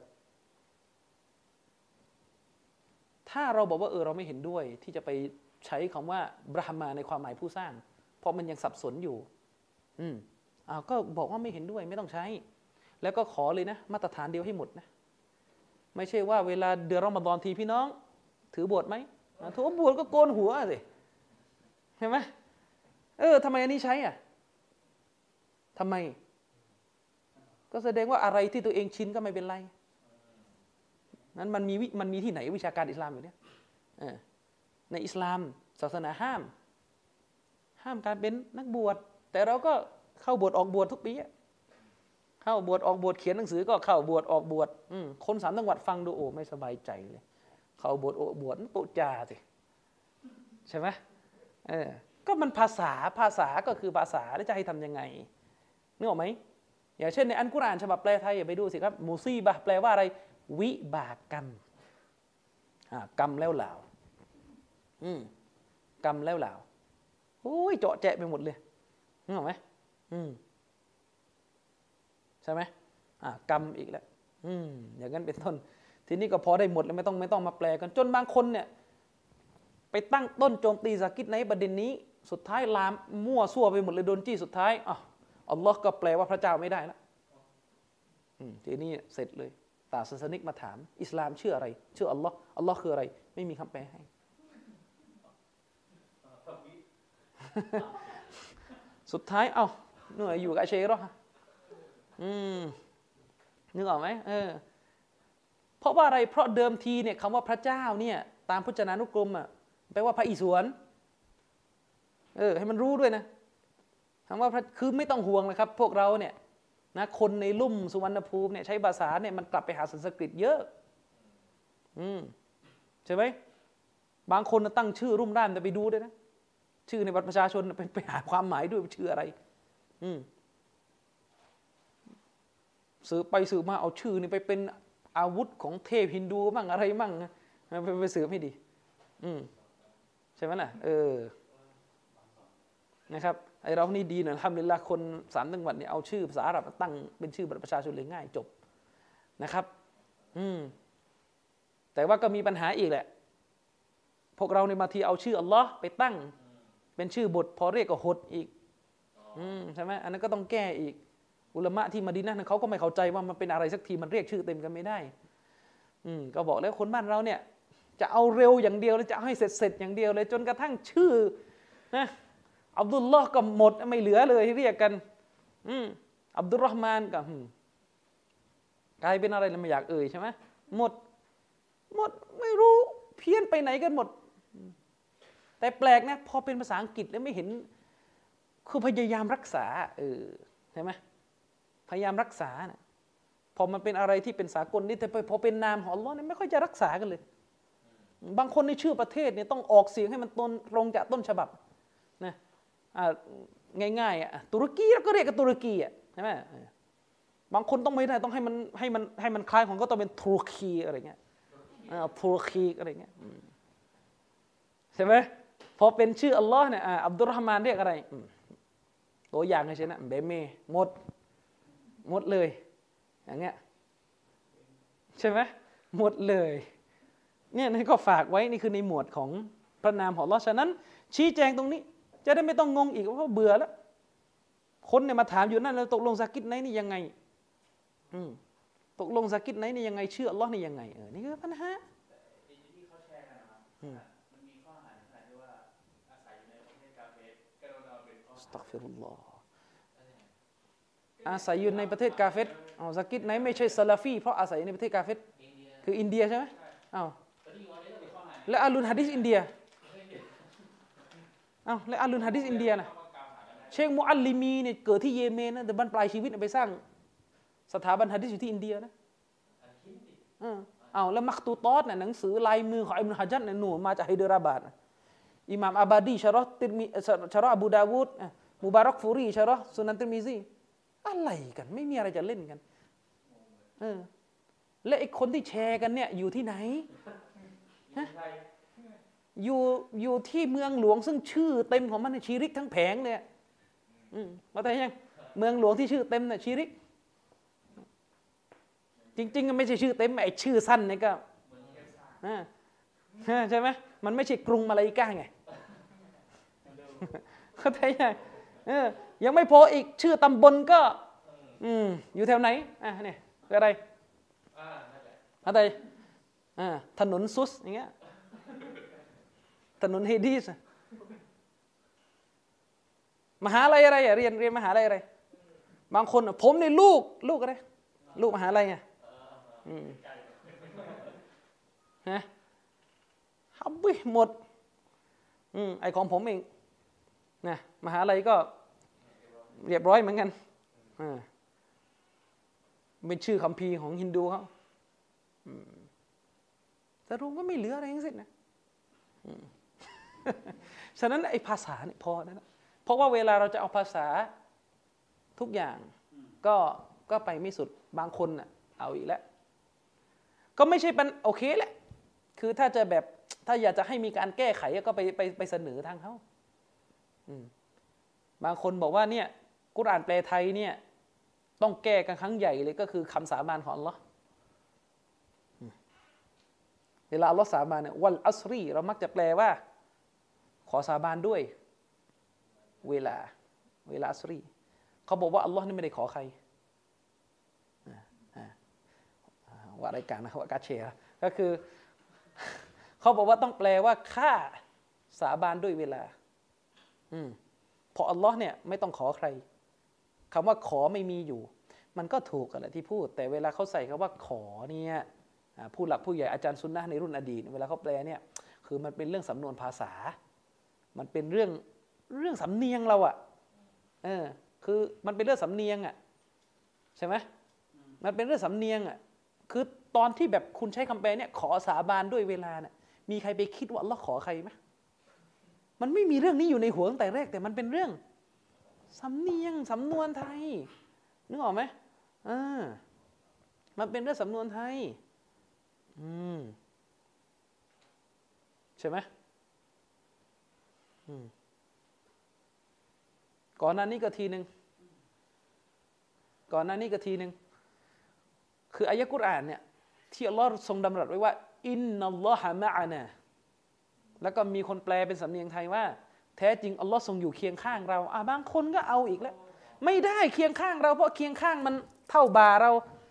ถ้าเราบอกว่าเออเราไม่เห็นด้วยที่จะไปใช้คำว่าบราหมาในความหมายผู้สร้างเพราะมันยังสับสนอยู่อืมอ้าวก็บอกว่าไม่เห็นด้วยไม่ต้องใช้แล้วก็ขอเลยนะมาตรฐานเดียวให้หมดนะไม่ใช่ว่าเวลาเดือนรอมฎอนทีพี่น้องถือบทไหมถือบทก็โกนหัวสิเห็นไหมเออทำไมอันนี้ใช้อ่ะทำไมก็แสดงว่าอะไรที่ตัวเองชินก็ไม่เป็นไรนั้นมันมีมันมีที่ไหนวิชาการอิสลามอยู่เนี่ยในอิสลามศาสนาห้ามห้ามการเป็นนักบวชแต่เราก็เข้าบวชออกบวชทุกปีเข้าบวชออกบวชเขียนหนังสือก็เข้าบวชออกบวชคนสามจังหวัดฟังดูโอ้ไม่สบายใจเลยเข้าบวชออกบวชตุจาสิใช่ไหมเออก็มันภาษาภาษาก็คือภาษาแล้วจะให้ทำยังไงนึกออกไหมอย่างเช่นในอัลกุรอานฉบับแปลไทยไปดูสิครับมูซีบะแปลว่าอะไรวิบากกรรมกรรมแล้วเหล่าอืมกรรมแล้วเหล่าโอ้ยเจาะแจะไปหมดเลยนึกออกไหมอืมใช่ไหมอ่ากรรมอีกแล้วอืมอย่างนั้นเป็นต้นทีนี้ก็พอได้หมดแล้วไม่ต้องไม่ต้องมาแปลกันจนบางคนเนี่ยไปตั้งต้นโจมตีซากิดในประเด็นนี้สุดท้ายลามมั่วซั่วไปหมดเลยโดนจี้สุดท้ายอ่ะอัลลอฮ์ก็แปลว่าพระเจ้าไม่ได้แล้วอืมทีนี้เสร็จเลยต่างศาสนิกมาถามอิสลามเชื่ออะไรเชื่ออัลลอฮ์อัลลอฮ์คืออะไรไม่มีคำแปลให้สุดท้ายเอ้าเหนื่อยอยู่กับอัชชัยรอฮะอืมนึกออกไหมเออเพราะว่าอะไรเพราะเดิมทีเนี่ยคำว่าพระเจ้าเนี่ยตามพจนานุกรมอ่ะแปลว่าพระอิศวรเออให้มันรู้ด้วยนะคำว่าพระคือไม่ต้องห่วงเลยครับพวกเราเนี่ยนะคนในลุ่มสุวรรณภูมิเนี่ยใช้ภาษาเนี่ยมันกลับไปหาสันสกฤตเยอะอืมใช่ไหมบางคนตั้งชื่อรุ่มร่ามแต่ไปดูด้วยนะชื่อในบัตรประชาชนไปไปหาความหมายด้วยชื่ออะไรอืมสืบไปสืบมาเอาชื่อนี่ไปเป็นอาวุธของเทพฮินดูบ้างอะไรบ้างไปไปสืบให้ดีอืมใช่ไหมล่ะเออนะครับไอเรานี่ดีนะทำลิลละคนสามจังหวัดเนี่ยเอาชื่อภาษาอาหรับตั้งเป็นชื่อบัตรประชาชนเลยง่ายจบนะครับอืมแต่ว่าก็มีปัญหาอีกแหละพวกเราในบางทีเอาชื่ออัลลอฮ์ไปตั้งเป็นชื่อบทพอเรียกก็หดอีกอืมใช่ไหมอันนั้นก็ต้องแก้อีกอุลามะที่มะดีนะห์เขาก็ไม่เข้าใจว่ามันเป็นอะไรสักทีมันเรียกชื่อเต็มกันไม่ได้อืมก็บอกแล้วคนบ้านเราเนี่ยจะเอาเร็วอย่างเดียวเลยจะให้เสร็จเสร็จอย่างเดียวเลยจนกระทั่งชื่อนะอับดุลลอฮ์ก็หมดไม่เหลือเลยเรียกกันอืมอับดุลรอฮ์มานก็กลายเป็นอะไรแล้วไม่อยากเอ่ยใช่ไหมหมดหมดไม่รู้เพี้ยนไปไหนกันหมดแต่แปลกนะพอเป็นภาษาอังกฤษแล้วไม่เห็นคือพยายามรักษาเออใช่ไหมพยายามรักษานะพอมันเป็นอะไรที่เป็นสากลนี่แต่พอเป็นนามของอัลลอฮ์เนี่ยไม่ค่อยจะรักษากันเลยบางคนในชื่อประเทศเนี่ยต้องออกเสียงให้มันต้นตรงจากต้นฉบับนะง่ายๆอ่ะตุรกีก็เรียกกันตุรกีอ่ะใช่ไหมบางคนต้องไม่ได้ต้องให้มันให้มันให้มันคล้ายของก็ต้องเป็นตุรกีอะไรเงี้ยตุรกีอะไรเงี้ยใช่ไหมพอเป็นชื่ออัลลอฮ์เนี่ยอับดุลรอฮ์มานเรียกอะไรตัวอย่างเฉยๆนะเบเมหมดหมดเลยอย่างเงี้ยใช่ไหมหมดเลยเนี่ยนี่ก็ฝากไว้นี่คือในหมวดของพระนามของอัลลอฮ์ฉะนั้นชี้แจงตรงนี้จะได้ไม่ต้องงงอีกว่าเบื่อแล้วคนเนี่ยมาถามอยู่นั่นแล้วตกลงซากิดไหนนี่ยังไงอืมตกลงซากิดไหนนี่ยังไงชื่ออัลลอฮ์นี่ยังไงเออนี่คือปัญหาที่เขาแชร์กันนะครับมันมีข้อหาขนาดที่ว่าอาศัยอยู่ในประเทศกาเฟสก็โดนเอาเป็นข้อหาอัสตัฆฟิรุลลอฮ์อาศัยอยู่ในประเทศกาเฟสอ๋อซากิดไหนไม่ใช่ซาลาฟีเพราะอาศัยในประเทศกาเฟสคืออินเดียใช่ไหมอ้าวแล้วอาลุนฮะดิษอินเดียอ้าวแล้วอาลุนฮะดิษอินเดียนะเชคมุอัลลิมีเนี่ยเกิดที่เยเมนนะแต่บรรปลายชีวิตไปสร้างสถาบันหะดีษอยู่ที่อินเดียนะอ้าวแล้วมักตูตอสเนี่ยหนังสือลายมือของอิบนุฮะญัรเนี่ยหนูมาจากไฮเดราบาดอิหม่ามอาบาดีชะรอห์ติรมิชะรอห์อบูดาวูดมุบารอกฟูรีชะรอห์ซุนันติรมิซีอะไรกันไม่มีอะไรจะเล่นกันเออและไอ้คนที่แชร์กันเนี่ยอยู่ที่ไหนฮะอยู่อยู่ที่เมืองหลวงซึ่งชื่อเต็มของมันชีริกทั้งแผงเลยอืมมาแต่ยังเมืองหลวงที่ชื่อเต็มน่ะชีริกจริงๆก็ไม่ใช่ชื่อเต็มไอ้ชื่อสั้นนี่ก็ใช่ไหมมันไม่ใช่กรุงมาลาอิกะไงเข้าใจยังเออยังไม่พออีกชื่อตำบลก็อืมอยู่แถวไหนอ่ะเนี่ยคืออะไรอะไรอ่าถนนซุสอย่างเงี้ยถนนเฮดีสมหาลัยอะไรอ่ะเรียนเรียนมหาลัยอะไรบางคนผมในลูกลูกอะไรลูกมหาลัยไงอืมฮะฮับบิหมดอืมไอของผมเองนะมหาลัยก็เรียบร้อยเหมือนกันอ่าเป็นชื่อคัมภีร์ของฮินดูเขาแต่รู้ว่าไม่เหลืออะไรทั้งสิ้นนะฉะนั้นไอ้ภาษาเนี่ยพอนะ เพราะว่าเวลาเราจะเอาภาษาทุกอย่างก็ก็ไปไม่สุดบางคนน่ะเอาอีกแล้วก็ไม่ใช่เป็นโอเคแหละคือถ้าจะแบบถ้าอยากจะให้มีการแก้ไขก็ไปไปไปเสนอทางเขาบางคนบอกว่าเนี่ยกุรอานแปลไทยเนี่ยต้องแก้กันครั้งใหญ่เลยก็คือคำสาบานของอัลลอฮ์เวลาอัลลอฮ์สาบานเนี่ยวัลอัสรีเรามักจะแปลว่าขอสาบานด้วยเวลาเวลาอัสรีเขาบอกว่าอัลลอฮ์นี่ไม่ได้ขอใครวว่ารายการนะว่ากาเชรก็คือเขาบอกว่าต้องแปลว่าข้าสาบานด้วยเวลาอืมเพราะอัลลอฮ์เนี่ยไม่ต้องขอใครคำว่าขอไม่มีอยู่มันก็ถูกกันแหละที่พูดแต่เวลาเขาใส่คำว่าขอเนี่ยผู้หลักผู้ใหญ่อาจารย์ซุนนะห์ในรุ่นอดีตเวลาเขาแปลเนี่ยคือมันเป็นเรื่องสำนวนภาษามันเป็นเรื่องเรื่องสำเนียงเราอะเออคือมันเป็นเรื่องสำเนียงอะใช่ไหมมันเป็นเรื่องสำเนียงอะคือตอนที่แบบคุณใช้คำแปลเนี่ยขอสาบานด้วยเวลาเนี่ยมีใครไปคิดว่าอัลเลาะห์ขอใครไหมมันไม่มีเรื่องนี้อยู่ในหัวตั้งแต่แรกแต่มันเป็นเรื่องสำเนียงสำนวนไทยนึกออกไหมอ่ามันเป็นเรื่องสำนวนไทยอืมใช่ไหมอืมก่อนหน้านี้ก็ทีหนึ่งก่อนหน้านี้ก็ทีหนึ่งคืออายะกุรอานเนี่ยที่อัลลอฮ์ทรงดำรัสไว้ว่าอินนัลลอฮะมะอานาแล้วก็มีคนแปลเป็นสำเนียงไทยว่าแท้จริงอัลลอฮ์ทรงอยู่เคียงข้างเราอ่ะบางคนก็เอาอีกแล้วไม่ได้เคียงข้างเราเพราะเคียงข้างมันเท่าบ่าเรา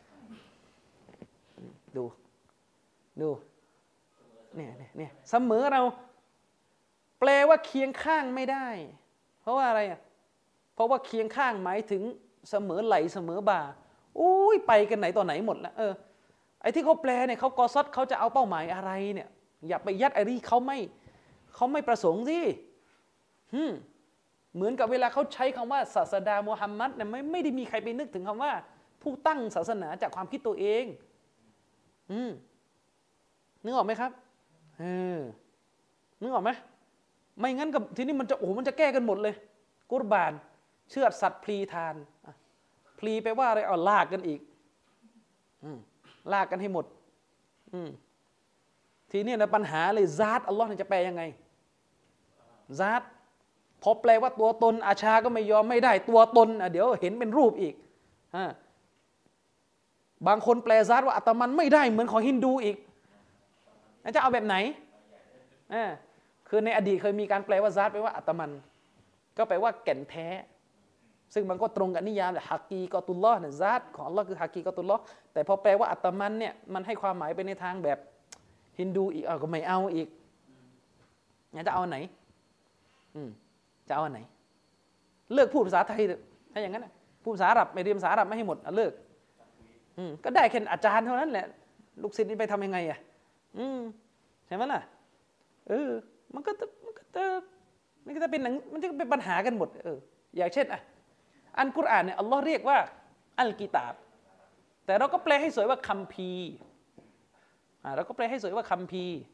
ดูดูเนี่ยเนี่ยเสมอเราแปลว่าเคียงข้างไม่ได้เพราะว่าอะไรอ่ะเพราะว่าเคียงข้างหมายถึงเสมอไหลเสมอบ่าอุ้ยไปกันไหนต่อไหนหมดแล้วเออไอ้ที่เขาแปลเนี่ยเขากอซัดเขาจะเอาเป้าหมายอะไรเนี่ยอย่าไปยัดไอ้ที่เขาไม่เขาไม่ประสงค์สิฮึเหมือนกับเวลาเขาใช้คำว่าศาสดามุฮัมมัดเนี่ยไม่ไม่ได้มีใครไปนึกถึงคำว่าผู้ตั้งศาสนาจากความคิดตัวเองอืมนึกออกไหมครับเออนึกออกไหมไม่งั้นกับทีนี้มันจะโอ้มันจะแก้กันหมดเลยกุรบานเชือดสัตว์พลีทานพลีไปว่าอะไรเอาลากกันอีกอืมลากกันให้หมดอืมทีนี้นะปัญหาเลยซาตอัลลอฮ์จะแปลยังไงซาตพอแปลว่าตัวตนอาชาก็ไม่ยอมไม่ได้ตัวตนอ่ะเดี๋ยวเห็นเป็นรูปอีกอ่าบางคนแปลซาตว่าอัตมันไม่ได้เหมือนของฮินดูอีกจะเอาแบบไหนอ่าคือในอดีตเคยมีการแปลว่าซาตแปลว่าอัตมันก็แปลว่าแก่นแท้ซึ่งมันก็ตรงกับนิยามแหละฮักกีกอตุลลอฮ์เนี่ยซาตของอัลลอฮ์คือฮักกีกอตุลลอฮ์แต่พอแปลว่าอัตมันเนี่ยมันให้ความหมายไปในทางแบบฮินดูอีกเอาก็ไม่เอาอีกงั้นจะเอาไหนอืมจะเอาไหนเลิกพูดภาษาไทยถ้าอย่างนั้นพูดภาษาอาหรับไม่เรียนภาษาอาหรับไม่ให้หมดเลิกอืมก็ได้แค่อาจารย์เท่านั้นแหละลูกศิษย์นี่ไปทำยังไงอ่ะอืมใช่ไหมล่ะเออมันก็มันก็จะมันก็จะเป็นหนังมันจะเป็นปัญหากันหมดเอออย่างเช่นอ่ะอันกุรอานเนี่ยอัลลอฮ์เรียกว่าอัลกิตาบแต่เราก็แปลให้สวยว่าคัมภีร์อ่าเราก็แปลให้สวยว่าคัมภีร์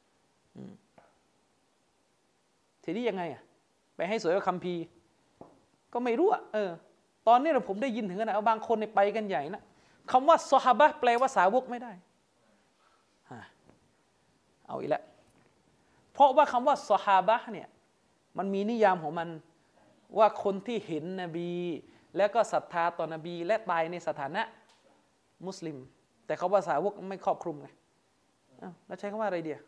ทีนี้ยังไงอ่ะไปให้สวยว่าคัมภีร์ก็ไม่รู้อ่ะเออตอนนี้เราผมได้ยินถึงขนาดว่าบางคนไปกันใหญ่นะคำว่าซอฮาบะห์แปลว่าสาวกไม่ได้เอาอีกแล้วเพราะว่าคำว่าซอฮาบะห์เนี่ยมันมีนิยามของมันว่าคนที่เห็นนบีแล้วก็ศรัทธาต่อนบีและตายในสถานะมุสลิมแต่คำว่าสาวกไม่ครอบคลุมไงอ้าวแล้วใช้คำว่าอะไรเดียว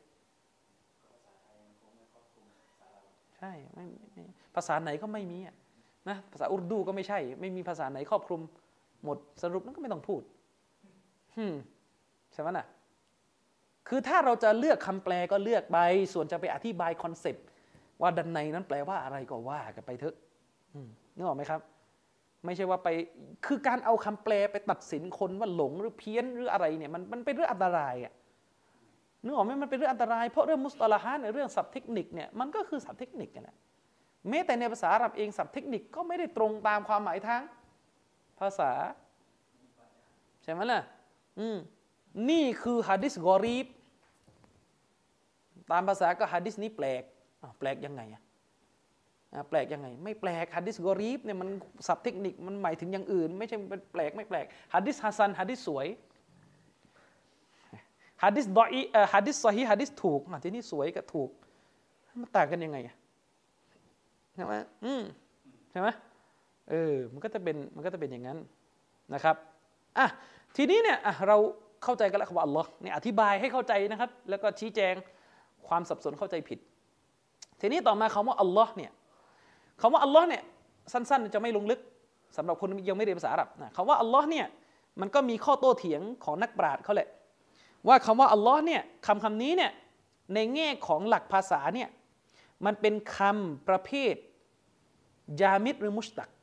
ใช่ไม่ภาษาไหนก็ไม่มีอ่ะนะภาษาอุรดูก็ไม่ใช่ไม่มีภาษาไหนครอบคลุมหมดสรุปนั้นก็ไม่ต้องพูดฮึมใช่ไหมน่ะคือถ้าเราจะเลือกคำแปลก็เลือกไปส่วนจะไปอธิบายคอนเซปต์ว่าด้านในนั้นแปลว่าอะไรก็ว่ากันไปเถอะนึกออกไหมครับไม่ใช่ว่าไปคือการเอาคำแปลไปตัดสินคนว่าหลงหรือเพี้ยนหรืออะไรเนี่ยมันมันเป็นเรื่องอันตรายอ่ะนึกออกไหมมันเป็นเรื่องอันตรายเพราะเรื่องมุสตะละฮะห์ในเรื่องศัพท์เทคนิคเนี่ยมันก็คือศัพท์เทคนิคกันแหละแม้แต่ในภาษาอาหรับเองศัพท์เทคนิคก็ไม่ได้ตรงตามความหมายทางภาษาใช่ไหมล่ะอืมนี่คือหะดีษกอรีบตามภาษาก็หะดีษนี้แปลกแปลกยังไงอ่ะแปลกยังไงไม่แปลกหะดีษกอรีบเนี่ยมันศัพท์เทคนิคมันหมายถึงอย่างอื่นไม่ใช่เป็นแปลกไม่แปลกหะดีษฮะซันหะดีษสวยหะดีษดออีเอ่อหะดีษซอฮีฮ์หะดีษถูกอ่ะทีนี้สวยกับถูกมันต่างกันยังไงอ่ะใช่ไหมอืมใช่ไหมเออมันก็จะเป็นมันก็จะเป็นอย่างนั้นนะครับอ่ะทีนี้เนี่ยอ่ะเราเข้าใจกันแล้วคำว่าอัลลอฮ์เนี่ยอธิบายให้เข้าใจนะครับแล้วก็ชี้แจงความสับสนเข้าใจผิดทีนี้ต่อมาคำว่าอัลลอฮ์เนี่ยคำว่าอัลลอฮ์เนี่ยสั้นๆจะไม่ลงลึกสำหรับคนยังไม่เรียนภาษาอาหรับนะคำว่าอัลลอฮ์เนี่ยมันก็มีข้อโต้เถียงของนักปราชญ์เขาแหละว่าคำว่าอัลลอฮ์เนี่ยคำคำนี้เนี่ยในแง่ของหลักภาษาเนี่ยมันเป็นคำประเภทจามิดหรือมุชตัก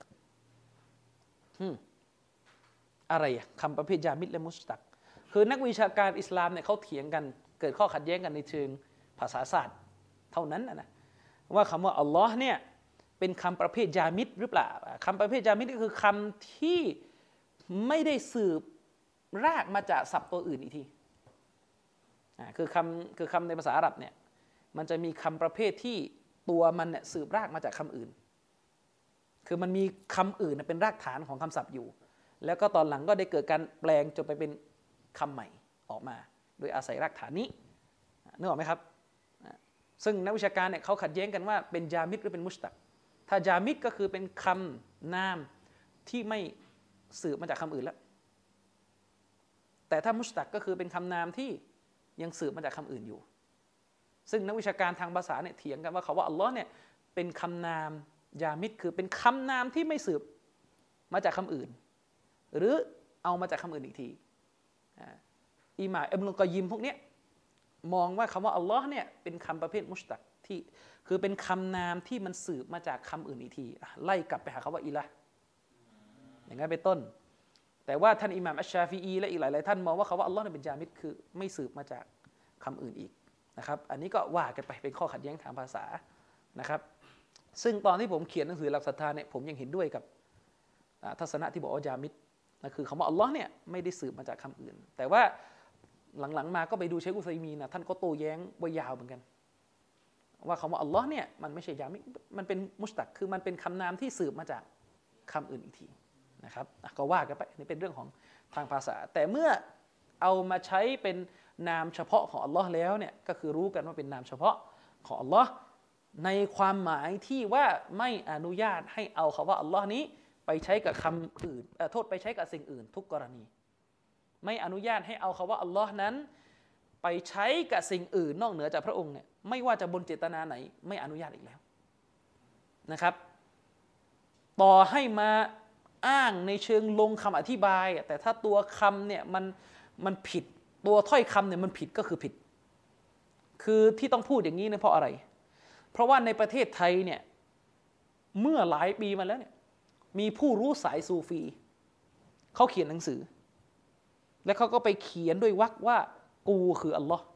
อะไรอะคำประเภทจามิดและมุชตักคือนักวิชาการอิสลามเนี่ยเขาเถียงกันเกิดข้อขัดแย้งกันในเชิงภาษาศาสตร์เท่านั้นนะว่าคำว่าอัลลอฮ์เนี่ยเป็นคำประเภทจามิดหรือเปล่าคำประเภทจามิดก็คือคำที่ไม่ได้สืบรากมาจากศัพท์ตัวอื่นอีกทีคือคำคือคำในภาษาอาหรับเนี่ยมันจะมีคำประเภทที่ตัวมันเนี่ยสืบรากมาจากคำอื่นคือมันมีคำอื่นเป็นรากฐานของคำศัพท์อยู่แล้วก็ตอนหลังก็ได้เกิดการแปลงจนไปเป็นคำใหม่ออกมาโดยอาศัยรากฐานนี้นึกออกไหมครับซึ่งนักวิชาการเนี่ยเขาขัดแย้งกันว่าเป็นจามิดหรือเป็นมุชตักถ้าจามิดก็คือเป็นคำนามที่ไม่สืบมาจากคำอื่นแล้วแต่ถ้ามุชตักก็คือเป็นคำนามที่ยังสืบมาจากคำอื่นอยู่ซึ่งนักวิชาการทางภาษาเนี่ยเถียงกันว่าเขาว่าอัลลอฮ์เนี่ยเป็นคำนามยามิดคือเป็นคำนามที่ไม่สืบมาจากคำอื่นหรือเอามาจากคำอื่นอีกทีอิหม่ามอิบนุลกอยยิมพวกเนี้ยมองว่าคำว่าอัลลอฮ์เนี่ยเป็นคำประเภทมุชตักที่คือเป็นคำนามที่มันสืบมาจากคำอื่นอีกทีไล่กลับไปหาคำว่าอิละห์อย่างนั้นเป็นต้นแต่ว่าท่านอิหม่ามอัชชาฟีอีและอีกหลายๆท่านมองว่าคำว่าอัลลอฮ์เป็นจามิดคือไม่สืบมาจากคำอื่นอีกนะครับอันนี้ก็ว่ากันไปเป็นข้อขัดแย้งทางภาษานะครับซึ่งตอนที่ผมเขียนหนังสือหลักศรัทธาเนี่ยผมยังเห็นด้วยกับทัศนะที่บอกว่าจามิดนะคือคำว่าอัลลอฮ์เนี่ยไม่ได้สืบมาจากคำอื่นแต่ว่าหลังๆมาก็ไปดูเชคอุซัยมีนนะท่านก็โต้แย้งไว้ยาวเหมือนกันว่าคำว่าอัลลอฮ์เนี่ยมันไม่ใช่จามิดมันเป็นมุชตักคือมันเป็นคำนามที่สืบมาจากคำอื่นอีกทีนะครับก็ว่ากันไปนี่เป็นเรื่องของทางภาษาแต่เมื่อเอามาใช้เป็นนามเฉพาะของอัลลอฮ์แล้วเนี่ยก็คือรู้กันว่าเป็นนามเฉพาะของอัลลอฮ์ในความหมายที่ว่าไม่อนุญาตให้เอาคำว่าอัลลอฮ์นี้ไปใช้กับคำอื่นโทษไปใช้กับสิ่งอื่นทุกกรณีไม่อนุญาตให้เอาคำว่าอัลลอฮ์นั้นไปใช้กับสิ่งอื่นนอกเหนือจากพระองค์เนี่ยไม่ว่าจะบนเจตนาไหนไม่อนุญาตอีกแล้วนะครับต่อให้มาอ้างในเชิงลงคำอธิบายแต่ถ้าตัวคำเนี่ยมันมันผิดตัวถ้อยคำเนี่ยมันผิดก็คือผิดคือที่ต้องพูดอย่างนี้เนี่ยเพราะอะไรเพราะว่าในประเทศไทยเนี่ยเมื่อหลายปีมาแล้วเนี่ยมีผู้รู้สายซูฟีเขาเขียนหนังสือและเขาก็ไปเขียนด้วยวรรคว่ากูคืออัลลอฮ์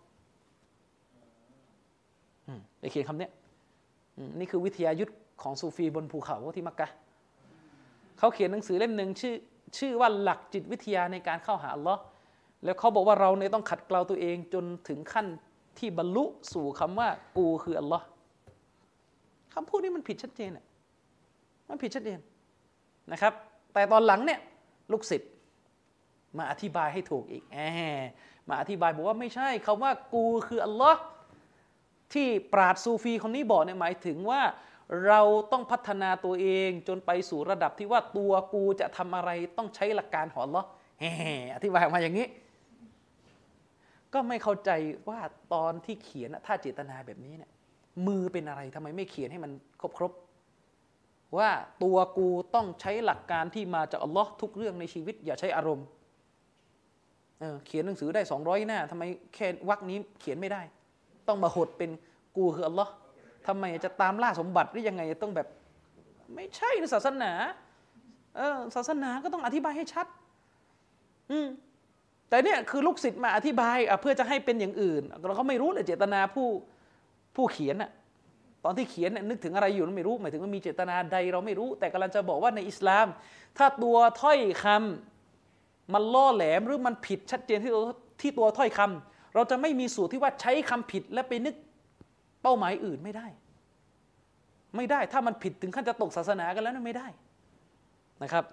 ไปเขียนคำนี้นี่คือวิทยายุทธของซูฟีบนภูเขาที่มักกะห์เขาเขียนหนังสือเล่มหนึ่งชื่อชื่อว่าหลักจิตวิทยาในการเข้าหาอัลลอฮ์แล้วเขาบอกว่าเราเนี่ยต้องขัดเกลาตัวเองจนถึงขั้นที่บรรลุสู่คำว่ากูคืออัลลอฮ์คำพูดนี้มันผิดชัดเจนอ่ะมันผิดชัดเจนนะครับแต่ตอนหลังเนี่ยลูกศิษย์มาอธิบายให้ถูกอีกแหมมาอธิบายบอกว่าไม่ใช่คำว่ากูคืออัลลอฮ์ที่ปราชญ์ซูฟีคนนี้บอกเนี่ยหมายถึงว่าเราต้องพัฒนาตัวเองจนไปสู่ระดับที่ว่าตัวกูจะทำอะไรต้องใช้หลักการของอัลลอฮ์แหมอธิบายออกมาอย่างนี้ก็ไม่เข้าใจว่าตอนที่เขียนถ้าเจตนาแบบนี้เนี่ยมือเป็นอะไรทำไมไม่เขียนให้มันครบๆว่าตัวกูต้องใช้หลักการที่มาจากอัลลอฮ์ทุกเรื่องในชีวิตอย่าใช้อารมณ์เออเขียนหนังสือได้สองร้อยหน้าทำไมแค่วรรคนี้เขียนไม่ได้ต้องมาหดเป็นกูคืออัลลอฮ์ทำไมจะตามล่าสมบัติหรือยังไงต้องแบบไม่ใช่ในศาสนาเออศาสนาก็ต้องอธิบายให้ชัดอืมแต่เนี่ยคือลูกศิษย์มาอธิบายเพื่อจะให้เป็นอย่างอื่นเราก็ไม่รู้เลยเจตนาผู้ผู้เขียนน่ะตอนที่เขียนเนี่ยนึกถึงอะไรอยู่ไม่รู้หมายถึงว่ามีเจตนาใดเราไม่รู้แต่กำลังจะบอกว่าในอิสลามถ้าตัวถ้อยคำมันล่อแหลมหรือมันผิดชัดเจนที่ตัวที่ตัวถ้อยคำเราจะไม่มีสูตรที่ว่าใช้คำผิดและไปนึกเป้าหมายอื่นไม่ได้ไม่ได้ถ้ามันผิดถึงขั้นจะตกศาสนากันแล้วนั่นไม่ได้นะครับ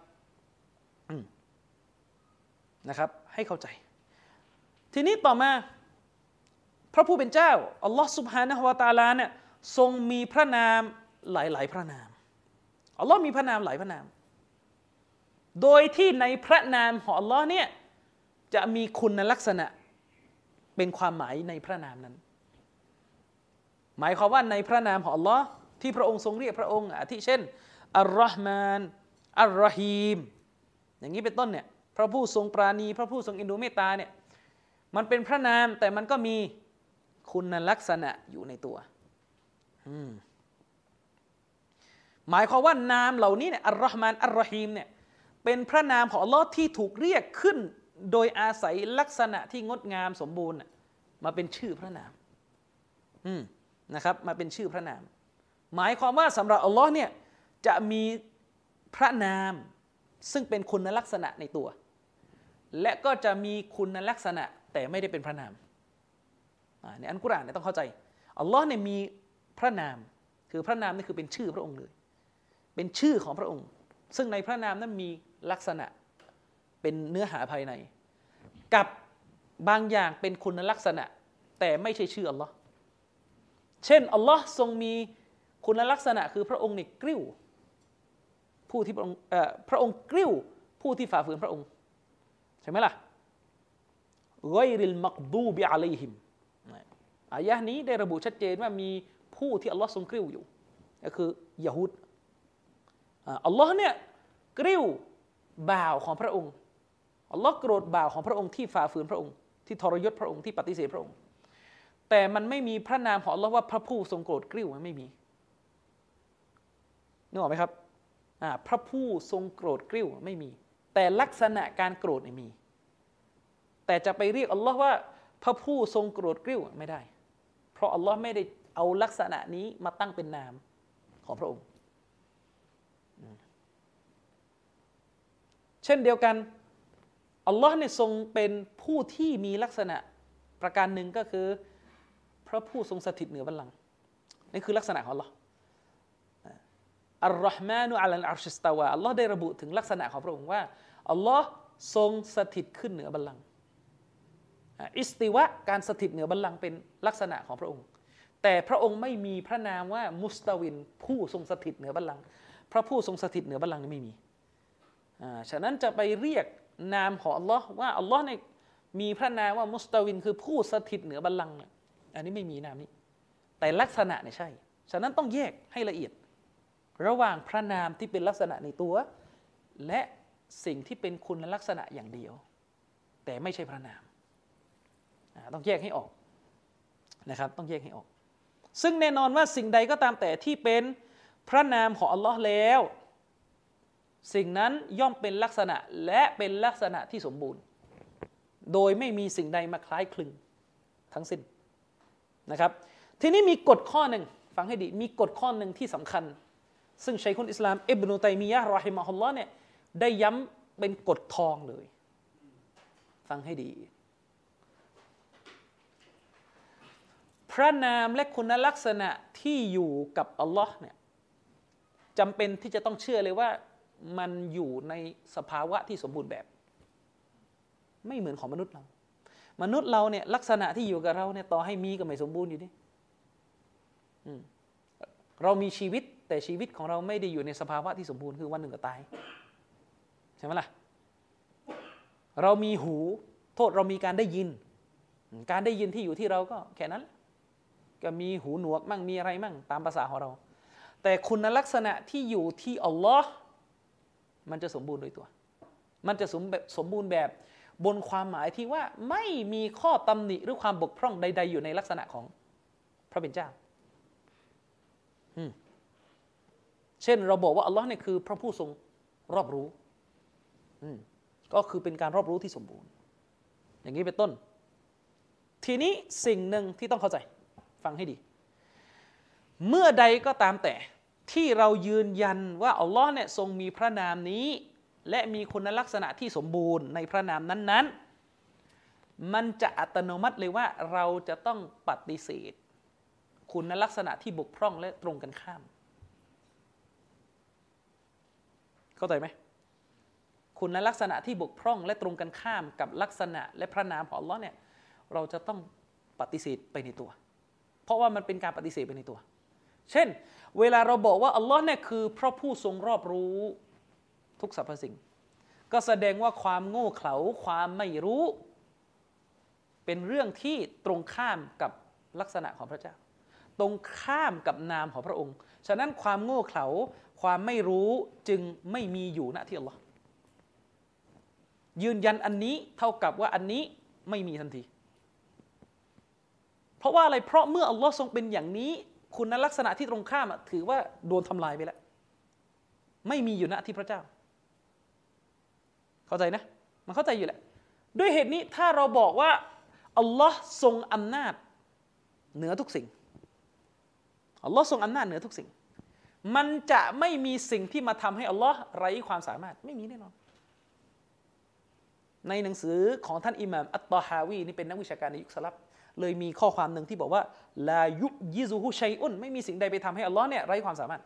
นะครับให้เข้าใจทีนี้ต่อมาพระผู้เป็นเจ้าอัลลอฮฺซุบฮานะฮูวะตะอาลาเนี่ยทรงมีพระนามหลายๆพระนามอัลลอฮ์มีพระนามหลายพระนามโดยที่ในพระนามของอัลลอฮ์เนี่ยจะมีคุณลักษณะเป็นความหมายในพระนามนั้นหมายความว่าในพระนามของอัลลอฮ์ที่พระองค์ทรงเรียกพระองค์อาทิเช่นอัลลอฮ์มานอัลรอฮีมอย่างนี้เป็นต้นเนี่ยพระผู้ทรงปราณีพระผู้ทรงอินดูเมตตาเนี่ยมันเป็นพระนามแต่มันก็มีคุณลักษณะอยู่ในตัวหมายความว่านามเหล่านี้เนี่ยอัลลอฮ์มานอัลรอฮีมเนี่ยเป็นพระนามของอัลลอฮ์ที่ถูกเรียกขึ้นโดยอาศัยลักษณะที่งดงามสมบูรณ์มาเป็นชื่อพระนามนะครับมาเป็นชื่อพระนามหมายความว่าสำหรับอัลลอฮ์เนี่ยจะมีพระนามซึ่งเป็นคุณลักษณะในตัวและก็จะมีคุณลักษณะแต่ไม่ได้เป็นพระนามในอัลกุรอานเนี่ยต้องเข้าใจอัลลอฮ์เนี่ยมีพระนามคือพระนามนี่คือเป็นชื่อพระองค์เลยเป็นชื่อของพระองค์ซึ่งในพระนามนั้นมีลักษณะเป็นเนื้อหาภายในกับบางอย่างเป็นคุณลักษณะแต่ไม่ใช่ชื่ออัลลอฮ์เช่นอัลลอฮ์ทรงมีคุณลักษณะคือพระองค์เนี่ยกริ้วผู้ที่พระองค์เอ่อพระองค์กริ้วผู้ที่ฝ่าฝืนพระองค์ใช่ไหมล่ะฆอยริลมักดูบิอะลัยฮิมอายะห์นี้ได้ระบุชัดเจนว่ามีผู้ที่อัลลอฮ์ทรงกริ้วอยู่ก็คือยะฮูดอัลลอฮ์เนี่ยกริ้วบ่าวของพระองค์อัลลอฮ์โกรธบ่าวของพระองค์ที่ฝ่าฝืนพระองค์ที่ทรยศพระองค์ที่ปฏิเสธพระองค์แต่มันไม่มีพระนามของอัลลอฮ์ว่าพระผู้ทรงโกรธกริ้วมันไม่มีนึกออกไหมครับพระผู้ทรงโกรธกริ้วไม่มีแต่ลักษณะการโกรธเนี่ยมีแต่จะไปเรียกอัลลอฮ์ว่าพระผู้ทรงโกรธกริ้วไม่ได้เพราะอัลลอฮ์ไม่ได้เอาลักษณะนี้มาตั้งเป็นนามของพระองค์เช่นเดียวกันอัลลอฮ์เนี่ยทรงเป็นผู้ที่มีลักษณะประการหนึ่งก็คือพระผู้ทรงสถิตเหนือบัลลังก์นี่คือลักษณะของอัลลอฮ์อัลลอฮ์มานุอัลลอัรชิสตาวาอัลลอฮ์ได้ระบุถึงลักษณะของพระองค์ว่าอัลลอฮ์ทรงสถิตขึ้นเหนือบัลลังก์อิสติวะการสถิตเหนือบัลลังก์เป็นลักษณะของพระองค์แต่พระองค์ไม่มีพระนามว่ามุสตาวินผู้ทรงสถิตเหนือบัลลังก์พระผู้ทรงสถิตเหนือบัลลังก์นี่ไม่มีอ่าฉะนั้นจะไปเรียกนามของอัลลอฮ์ว่าอัลลอฮ์เนี่ยมีพระนามว่ามุสตาวินคือผู้สถิตเหนือบัลลังก์อันนี้ไม่มีนามนี้แต่ลักษณะเนี่ยใช่ฉะนั้นต้องแยกให้ละเอียดระหว่างพระนามที่เป็นลักษณะในตัวและสิ่งที่เป็นคุณลักษณะอย่างเดียวแต่ไม่ใช่พระนามต้องแยกให้ออกนะครับต้องแยกให้ออกซึ่งแน่นอนว่าสิ่งใดก็ตามแต่ที่เป็นพระนามของอัลลอฮ์แล้วสิ่งนั้นย่อมเป็นลักษณะและเป็นลักษณะที่สมบูรณ์โดยไม่มีสิ่งใดมาคล้ายคลึงทั้งสิ้นนะครับทีนี้มีกฎข้อหนึ่งฟังให้ดีมีกฎข้อหนึ่งที่สำคัญซึ่งชัยคุลอิสลามอิบนุตัยมียะห์รอฮิมะฮุลลอฮ์เนี่ยได้ย้ำเป็นกฎทองเลยฟังให้ดีพระนามและคุณลักษณะที่อยู่กับอัลลอฮ์เนี่ยจำเป็นที่จะต้องเชื่อเลยว่ามันอยู่ในสภาวะที่สมบูรณ์แบบไม่เหมือนของมนุษย์เรามนุษย์เราเนี่ยลักษณะที่อยู่กับเราเนี่ยต่อให้มีก็ไม่สมบูรณ์อยู่ดิเรามีชีวิตแต่ชีวิตของเราไม่ได้อยู่ในสภาวะที่สมบูรณ์คือวันหนึ่งก็ตายใช่ไหมล่ะเรามีหูโทษเรามีการได้ยินการได้ยินที่อยู่ที่เราก็แค่นั้นก็มีหูหนวกมั่งมีอะไรมั่งตามภาษาของเราแต่คุณลักษณะที่อยู่ที่อัลลอฮ์มันจะสมบูรณ์โดยตัวมันจะสมสมบูรณ์แบบบนความหมายที่ว่าไม่มีข้อตำหนิหรือความบกพร่องใดๆอยู่ในลักษณะของพระเป็นเจ้าเช่นเราบอกว่าอัลลอฮ์เนี่ยคือพระผู้ทรงรอบรู้ก็คือเป็นการรอบรู้ที่สมบูรณ์อย่างนี้เป็นต้นทีนี้สิ่งหนึ่งที่ต้องเข้าใจฟังให้ดีเมื่อใดก็ตามแต่ที่เรายืนยันว่าอัลลอฮ์เนี่ยทรงมีพระนามนี้และมีคุณลักษณะที่สมบูรณ์ในพระนามนั้นๆมันจะอัตโนมัติเลยว่าเราจะต้องปฏิเสธคุณลักษณะที่บกพร่องและตรงกันข้ามเข้าใจไหมคุณลักษณะที่บกพร่องและตรงกันข้ามกับลักษณะและพระนามของอัลลอฮ์เนี่ยเราจะต้องปฏิเสธไปในตัวเพราะว่ามันเป็นการปฏิเสธไปในตัวเช่นเวลาเราบอกว่าอัลลอฮ์เนี่ยคือพระผู้ทรงรอบรู้ทุกสรรพสิ่งก็แสดงว่าความโง่เขลาความไม่รู้เป็นเรื่องที่ตรงข้ามกับลักษณะของพระเจ้าตรงข้ามกับนามของพระองค์ฉะนั้นความโง่เขลาความไม่รู้จึงไม่มีอยู่ณที่อัลลอฮ์ยืนยันอันนี้เท่ากับว่าอันนี้ไม่มีทันทีเพราะว่าอะไรเพราะเมื่ออัลลอฮ์ทรงเป็นอย่างนี้คุณลักษณะที่ตรงข้ามถือว่าโดนทำลายไปแล้วไม่มีอยู่ณที่พระเจ้าเข้าใจนะมันเข้าใจอยู่แหละด้วยเหตุนี้ถ้าเราบอกว่าอัลลอฮ์ทรงอำนาจเหนือทุกสิ่งอัลลอฮ์ทรงอำนาจเหนือทุกสิ่งมันจะไม่มีสิ่งที่มาทำให้อัลลอฮ์ไร้ความสามารถไม่มีแน่นอนในหนังสือของท่านอิหม่ามอัตตอฮาวีนี่เป็นนักวิชาการในยุคสลับเลยมีข้อความหนึ่งที่บอกว่าลายุยิซุฮุชัยอุนไม่มีสิ่งใดไปทำให้อัลลอฮ์เนี่ยไร้ความสามารถ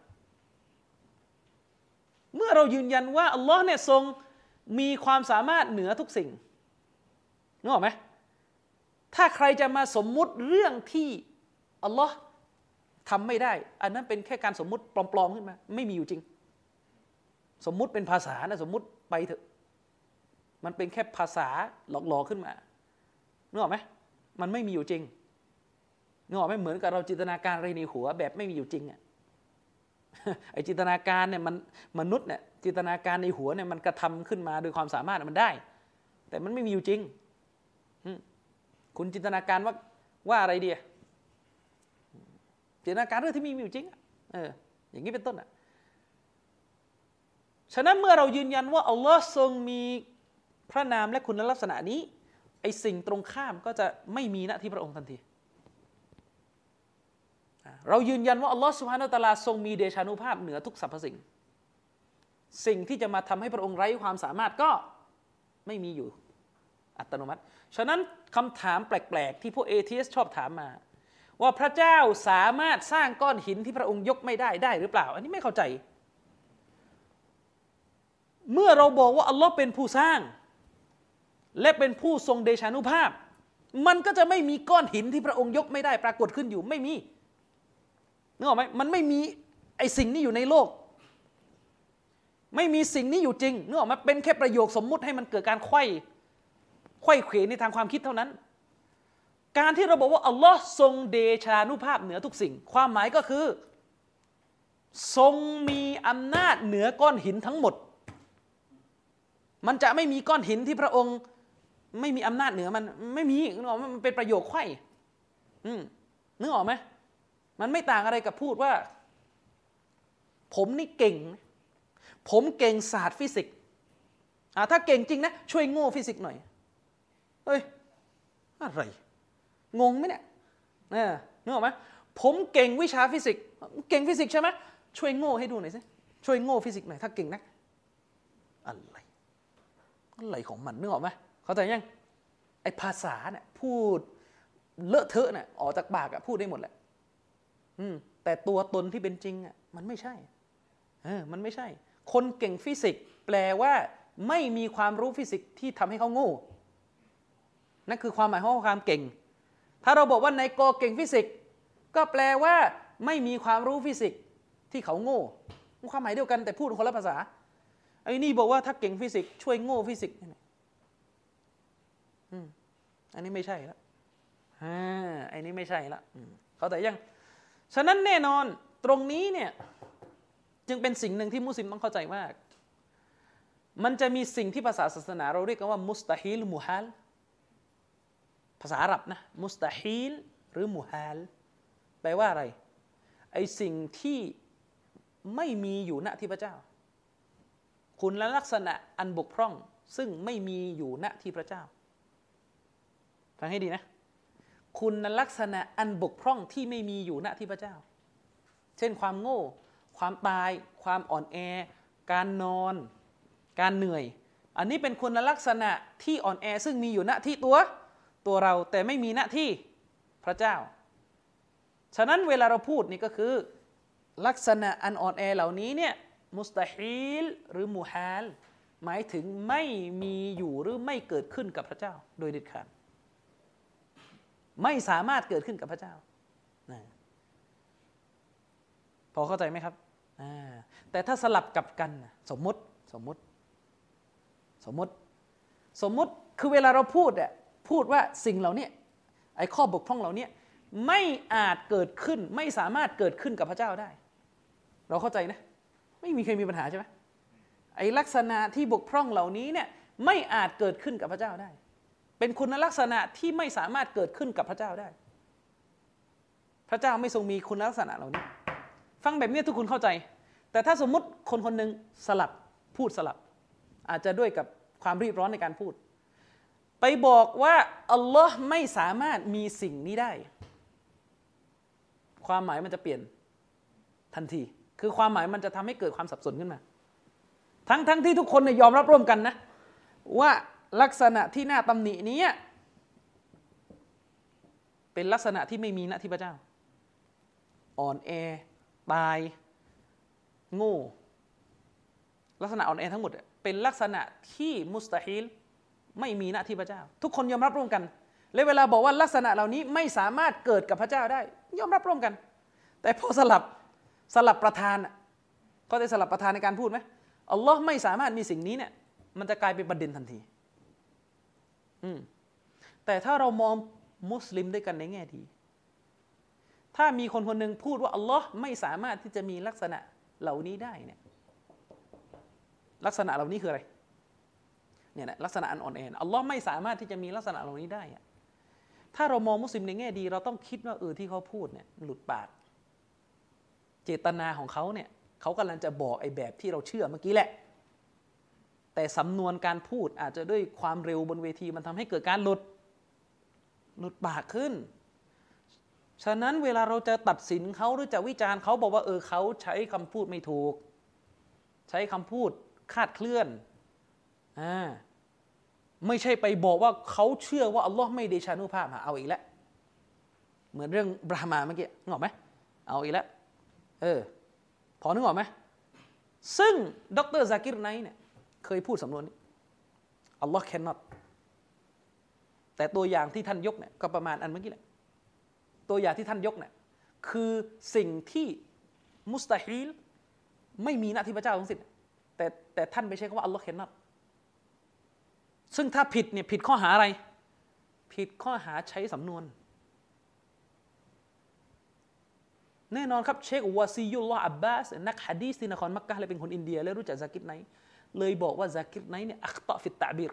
เมื่อเรายืนยันว่าอัลลอฮ์เนี่ยทรงมีความสามารถเหนือทุกสิ่งนึกออกไหมถ้าใครจะมาสมมุติเรื่องที่อัลลอฮ์ทำไม่ได้อันนั้นเป็นแค่การสมมุติปลอมๆขึ้นมาไม่มีอยู่จริงสมมุติเป็นภาษานะสมมุติไปเถอะมันเป็นแค่ภาษาหลอกๆขึ้นมานึกออกไหมมันไม่มีอยู่จริงนึกออกไหมเหมือนกับเราจินตนาการอะไรในหัวแบบไม่มีอยู่จริงอ่ะไอจินตนาการเนี่ยมันมนุษย์เนี่ยจินตนาการในหัวเนี่ยมันกระทำขึ้นมาโดยความสามารถมันได้แต่มันไม่มีอยู่จริงคุณจินตนาการว่าว่าอะไรดีจินตนาการเรื่องที่มีอยู่จริงเอออย่างนี้เป็นต้นอ่ะฉะนั้นเมื่อเรายืนยันว่าอัลลอฮ์ทรงมีพระนามและคุณลักษณะนี้ไอสิ่งตรงข้ามก็จะไม่มีณที่พระองค์ทันทีเรายืนยันว่าอัลลอฮ์ซุบฮานะฮูวะตะอาลาทรงมีเดชานุภาพเหนือทุกสรรพสิ่งสิ่งที่จะมาทำให้พระองค์ไร้ความสามารถก็ไม่มีอยู่อัตโนมัติฉะนั้นคำถามแปลกๆที่พวกเอทีเอสชอบถามมาว่าพระเจ้าสามารถสร้างก้อนหินที่พระองค์ยกไม่ได้ได้หรือเปล่าอันนี้ไม่เข้าใจเมื่อเราบอกว่าอัลลอฮ์เป็นผู้สร้างและเป็นผู้ทรงเดชานุภาพมันก็จะไม่มีก้อนหินที่พระองค์ยกไม่ได้ปรากฏขึ้นอยู่ไม่มีนึกออกไหมมันไม่มีไอสิ่งนี้อยู่ในโลกไม่มีสิ่งนี้อยู่จริงนึกออกไหมเป็นแค่ประโยคสมมุติให้มันเกิดการไขว้ไขว้เขวในทางความคิดเท่านั้นการที่เราบอกว่าอัลลอฮ์ทรงเดชานุภาพเหนือทุกสิ่งความหมายก็คือทรงมีอำนาจเหนือก้อนหินทั้งหมดมันจะไม่มีก้อนหินที่พระองค์ไม่มีอำนาจเหนือมันไม่มีนึกออกไหมมันเป็นประโยคไขว้นึกออกไหมมันไม่ต่างอะไรกับพูดว่าผมนี่เก่งผมเก่งศาสตร์ฟิสิกส์ถ้าเก่งจริงนะช่วยโง่ฟิสิกส์หน่อยเฮ้ยอะไรงงไหมเนี่ยนึกออกไหมผมเก่งวิชาฟิสิกส์เก่งฟิสิกส์ใช่ไหมช่วยโง่ให้ดูหน่อยสิช่วยโง่ฟิสิกส์หน่อยถ้าเก่งนักอะไรอะไรของมันนึกออกไหมเข้าใจยังไอภาษาเนี่ยพูดเลอะเทอะเนี่ยออกจากปากอะพูดได้หมดแหละอืมแต่ตัวตนที่เป็นจริงอะมันไม่ใช่เออมันไม่ใช่คนเก่งฟิสิกส์แปลว่าไม่มีความรู้ฟิสิกส์ที่ทำให้เขาโง่นั่นคือความหมายของความเก่งถ้าเราบอกว่านายกเก่งฟิสิกส์ก็แปลว่าไม่มีความรู้ฟิสิกส์ที่เขาโง่ความหมายเดียวกันแต่พูดคนละภาษาไอ้นี่บอกว่าถ้าเก่งฟิสิกส์ช่วยโง่ฟิสิกส์อืมอันนี้ไม่ใช่ละอ่าไอ้นี่ไม่ใช่ละเข้าใจยังฉะนั้นแน่นอนตรงนี้เนี่ยจึงเป็นสิ่งหนึ่งที่มุสลิมต้องเข้าใจมากมันจะมีสิ่งที่ภาษาศาสนาเราเรียกกันว่ามุสตาฮีลมุฮัลภาษาอาหรับนะมุสตาฮีลหรือมุฮัลแปลว่าอะไรไอ้สิ่งที่ไม่มีอยู่ณที่พระเจ้าคุณลักษณะอันบกพร่องซึ่งไม่มีอยู่ณที่พระเจ้าฟังให้ดีนะคุณลักษณะอันบกพร่องที่ไม่มีอยู่ณที่พระเจ้าเช่นความโง่ความตายความอ่อนแอการนอนการเหนื่อยอันนี้เป็นคุณลักษณะที่อ่อนแอซึ่งมีอยู่ณที่ตัวตัวเราแต่ไม่มีณที่พระเจ้าฉะนั้นเวลาเราพูดนี่ก็คือลักษณะอันอ่อนแอเหล่านี้เนี่ยมุสตาฮีลหรือมุฮัลหมายถึงไม่มีอยู่หรือไม่เกิดขึ้นกับพระเจ้าโดยเด็ดขาดไม่สามารถเกิดขึ้นกับพระเจ้านะพอเข้าใจไหมครับแต่ถ้าสลับกับกันสมมติสมมติสมมติสมมติคือเวลาเราพูดอ่ะพูดว่าสิ่งเหล่านี้ไอ้ข้อบกพร่องเหล่านี้ไม่อาจเกิดขึ้นไม่สามารถเกิดขึ้นกับพระเจ้าได้เราเข้าใจนะไม่มีใครมีปัญหาใช่ไหมไอ้ลักษณะที่บกพร่องเหล่านี้เนี่ยไม่อาจเกิดขึ้นกับพระเจ้าได้เป็นคุณลักษณะที่ไม่สามารถเกิดขึ้นกับพระเจ้าได้พระเจ้าไม่ทรงมีคุณลักษณะเหล่านี้ฟังแบบนี้ทุกคนเข้าใจแต่ถ้าสมมุติคนคนหนึ่งสลับพูดสลับอาจจะด้วยกับความรีบร้อนในการพูดไปบอกว่าอัลลอฮ์ไม่สามารถมีสิ่งนี้ได้ความหมายมันจะเปลี่ยนทันทีคือความหมายมันจะทำให้เกิดความสับสนขึ้นมาทั้งทั้งที่ทุกคนเนี่ยยอมรับร่วมกันนะว่าลักษณะที่น่าตำหนินี้เป็นลักษณะที่ไม่มีหน้าที่พระเจ้าอ่อนแอตายโง่ลักษณะอ่อนแอทั้งหมดเป็นลักษณะที่มุสตะฮีลไม่มีหน้าที่พระเจ้าทุกคนยอมรับร่วมกันและเวลาบอกว่าลักษณะเหล่านี้ไม่สามารถเกิดกับพระเจ้าได้ยอมรับร่วมกันแต่พอสลับสลับประธานเขาได้สลับประธานในการพูดไหมอัลลอฮ์ไม่สามารถมีสิ่งนี้เนี่ยมันจะกลายเป็นประเด็นทันทีอืมแต่ถ้าเรามองมุสลิมด้วยกันในแง่ดีถ้ามีคนคนหนึ่งพูดว่าอัลลอฮ์ไม่สามารถที่จะมีลักษณะเหล่านี้ได้เนี่ยลักษณะเหล่านี้คืออะไรเนี่ยนะลักษณะอันอ่อนแออัลลอฮ์ไม่สามารถที่จะมีลักษณะเหล่านี้ได้ถ้าเรามองมุสลิมในแง่ดีเราต้องคิดว่าเออที่เขาพูดเนี่ยหลุดปากเจตนาของเขาเนี่ยเขากำลังจะบอกไอ้แบบที่เราเชื่อเมื่อกี้แหละแต่สำนวนการพูดอาจจะด้วยความเร็วบนเวทีมันทำให้เกิดการหลุดหลุดปากขึ้นฉะนั้นเวลาเราจะตัดสินเขาหรือจะวิจารณ์เขาบอกว่าเออเขาใช้คำพูดไม่ถูกใช้คำพูดคลาดเคลื่อนอ่าไม่ใช่ไปบอกว่าเขาเชื่อว่าอัลลอฮ์ไม่เดชานุภาพเอาอีกแล้วเหมือนเรื่องบราหมาเมื่อกี้นึกออกไหมเอาอีกแล้วเออพอนึกออกไหมซึ่งดร.ซากิรไนท์เนี่ยเคยพูดสำนวนนี้อัลลอฮ์ cannot แต่ตัวอย่างที่ท่านยกเนี่ยก็ประมาณอันเมื่อกี้แหละตัวอย่างที่ท่านยกเนี่ยคือสิ่งที่มุสตะฮีลไม่มีหน้าที่พระเจ้าทั้งสิ้นแต่แต่ท่านไปใช้คำว่าอัลลอฮ์ cannot ซึ่งถ้าผิดเนี่ยผิดข้อหาอะไรผิดข้อหาใช้สำนวนแน่นอนครับเชควาซียุลลอฮ์อับบาสนักหะดีษที่นครมักกะฮ์และเป็นคนอินเดียและรู้จักซากิรไนท์เลยบอกว่าซากิรไนท์เนี่ยอัคตอฟิตตะบีร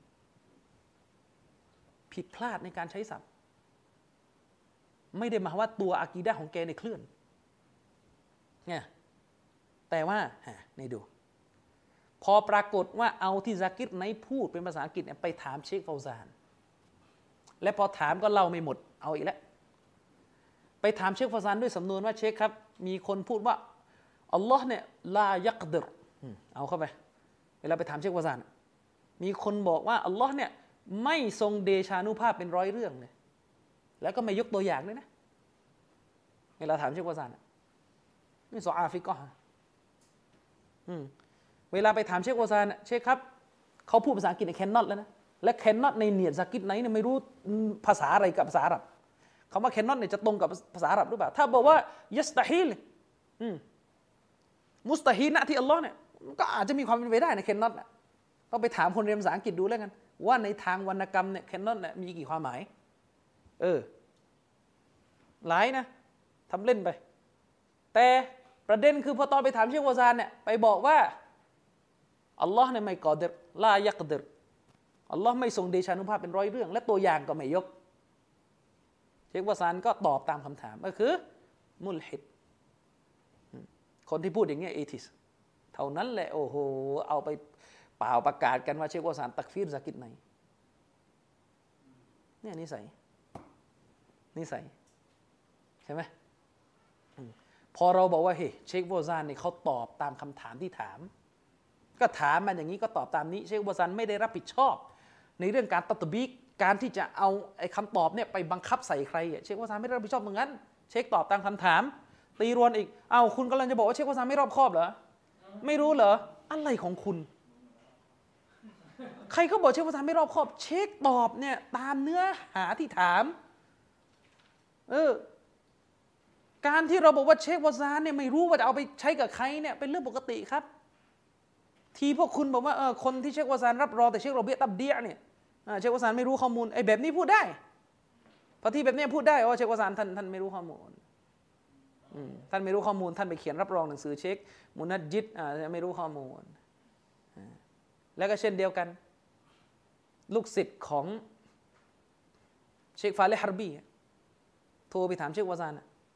ผิดพลาดในการใช้ศัพท์ไม่ได้หมายว่าตัวอากีดะห์ของแกเนี่ยเคลื่อนเนี่ยแต่ว่านี่ดูพอปรากฏว่าเอาที่ซากิรไนท์พูดเป็นภาษาอังกฤษเนี่ยไปถามเชคฟาวซานและพอถามก็เล่าไม่หมดเอาอีกแล้วไปถามเชคฟาวซานด้วยสำนวนว่าเชคครับมีคนพูดว่าอัลลอฮ์เนี่ยลายักดิรเอาเข้าไปเวลาไปถามเชคฟาวซานมีคนบอกว่าอัลลอฮ์เนี่ยไม่ทรงเดชานุภาพเป็นร้อยเรื่องเลยแล้วก็ไม่ยกตัวอย่างเลยนะเวลาถามเชคฟาวซานนี่ซออาฟิกะห์อืมเวลาไปถามเชคฟาวซานเชคครับเขาพูดภาษาอังกฤษในแคนนอตแล้วนะและแคนนอตในเนียดซากิรไนท์เนี่ยไม่รู้ภาษาอะไรกับภาษาอาหรับคำว่าแคนนอตเนี่ยจะตรงกับภาษาอาหรับหรือเปล่าถ้าบอกว่ายัสตะฮีลอืมมุสตะฮีลนะที่อัลลอฮ์เนี่ยก็อาจจะมีความเป็นไปได้ในแคนนอตนะต้องไปถามคนเรียนภาษาอังกฤษดูแล้วกันว่าในทางวรรณกรรมเนี่ยแคนนอตเนี่ยมีกี่ความหมายเออหลายนะทำเล่นไปแต่ประเด็นคือพอตอนไปถามเชควาซานเนี่ยไปบอกว่าอัลลอฮ์เนี่ยไม่กอดิรลายักดิรอัลลอฮ์ไม่ทรงเดชานุภาพเป็นร้อยเรื่องและตัวอย่างก็ไม่ยกเชควาซานก็ตอบตามคำถามก็คือมุลฮิดคนที่พูดอย่างเงี้ยเอทิสเท่านั้นแหละโอ้โหเอาไปเปล่าประกาศกันว่าเชควาซานตักฟีรซากิรไนท์เนี่ยนิสัยนิสัยใช่ไหมพอเราบอกว่าเฮ้เชควาซานเนี่ยเขาตอบตามคำถามที่ถามก็ถามมาอย่างนี้ก็ตอบตามนี้เชควาซานไม่ได้รับผิดชอบในเรื่องการตัตบีกการที่จะเอาไอ้คำตอบเนี่ยไปบังคับใส่ใครเชควาซานไม่ได้รับผิดชอบเหมือนกันเชคตอบตามคำถามตีรวนอีกเอ้าคุณกำลังจะบอกว่าเชควาซานไม่รอบคอบเหรอไม่รู้เหรออะไรของคุณใครเขาบอกเชควาซานไม่รอบคอบเชคตอบเนี่ยตามเนื้อหาที่ถามเออการที่เราบอกว่าเชควาซานเนี่ยไม่รู้ว่าจะเอาไปใช้กับใครเนี่ยเป็นเรื่องปกติครับทีพวกคุณบอกว่าเออคนที่เชควาซานรับรองแต่เชคโรเบียตับเดียเนี่ยเชควาซานไม่รู้ข้อมูลไอ้แบบนี้พูดได้พอที่แบบนี้พูดได้ว่าเชควาซานท่านท่านไม่รู้ข้อมูลท่านไม่รู้ข้อมูลท่านไปเขียนรับรองหนังสือเช็คมุนัดจิตไม่รู้ข้อมูลแล้วก็เช่นเดียวกันลูกศิษย์ของเชคฟาเลฮ์ฮาร์บีโทรไปถามเชควาซาน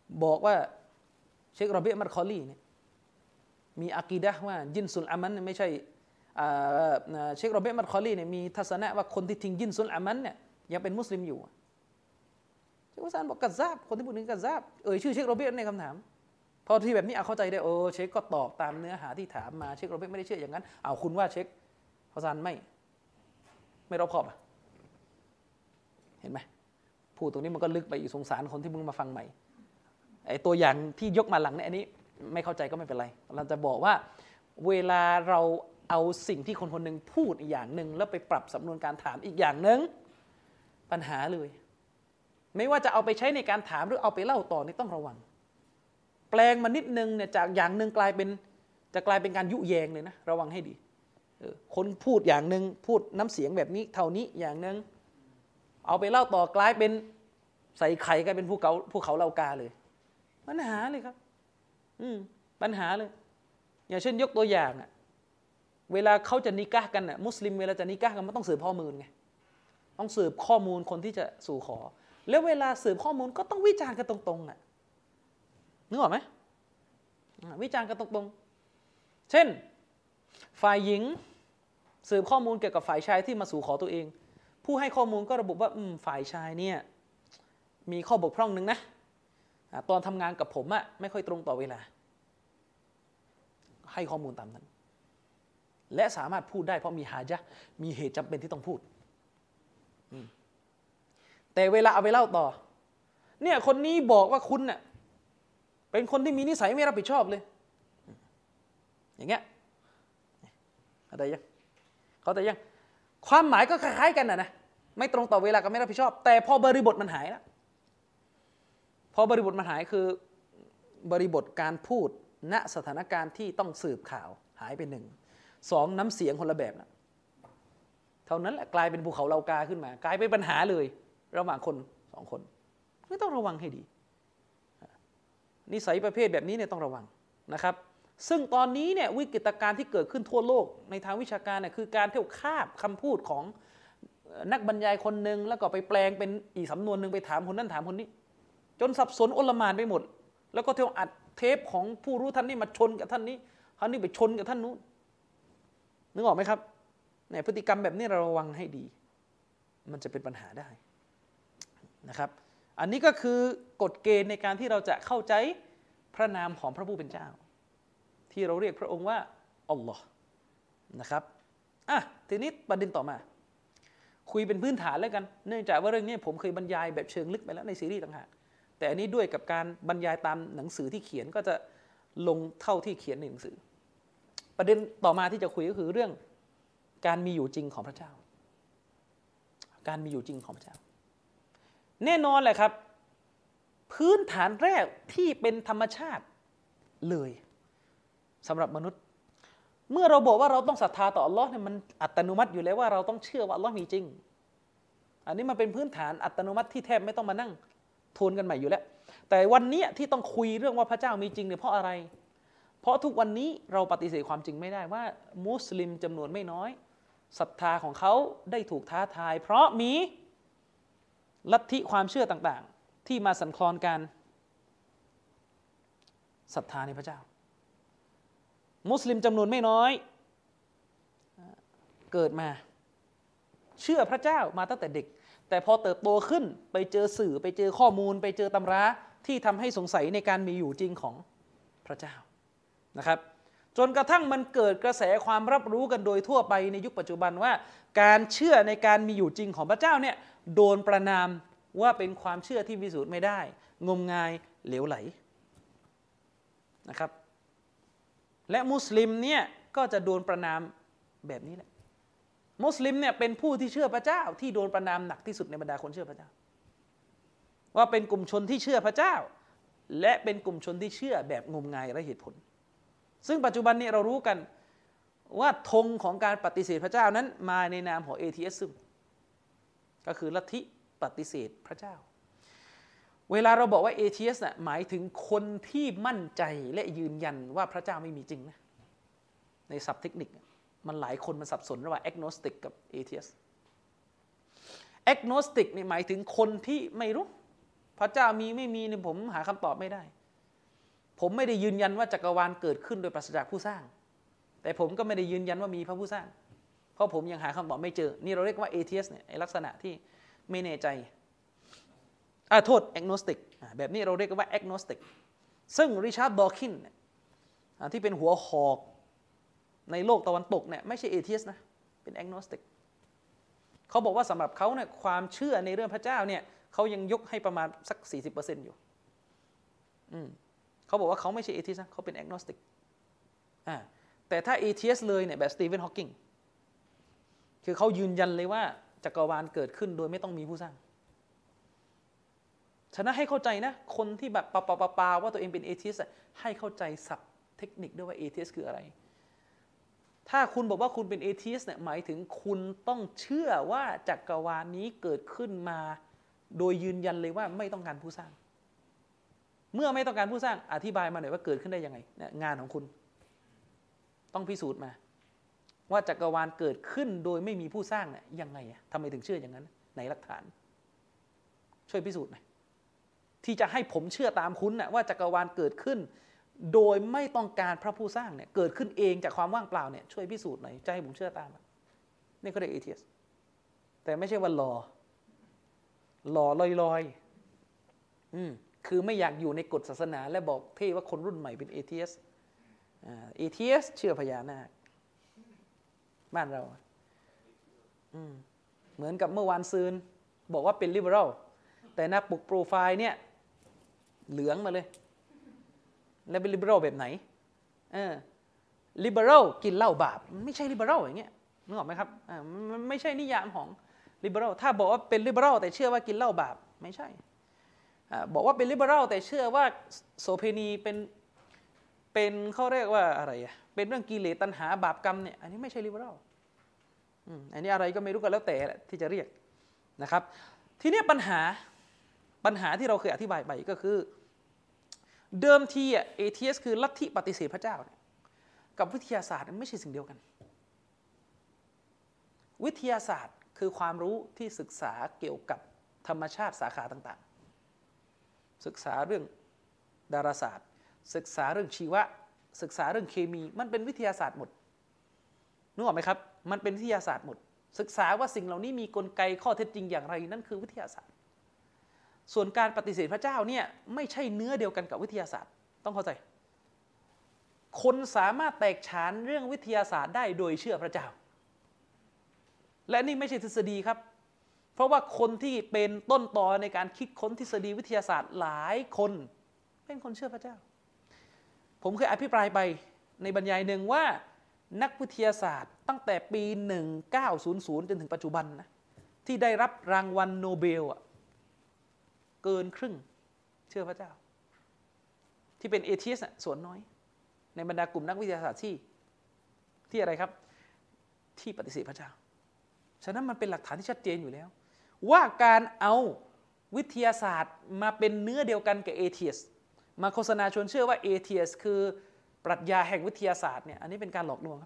บอกว่าเชคโรเบียมัดคอลีเนี่ยมีอะกีดะห์ว่ายินซุลอามันไม่ใช่เชคโรเบียมัดคอลีเนี่ยมีทัศนะว่าคนที่ทิ้งยินซุลอามันเนี่ยยังเป็นมุสลิมอยู่เชคอุสานบอกกัซซาบคนที่พูดถึงกัซซาบเอ่ยชื่อเชคโรเบียในคำถามพอที่แบบนี้เอาเข้าใจได้โอ้เชคก็ตอบตามเนื้อหาที่ถามมาเชคโรเบียไม่ได้เชื่ออย่างนั้นเอาคุณว่าเชคอุสานไม่ไม่รอบคอบอ่ะเห็นไหมพูดตรงนี้มันก็ลึกไปอีกสงสารคนที่มึงมาฟังใหม่ไอ้ตัวอย่างที่ยกมาหลังเนี่ยอันนี้ไม่เข้าใจก็ไม่เป็นไรเราจะบอกว่าเวลาเราเอาสิ่งที่คนคนหนึ่งพูดอีกอย่างหนึ่งแล้วไปปรับสำนวนการถามอีกอย่างหนึ่งปัญหาเลยไม่ว่าจะเอาไปใช้ในการถามหรือเอาไปเล่าต่อนี่ต้องระวังแปลงมานิดนึงเนี่ยจากอย่างหนึ่งกลายเป็นจะกลายเป็นการยุแยงเลยนะระวังให้ดีคนพูดอย่างหนึ่งพูดน้ำเสียงแบบนี้เท่านี้อย่างหนึ่งเอาไปเล่าต่อกลายเป็นใส่ไข่กลายเป็นภูเขาภูเขาเลากาเลยปัญหาเลยครับอืมปัญหาเลยอย่างเช่นยกตัวอย่างอ่ะเวลาเขาจะนิกะห์กันอ่ะมุสลิมเวลาจะนิกะห์กันมันต้องสืบข้อมูลไงต้องสืบข้อมูลคนที่จะสู่ขอแล้วเวลาสืบข้อมูลก็ต้องวิจารณ์กันตรงๆอ่ะนึกออกไหมวิจารณ์กันตรงๆเช่นฝ่ายหญิงสืบข้อมูลเกี่ยวกับฝ่ายชายที่มาสู่ขอตัวเองผู้ให้ข้อมูลก็ระบุว่าฝ่ายชายเนี่ยมีข้อบกพร่องหนึ่งนะตอนทำงานกับผมอะไม่ค่อยตรงต่อเวลาให้ข้อมูลตามนั้นและสามารถพูดได้เพราะมีฮาจะห์มีเหตุจำเป็นที่ต้องพูดแต่เวลาเอาไปเล่าต่อเนี่ยคนนี้บอกว่าคุณน่ะเป็นคนที่มีนิสัยไม่รับผิดชอบเลยอย่างเงี้ยอะไรยังเขาแต่ยังความหมายก็คล้ายๆกันนะนะไม่ตรงต่อเวลากับไม่รับผิดชอบแต่พอบริบทมันหายแล้วพอบริบทมันหายคือบริบทการพูดณสถานการณ์ที่ต้องสืบข่าวหายไปหนึ่งสองน้ำเสียงคนละแบบนะเท่านั้นแหละกลายเป็นภูเขาเลากาขึ้นมากลายเป็นปัญหาเลยระหว่างคนสองคนไม่ต้องระวังให้ดีนิสัยประเภทแบบนี้เนี่ยต้องระวังนะครับซึ่งตอนนี้เนี่ยวิกฤตการณ์ที่เกิดขึ้นทั่วโลกในทางวิชาการเนี่ยคือการเที่ยวคาบคำพูดของนักบรรยายคนหนึ่งแล้วก็ไปแปลงเป็นอีกสำนวนหนึ่งไปถามคนนั้นถามคนนี้จนสับสนโอลหม่านไปหมดแล้วก็เที่ยวอัดเทปของผู้รู้ท่านนี้มาชนกับท่านนี้ท่านนี้ไปชนกับท่านนู้นนึกออกไหมครับในพฤติกรรมแบบนี้เราระวังให้ดีมันจะเป็นปัญหาได้นะครับอันนี้ก็คือกฎเกณฑ์ในการที่เราจะเข้าใจพระนามของพระผู้เป็นเจ้าที่เราเรียกพระองค์ว่าอัลลอฮ์นะครับอ่ะทีนี้ประเด็นต่อมาคุยเป็นพื้นฐานแล้วกันเนื่องจากว่าเรื่องนี้ผมเคยบรรยายแบบเชิงลึกไปแล้วในซีรีส์ต่างหากแต่อันนี้ด้วยกับการบรรยายตามหนังสือที่เขียนก็จะลงเท่าที่เขียนในหนังสือประเด็นต่อมาที่จะคุยก็คือเรื่องการมีอยู่จริงของพระเจ้าการมีอยู่จริงของพระเจ้าแน่นอนแหละครับพื้นฐานแรกที่เป็นธรรมชาติเลยสำหรับมนุษย์เมื่อเราบอกว่าเราต้องศรัทธาต่ออัลลอฮ์เนี่ยมันอัตโนมัติอยู่แล้วว่าเราต้องเชื่อว่าอัลลอฮ์มีจริงอันนี้มันเป็นพื้นฐานอัตโนมัติที่แทบไม่ต้องมานั่งทวนกันใหม่อยู่แล้วแต่วันนี้ที่ต้องคุยเรื่องว่าพระเจ้ามีจริงเนี่ยเพราะอะไรเพราะทุกวันนี้เราปฏิเสธความจริงไม่ได้ว่ามุสลิมจำนวนไม่น้อยศรัทธาของเขาได้ถูกท้าทายเพราะมีลัทธิความเชื่อต่างๆที่มาสั่นคลอนการศรัทธาในพระเจ้ามุสลิมจำนวนไม่น้อยเกิดมาเชื่อพระเจ้ามาตั้งแต่เด็กแต่พอเติบโตขึ้นไปเจอสื่อไปเจอข้อมูลไปเจอตำราที่ทำให้สงสัยในการมีอยู่จริงของพระเจ้านะครับจนกระทั่งมันเกิดกระแสความรับรู้กันโดยทั่วไปในยุคปัจจุบันว่าการเชื่อในการมีอยู่จริงของพระเจ้าเนี่ยโดนประณามว่าเป็นความเชื่อที่พิสูจน์ไม่ได้งมงายเหลวไหลนะครับและมุสลิมเนี่ยก็จะโดนประณามแบบนี้แหละมุสลิมเนี่ยเป็นผู้ที่เชื่อพระเจ้าที่โดนประณามหนักที่สุดในบรรดาคนเชื่อพระเจ้าว่าเป็นกลุ่มชนที่เชื่อพระเจ้าและเป็นกลุ่มชนที่เชื่อแบบงมงายไร้เหตุผลซึ่งปัจจุบันนี้เรารู้กันว่าธงของการปฏิเสธพระเจ้านั้นมาในนามของ เอ ที เอส ซึมก็คือลัทธิปฏิเสธพระเจ้าเวลาเราบอกว่า เอ ที เอส น่ะหมายถึงคนที่มั่นใจและยืนยันว่าพระเจ้าไม่มีจริงนะในศัพท์เทคนิคมันหลายคนมันสับสนระหว่าง agnostic กับ เอ ที เอส agnostic นี่หมายถึงคนที่ไม่รู้พระเจ้ามีไม่มีเนี่ยผมหาคำตอบไม่ได้ผมไม่ได้ยืนยันว่าจักรวาลเกิดขึ้นโดยปราศจากผู้สร้างแต่ผมก็ไม่ได้ยืนยันว่ามีพระผู้สร้างเพราะผมยังหาคำตอบไม่เจอนี่เราเรียกว่าเอเทียสเนี่ยไอลักษณะที่ไม่แน่ใจอ่าโทษแอกโนสติกแบบนี้เราเรียกว่าแอกโนสติกซึ่งริชาร์ดดอว์คินเนี่ยที่เป็นหัวหอกในโลกตะวันตกเนี่ยไม่ใช่เอเทียสนะเป็นแอกโนสติกเขาบอกว่าสำหรับเขาเนี่ยความเชื่อในเรื่องพระเจ้าเนี่ยเขายังยกให้ประมาณสัก สี่สิบเปอร์เซ็นต์ อยู่อืมเขาบอกว่าเขาไม่ใช่เอเทียสนะเขาเป็นแอกโนสติกอ่าแต่ถ้าเอเทียสเลยเนี่ยแบบสตีเวนฮอว์กิงคือเขายืนยันเลยว่าจักรวาลเกิดขึ้นโดยไม่ต้องมีผู้สร้างฉะนั้นให้เข้าใจนะคนที่แบบปาปาปาปาว่าตัวเองเป็นเอเทียสให้เข้าใจศัพท์เทคนิคด้วยว่าเอเทียสคืออะไรถ้าคุณบอกว่าคุณเป็นเอเทียสเนี่ยหมายถึงคุณต้องเชื่อว่าจักรวาลนี้เกิดขึ้นมาโดยยืนยันเลยว่าไม่ต้องการผู้สร้างเมื่อไม่ต้องการผู้สร้างอธิบายมาหน่อยว่าเกิดขึ้นได้ยังไงเนี่ยงานของคุณต้องพิสูจน์มาว่าจักรวาลเกิดขึ้นโดยไม่มีผู้สร้างเนี่ยยังไงอ่ะทำไมถึงเชื่ออย่างนั้นไหนหลักฐานช่วยพิสูจน์หน่อยที่จะให้ผมเชื่อตามคุณน่ะว่าจักรวาลเกิดขึ้นโดยไม่ต้องการพระผู้สร้างเนี่ยเกิดขึ้นเองจากความว่างเปล่าเนี่ยช่วยพิสูจน์หน่อยจะให้ผมเชื่อตามนี่เขาเรียกเอเทียสแต่ไม่ใช่ว่าหล่อหล่อลอยๆอืมคือไม่อยากอยู่ในกฎศาสนาและบอกเท่ว่าคนรุ่นใหม่เป็นเอเทียสอ่าเอเทียสเชื่อพญานาคบ้านเราอืมเหมือนกับเมื่อวานซืนบอกว่าเป็นลิเบอรัลแต่หน้าปกโปรไฟล์เนี่ยเหลืองมาเลยแล้วเป็นลิเบอรัลแบบไหนเออลิเบอรัลกินเหล้าบาปไม่ใช่ลิเบอรัลอย่างเงี้ยนึกออกไหมครับอ่ามันไม่ใช่นิยามของลิเบอรัลถ้าบอกว่าเป็นลิเบอรัลแต่เชื่อว่ากินเหล้าบาปไม่ใช่อ่าบอกว่าเป็นลิเบอรัลแต่เชื่อว่าโสเภณีเป็นเป็นเขาเรียกว่าอะไรอ่ะเป็นเรื่องกิเลสตัณหาบาปกรรมเนี่ยอันนี้ไม่ใช่ลิเบอรัลอืมอันนี้อะไรก็ไม่รู้กันแล้วแต่ที่จะเรียกนะครับทีนี้ปัญหาปัญหาที่เราเคยอธิบายไปก็คือเดิมทีอ่ะเอเทียสคือลัทธิปฏิเสธพระเจ้าเนี่ยกับวิทยาศาสตร์ไม่ใช่สิ่งเดียวกันวิทยาศาสตร์คือความรู้ที่ศึกษาเกี่ยวกับธรรมชาติสาขาต่างๆศึกษาเรื่องดาราศาสตร์ศึกษาเรื่องชีวะศึกษาเรื่องเคมีมันเป็นวิทยาศาสตร์หมดนึกออกไหมครับมันเป็นวิทยาศาสตร์หมดศึกษาว่าสิ่งเหล่านี้มีกลไกข้อเท็จจริงอย่างไรนั่นคือวิทยาศาสตร์ส่วนการปฏิเสธพระเจ้าเนี่ยไม่ใช่เนื้อเดียวกันกับวิทยาศาสตร์ต้องเข้าใจคนสามารถแตกฉานเรื่องวิทยาศาสตร์ได้โดยเชื่อพระเจ้าและนี่ไม่ใช่ทฤษฎีครับเพราะว่าคนที่เป็นต้นตอในการคิดค้นทฤษฎีวิทยาศาสตร์หลายคนเป็นคนเชื่อพระเจ้าผมเคยอภิปรายไปในบรรยายหนึ่งว่านักวิทยาศาสตร์ตั้งแต่ปีหนึ่งพันเก้าร้อยจนถึงปัจจุบันนะที่ได้รับรางวัลโนเบลอ่ะเกินครึ่งเชื่อพระเจ้าที่เป็นเอเทียสส่วนน้อยในบรรดากลุ่มนักวิทยาศาสตร์ที่ที่อะไรครับที่ปฏิเสธพระเจ้าฉะนั้นมันเป็นหลักฐานที่ชัดเจนอยู่แล้วว่าการเอาวิทยาศาสตร์มาเป็นเนื้อเดียวกันกับเอเทียสมาโฆษณาชวนเชื่อว่าเอเทียสคือปรัชญาแห่งวิทยาศาสตร์เนี่ยอันนี้เป็นการหลอกลวงครับ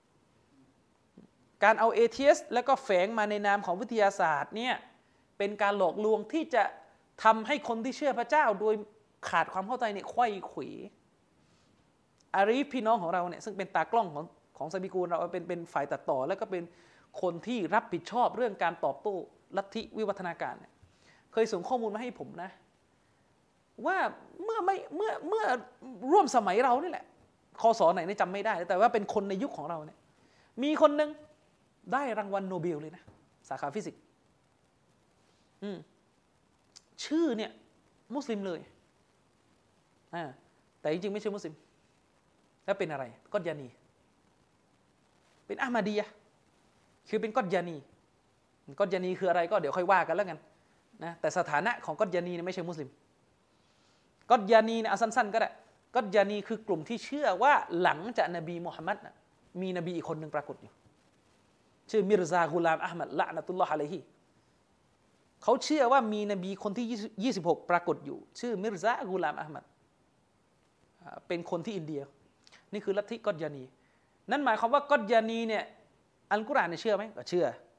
การเอาเอเทียสแล้วก็แฝงมาในนามของวิทยาศาสตร์เนี่ยเป็นการหลอกลวงที่จะทำให้คนที่เชื่อพระเจ้าโดยขาดความเข้าใจเนี่ยไขว้เขวอารีฟพี่น้องของเราเนี่ยซึ่งเป็นตากล้องของของซาบิกูลเราเป็นเป็นฝ่ายตัดต่อแล้วก็เป็นคนที่รับผิดชอบเรื่องการตอบโต้ลัทธิวิวัฒนาการเนี่ยเคยส่งข้อมูลมาให้ผมนะว่าเมื่อไม่เมื่อเมื่อร่วมสมัยเรานี่แหละคศไหนเนี่ยจำไม่ได้แต่ว่าเป็นคนในยุคของเราเนี่ยมีคนหนึ่งได้รางวัลโนเบลเลยนะสาขาฟิสิกส์อืมชื่อเนี่ยมุสลิมเลยอ่าแต่จริงๆไม่ใช่มุสลิมแล้วเป็นอะไรกอฎยานีเป็นอะห์มัดียะห์คือเป็นกอฎยานีกอฎยานีคืออะไรก็เดี๋ยวค่อยว่ากันแล้วกันนะแต่สถานะของกอฎยานีเนี่ยไม่ใช่มุสลิมกอฎยานีเนี่ยเอาสั้นๆก็ได้กอฎยานีคือกลุ่มที่เชื่อว่าหลังจากนบีมุฮัมมัดนะมีนบีอีกคนหนึ่งปรากฏอยู่ชื่อมิรซากุลามอะห์มัดละนะตุลลอฮ์อะลัยฮิเขาเชื่อว่ามีนบีคนที่ยี่สิบหกปรากฏอยู่ชื่อมิรซากุลามอะห์มัดเป็นคนที่อินเดียนี่คือลัทธิกอฎยานีนั่นหมายความว่ากอฎยานีเนี่ยอัลกุรอานเนี่ยเชื่อไหมก็เชื่อ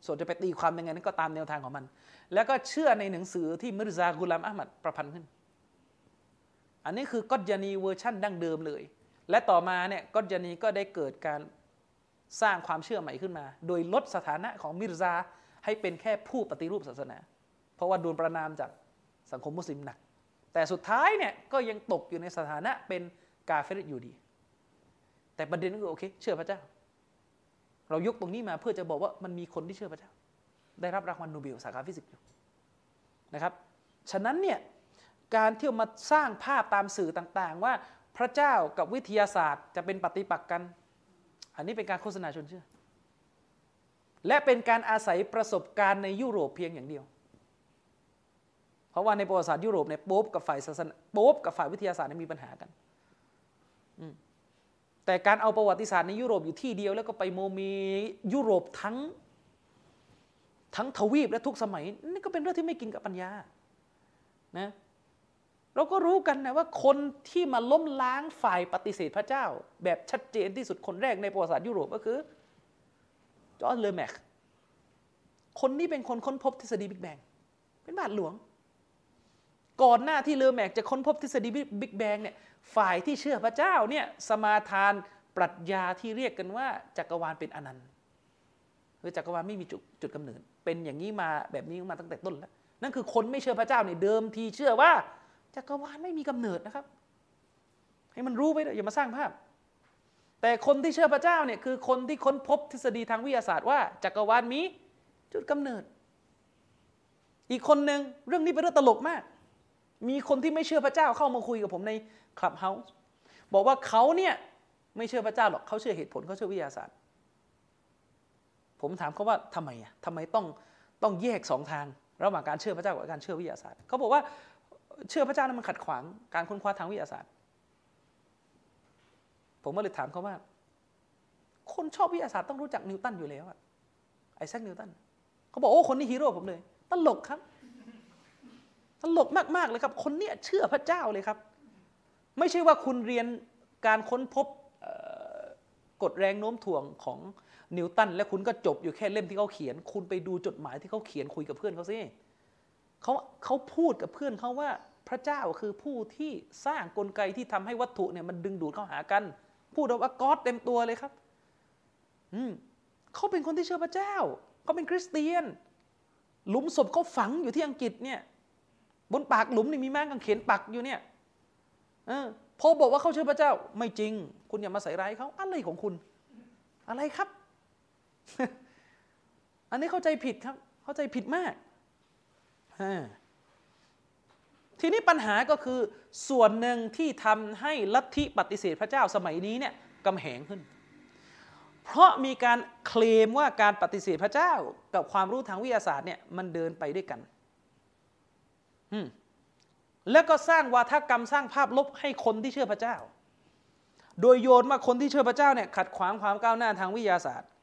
ส่วนจะไปตีความยังไงนั้นก็ตามแนวทางของมันแล้วก็เชื่อในหนังสือที่มิรซากุลามอะห์มัดประพันธ์ขึ้นอันนี้คือกอฎญานีเวอร์ชั่นดั้งเดิมเลยและต่อมาเนี่ยกอฎญานีก็ได้เกิดการสร้างความเชื่อใหม่ขึ้นมาโดยลดสถานะของมิรซาให้เป็นแค่ผู้ปฏิรูปศาสนาเพราะว่าโดนประณามจากสังคมมุสลิมหนักแต่สุดท้ายเนี่ยก็ยังตกอยู่ในสถานะเป็นกาเฟรอยู่ดีแต่ประเด็นก็คือโอเคเชื่อพระเจ้าเรายกตรงนี้มาเพื่อจะบอกว่ามันมีคนที่เชื่อพระเจ้าได้รับรางวัลโนเบลสาขาฟิสิกส์อยู่นะครับฉะนั้นเนี่ยการที่มาสร้างภาพตามสื่อต่างๆว่าพระเจ้ากับวิทยาศาสตร์จะเป็นปฏิปักษ์กันอันนี้เป็นการโฆษณาชวนเชื่อและเป็นการอาศัยประสบการณ์ในยุโรปเพียงอย่างเดียวเพราะว่าในประวัติศาสตร์ยุโรปเนี่ยโป๊ปกับฝ่ายศาสนาโป๊ปกับฝ่ายวิทยาศาสตร์มีปัญหากันแต่การเอาประวัติศาสตร์ในยุโรปอยู่ที่เดียวแล้วก็ไปโมมียุโรปทั้งทั้งทวีปและทุกสมัยนี่ก็เป็นเรื่องที่ไม่กินกับปัญญานะเราก็รู้กันนะว่าคนที่มาล้มล้างฝ่ายปฏิเสธพระเจ้าแบบชัดเจนที่สุดคนแรกในประวัติศาสตร์ยุโรปก็คือจอร์จเลอแม็กคนนี้เป็นคนค้นพบทฤษฎีบิ๊กแบงเป็นบาทหลวงก่อนหน้าที่เลอแม็กจะค้นพบทฤษฎีบิ๊กแบงเนี่ยฝ่ายที่เชื่อพระเจ้าเนี่ยสมาทานปรัชญาที่เรียกกันว่าจักรวาลเป็นอนันต์คือจักรวาลไม่มีจุดจุดกำเนิดเป็นอย่างนี้มาแบบนี้มาตั้งแต่ต้นแล้วนั่นคือคนไม่เชื่อพระเจ้าเนี่ยเดิมทีเชื่อว่าจักรวาลไม่มีกำเนิดนะครับให้มันรู้ไว้อย่ามาสร้างภาพแต่คนที่เชื่อพระเจ้าเนี่ยคือคนที่ค้นพบทฤษฎีทางวิทยาศาสตร์ว่าจักรวาลมีจุดกำเนิดอีกคนหนึ่งเรื่องนี้เป็นเรื่องตลกมากมีคนที่ไม่เชื่อพระเจ้าเข้ามาคุยกับผมในคลับเฮาส์บอกว่าเขาเนี่ยไม่เชื่อพระเจ้าหรอกเขาเชื่อเหตุผลเขาเชื่อวิทยาศาสตร์ผมถามเขาว่าทำไมอ่ะทำไมต้องต้องแยกสองทางระหว่างการเชื่อพระเจ้ากับการเชื่อวิทยาศาสตร์เขาบอกว่าเชื่อพระเจ้านั้นมันขัดขวางการค้นคว้าทางวิทยาศาสตร์ผมก็เลยถามเขาว่าคนชอบวิทยาศาสตร์ต้องรู้จักนิวตันอยู่แล้วอะไอแซคนิวตันเขาบอกโอ้คนนี้ฮีโร่ผมเลยตลกครับตลกมากๆเลยครับคนเนี้ยเชื่อพระเจ้าเลยครับไม่ใช่ว่าคุณเรียนการค้นพบกฎแรงโน้มถ่วงของนิวตันและคุณก็จบอยู่แค่เล่มที่เขาเขียนคุณไปดูจดหมายที่เขาเขียนคุยกับเพื่อนเขาสิเขาเขาพูดกับเพื่อนเขาว่าพระเจ้าคือผู้ที่สร้างกลไกที่ทำให้วัตถุเนี่ยมันดึงดูดเข้าหากันพูดว่าก็อดเต็มตัวเลยครับอืมเขาเป็นคนที่เชื่อพระเจ้าเขาเป็นคริสเตียนหลุมศพเขาฝังอยู่ที่อังกฤษเนี่ยบนปากหลุมนี่มีไม้กางเขนปักอยู่เนี่ยเออพอบอกว่าเขาเชื่อพระเจ้าไม่จริงคุณอย่ามาใส่ร้ายเขาอะไรของคุณอะไรครับ อันนี้เข้าใจผิดครับเข้าใจผิดมากทีนี้ปัญหาก็คือส่วนหนึ่งที่ทำให้ลัทธิปฏิเสธพระเจ้าสมัยนี้เนี่ยกำแหงขึ้นเพราะมีการเคลมว่าการปฏิเสธพระเจ้ากับความรู้ทางวิทยาศาสตร์เนี่ยมันเดินไปด้วยกันแล้วก็สร้างวาทกรรมสร้างภาพลบให้คนที่เชื่อพระเจ้าโดยโยนว่าคนที่เชื่อพระเจ้าเนี่ยขัดขวางความก้าวหน้าทางวิทยาศาสตร์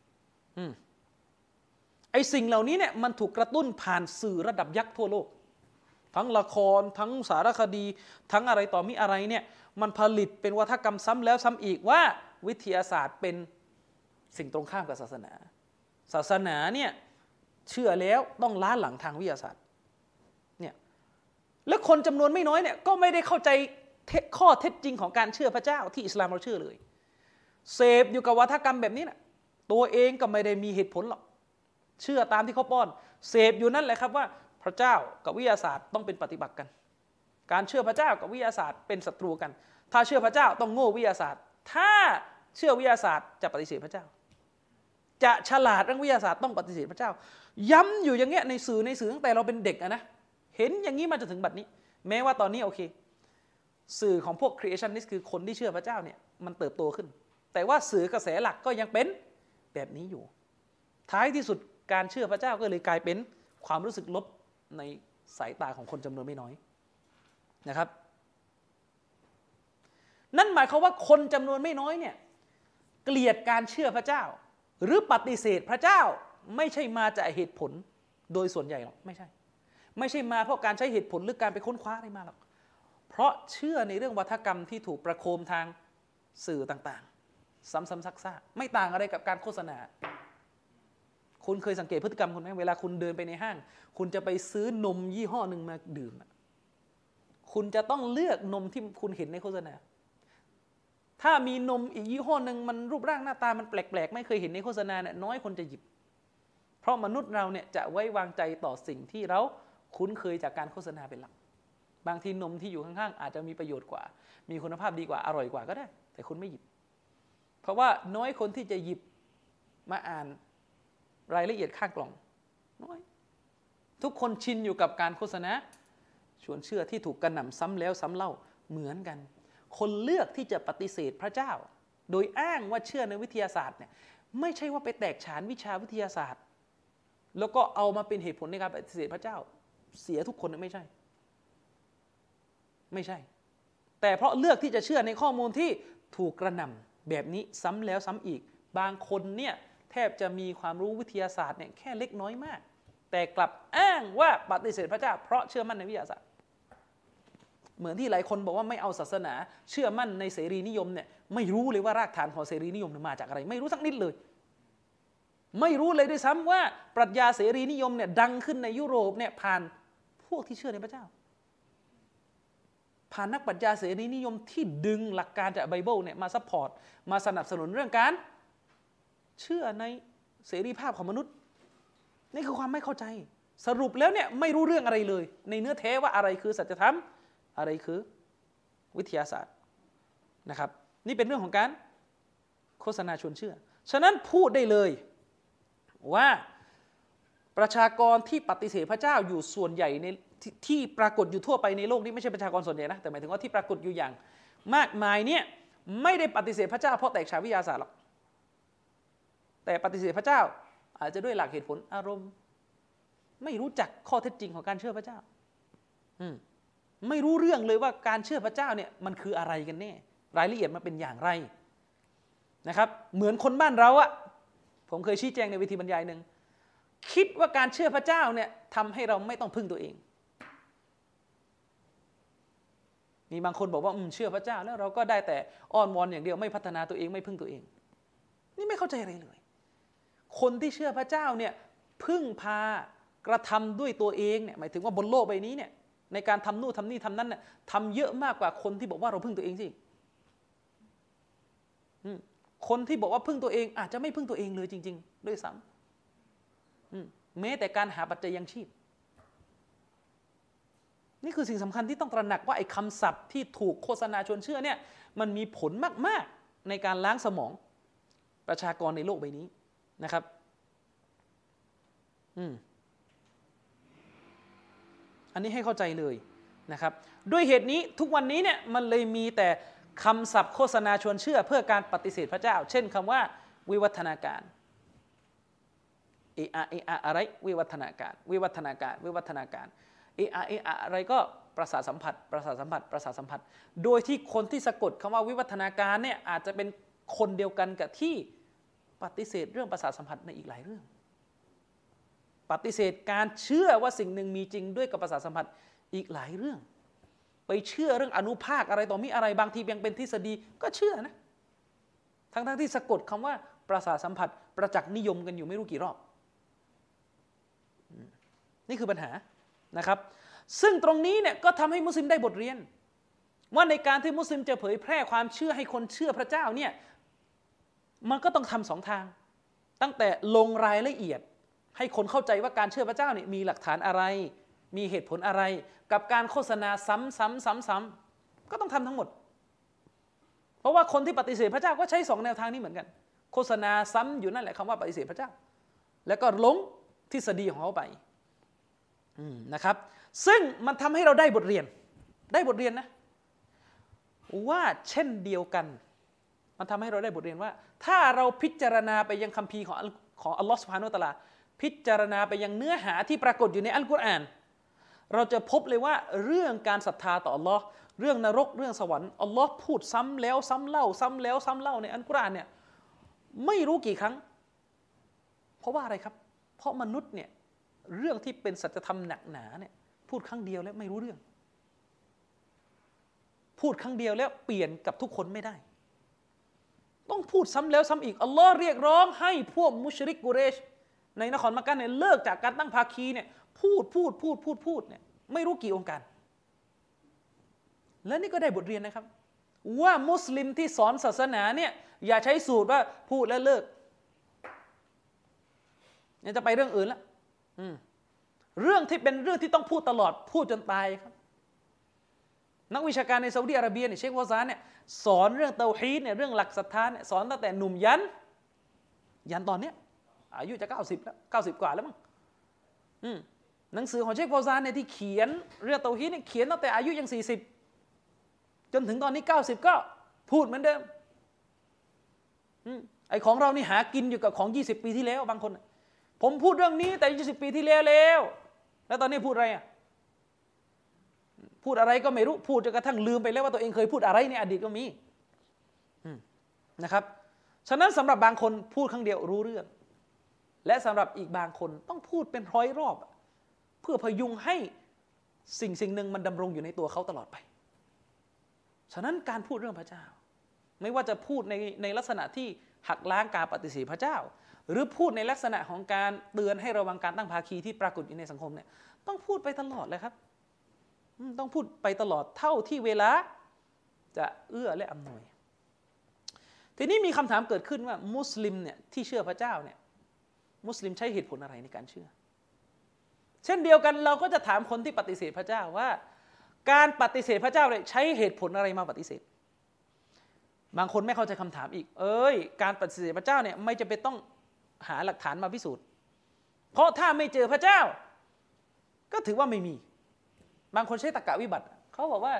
ไอ้สิ่งเหล่านี้เนี่ยมันถูกกระตุ้นผ่านสื่อระดับยักษ์ทั่วโลกทั้งละครทั้งสารคดีทั้งอะไรต่อมีอะไรเนี่ยมันผลิตเป็นวาทกรรมซ้ำแล้วซ้ำอีกว่าวิทยาศาสตร์เป็นสิ่งตรงข้ามกับศาสนาศาสนาเนี่ยเชื่อแล้วต้องล้าหลังทางวิทยาศาสตร์เนี่ยและคนจำนวนไม่น้อยเนี่ยก็ไม่ได้เข้าใจข้อเท็จจริงของการเชื่อพระเจ้าที่อิสลามเราเชื่อเลยเสพอยู่กับวาทกรรมแบบนี้นะตัวเองก็ไม่ได้มีเหตุผลหรอกเชื่อตามที่เขาป้อนเสพอยู่นั่นแหละครับว่าพระเจ้ากับวิทยาศาสตร์ต้องเป็นปฏิบัติกันการเชื่อพระเจ้ากับวิทยาศาสตร์เป็นศัตรูกันถ้าเชื่อพระเจ้าต้องโง่วิทยาศาสตร์ถ้าเชื่อวิทยาศาสตร์จะปฏิเสธพระเจ้าจะฉลาดเรื่องวิทยาศาสตร์ต้องปฏิเสธพระเจ้าย้ำอยู่อย่างเงี้ยในสื่อในสื่อตั้งแต่เราเป็นเด็กอะนะเห็นอย่างนี้มาจนถึงบัดนี้แม้ว่าตอนนี้โอเคสื่อของพวก creationist คือคนที่เชื่อพระเจ้าเนี่ยมันเติบโตขึ้นแต่ว่าสื่อกระแสหลักก็ยังเป็นแบบนี้อยู่ท้ายที่สุดการเชื่อพระเจ้าก็เลยกลายเป็นความรู้สึกลบในสายตาของคนจำนวนไม่น้อยนะครับนั่นหมายความว่าคนจำนวนไม่น้อยเนี่ยเกลียดการเชื่อพระเจ้าหรือปฏิเสธพระเจ้าไม่ใช่มาจากเหตุผลโดยส่วนใหญ่หรอกไม่ใช่ไม่ใช่มาเพราะการใช้เหตุผลหรือการไปค้นคว้าอะไรมาหรอกเพราะเชื่อในเรื่องวัฒกรรมที่ถูกประโคมทางสื่อต่างๆซ้ำๆซักๆไม่ต่างอะไรกับการโฆษณาคุณเคยสังเกตพฤติกรรมคุณไหมเวลาคุณเดินไปในห้างคุณจะไปซื้อนมยี่ห้อหนึ่งมาดื่มคุณจะต้องเลือกนมที่คุณเห็นในโฆษณาถ้ามีนมอีกยี่ห้อหนึ่งมันรูปร่างหน้าตามันแปลกๆไม่เคยเห็นในโฆษณาเนี่ยน้อยคนจะหยิบเพราะมนุษย์เราเนี่ยจะไว้วางใจต่อสิ่งที่เราคุ้นเคยจากการโฆษณาเป็นหลักบางทีนมที่อยู่ข้างๆอาจจะมีประโยชน์กว่ามีคุณภาพดีกว่าอร่อยกว่าก็ได้แต่คุณไม่หยิบเพราะว่าน้อยคนที่จะหยิบมาอ่านรายละเอียดข้างกล่องน้อยทุกคนชินอยู่กับการโฆษณาชวนเชื่อที่ถูกกระหน่ำซ้ำแล้วซ้ำเล่าเหมือนกันคนเลือกที่จะปฏิเสธพระเจ้าโดยอ้างว่าเชื่อในวิทยาศาสตร์เนี่ยไม่ใช่ว่าไปแตกฉานวิชาวิทยาศาสตร์แล้วก็เอามาเป็นเหตุผลในการปฏิเสธพระเจ้าเสียทุกคนไม่ใช่ไม่ใช่แต่เพราะเลือกที่จะเชื่อในข้อมูลที่ถูกกระหน่ำแบบนี้ซ้ำแล้วซ้ำอีกบางคนเนี่ยแทบจะมีความรู้วิทยาศาสตร์เนี่ยแค่เล็กน้อยมากแต่กลับอ้างว่าปฏิเสธพระเจ้าเพราะเชื่อมั่นในวิทยาศาสตร์เหมือนที่หลายคนบอกว่าไม่เอาศาสนาเชื่อมั่นในเสรีนิยมเนี่ยไม่รู้เลยว่ารากฐานของเสรีนิยมมาจากอะไรไม่รู้สักนิดเลยไม่รู้เลยด้วยซ้ำว่าปรัชญาเสรีนิยมเนี่ยดังขึ้นในยุโรปเนี่ยผ่านพวกที่เชื่อในพระเจ้าผ่านนักปรัชญาเสรีนิยมที่ดึงหลักการจากไบเบิลเนี่ยมาซัพพอร์ตมาสนับสนุนเรื่องการเชื่อในเสรีภาพของมนุษย์นี่คือความไม่เข้าใจสรุปแล้วเนี่ยไม่รู้เรื่องอะไรเลยในเนื้อแท้ว่าอะไรคือสัจธรรมอะไรคือวิทยาศาสตร์นะครับนี่เป็นเรื่องของการโฆษณาชวนเชื่อฉะนั้นพูดได้เลยว่าประชากรที่ปฏิเสธพระเจ้าอยู่ส่วนใหญ่ในทที่ปรากฏอยู่ทั่วไปในโลกนี้ไม่ใช่ประชากรส่วนใหญ่นะแต่หมายถึงว่าที่ปรากฏอยู่อย่างมากมายเนี่ยไม่ได้ปฏิเสธพระเจ้าเพราะแตกฉานวิทยาศาสตร์หรอกแต่ปฏิเสธพระเจ้าอาจจะด้วยหลักเหตุผลอารมณ์ไม่รู้จักข้อเท็จจริงของการเชื่อพระเจ้าอืมไม่รู้เรื่องเลยว่าการเชื่อพระเจ้าเนี่ยมันคืออะไรกันแน่รายละเอียดมันเป็นอย่างไรนะครับเหมือนคนบ้านเราอะผมเคยชี้แจงในเวทีบรรยายหนึ่งคิดว่าการเชื่อพระเจ้าเนี่ยทำให้เราไม่ต้องพึ่งตัวเองมีบางคนบอกว่าอืมเชื่อพระเจ้าแล้วเราก็ได้แต่อ้อนวอนอย่างเดียวไม่พัฒนาตัวเองไม่พึ่งตัวเองนี่ไม่เข้าใจอะไรเลยคนที่เชื่อพระเจ้าเนี่ยพึ่งพากระทำด้วยตัวเองเนี่ยหมายถึงว่าบนโลกใบนี้เนี่ยในการทำนู่นทำนี่ทำนั้นเนี่ยทำเยอะมากกว่าคนที่บอกว่าเราพึ่งตัวเองสิคนที่บอกว่าพึ่งตัวเองอาจจะไม่พึ่งตัวเองเลยจริงๆด้วยซ้ำแม้แต่การหาปัจจัยยังชีพนี่คือสิ่งสำคัญที่ต้องตระหนักว่าไอ้คำศัพท์ที่ถูกโฆษณาชวนเชื่อเนี่ยมันมีผลมากๆในการล้างสมองประชากรในโลกใบนี้นะครับอืมอันนี้ให้เข้าใจเลยนะครับด้วยเหตุนี้ทุกวันนี้เนี่ยมันเลยมีแต่คำศัพท์โฆษณาชวนเชื่อเพื่อการปฏิเสธพระเจ้าเช่นคำว่าวิวัฒนาการเออะเออะอะไรวิวัฒนาการวิวัฒนาการวิวัฒนาการเออะเออะอะไรก็ประสาทสัมผัสประสาทสัมผัสประสาทสัมผัสโดยที่คนที่สะกดคำว่าวิวัฒนาการเนี่ยอาจจะเป็นคนเดียวกันกับที่ปฏิเสธเรื่องประสาทสัมผัสในอีกหลายเรื่องปฏิเสธการเชื่อว่าสิ่งหนึ่งมีจริงด้วยกับประสาทสัมผัสอีกหลายเรื่องไปเชื่อเรื่องอนุภาคอะไรต่อมีอะไรบางทียังเป็นทฤษฎีก็เชื่อนะทั้งทั้งที่สะกดคำว่าประสาทสัมผัสประจักษ์นิยมกันอยู่ไม่รู้กี่รอบนี่คือปัญหานะครับซึ่งตรงนี้เนี่ยก็ทำให้มุสลิมได้บทเรียนว่าในการที่มุสลิมจะเผยแพร่ความเชื่อให้คนเชื่อพระเจ้าเนี่ยมันก็ต้องทำสองทางตั้งแต่ลงรายละเอียดให้คนเข้าใจว่าการเชื่อพระเจ้าเนี่ยมีหลักฐานอะไรมีเหตุผลอะไรกับการโฆษณาซ้ำซ้ำซ้ำซ้ำก็ต้องทำทั้งหมดเพราะว่าคนที่ปฏิเสธพระเจ้าก็ใช้สองแนวทางนี้เหมือนกันโฆษณาซ้ำอยู่นั่นแหละคำว่าปฏิเสธพระเจ้าแล้วก็หลงทฤษฎีของเขาไปนะครับซึ่งมันทำให้เราได้บทเรียนได้บทเรียนนะว่าเช่นเดียวกันมันทำให้เราได้บทเรียนว่าถ้าเราพิจารณาไปยังคัมภีร์ของของอัลลอฮฺซุบฮานะฮูวะตะอาลาพิจารณาไปยังเนื้อหาที่ปรากฏอยู่ในอัลกุรอานเราจะพบเลยว่าเรื่องการศรัทธาต่ออัลลอฮ์เรื่องนรกเรื่องสวรรค์อัลลอฮ์พูดซ้ำแล้วซ้ำเล่าซ้ำแล้วซ้ำเล่าในอัลกุรอานเนี่ยไม่รู้กี่ครั้งเพราะว่าอะไรครับเพราะมนุษย์เนี่ยเรื่องที่เป็นสัจธรรมหนักหนาเนี่ยพูดครั้งเดียวแล้วไม่รู้เรื่องพูดครั้งเดียวแล้วเปลี่ยนกับทุกคนไม่ได้ต้องพูดซ้ำแล้วซ้ำอีกอัลลอฮ์เรียกร้องให้พวกมุชริกกุเรชในนครมักกะฮ์เนี่ยเลิกจากการตั้งภาคีเนี่ยพูดพูดพูดพูดพูดเนี่ยไม่รู้กี่องค์การและนี่ก็ได้บทเรียนนะครับว่ามุสลิมที่สอนศาสนาเนี่ยอย่าใช้สูตรว่าพูดแล้วเลิกเนี่ยจะไปเรื่องอื่นละเรื่องที่เป็นเรื่องที่ต้องพูดตลอดพูดจนตายครับนักวิชาการในซาอุดิอาระเบียเนี่ยเชควาซานเนี่ยสอนเรื่องเตาฮีดเนี่ยเรื่องหลักศรัทธาเนี่ยสอนตั้งแต่หนุ่มยันยันตอนเนี้ยอายุจะเก้าสิบแล้วเก้าสิบกว่าแล้วมั้งหนังสือของเชควาซานเนี่ยที่เขียนเรื่องเตาฮีดเนี่ยเขียนตั้งแต่อายุยังสี่สิบจนถึงตอนนี้เก้าสิบก็พูดเหมือนเดิมไอ้ของเรานี่หากินอยู่กับของยี่สิบปีที่แล้วบางคนผมพูดเรื่องนี้แต่ยี่สิบปีที่แล้วแล้วแล้วตอนนี้พูดอะไรอ่ะพูดอะไรก็ไม่รู้พูดจนกระทั่งลืมไปแล้วว่าตัวเองเคยพูดอะไรในอดีตก็มีนะครับฉะนั้นสำหรับบางคนพูดครั้งเดียวรู้เรื่องและสำหรับอีกบางคนต้องพูดเป็นร้อยรอบเพื่อพยุงให้สิ่งสิ่งหนึ่งมันดำรงอยู่ในตัวเขาตลอดไปฉะนั้นการพูดเรื่องพระเจ้าไม่ว่าจะพูดในในลักษณะที่หักล้างการปฏิเสธพระเจ้าหรือพูดในลักษณะของการเตือนให้ระวังการตั้งภาคีที่ปรากฏอยู่ในสังคมเนี่ยต้องพูดไปตลอดเลยครับต้องพูดไปตลอดเท่าที่เวลาจะเอื้อและอำนวยทีนี้มีคำถามเกิดขึ้นว่ามุสลิมเนี่ยที่เชื่อพระเจ้าเนี่ยมุสลิมใช้เหตุผลอะไรในการเชื่อเช่นเดียวกันเราก็จะถามคนที่ปฏิเสธพระเจ้าว่าการปฏิเสธพระเจ้าเนี่ยใช้เหตุผลอะไรมาปฏิเสธบางคนไม่เข้าใจคำถามอีกเอ้ยการปฏิเสธพระเจ้าเนี่ยไม่จำเป็นต้องหาหลักฐานมาพิสูจน์เพราะถ้าไม่เจอพระเจ้าก็ถือว่าไม่มีบางคนใช้ตรรกะวิบัติเขาบอกว่า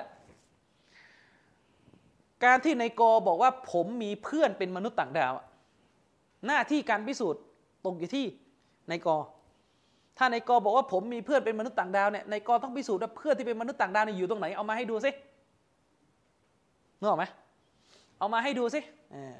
การที่นายกอบอกว่าผมมีเพื่อนเป็นมนุษย์ต่างดาวหน้าที่การพิสูจน์ตกอยู่ที่นายกอถ้านายกอบอกว่าผมมีเพื่อนเป็นมนุษย์ต่างดาวเนี่ยนายกอต้องพิสูจน์ว่าเพื่อนที่เป็นมนุษย์ต่างดาวเนี่ยอยู่ตรงไหนเอามาให้ดูสินึกออกไหมเอามาให้ดูสิ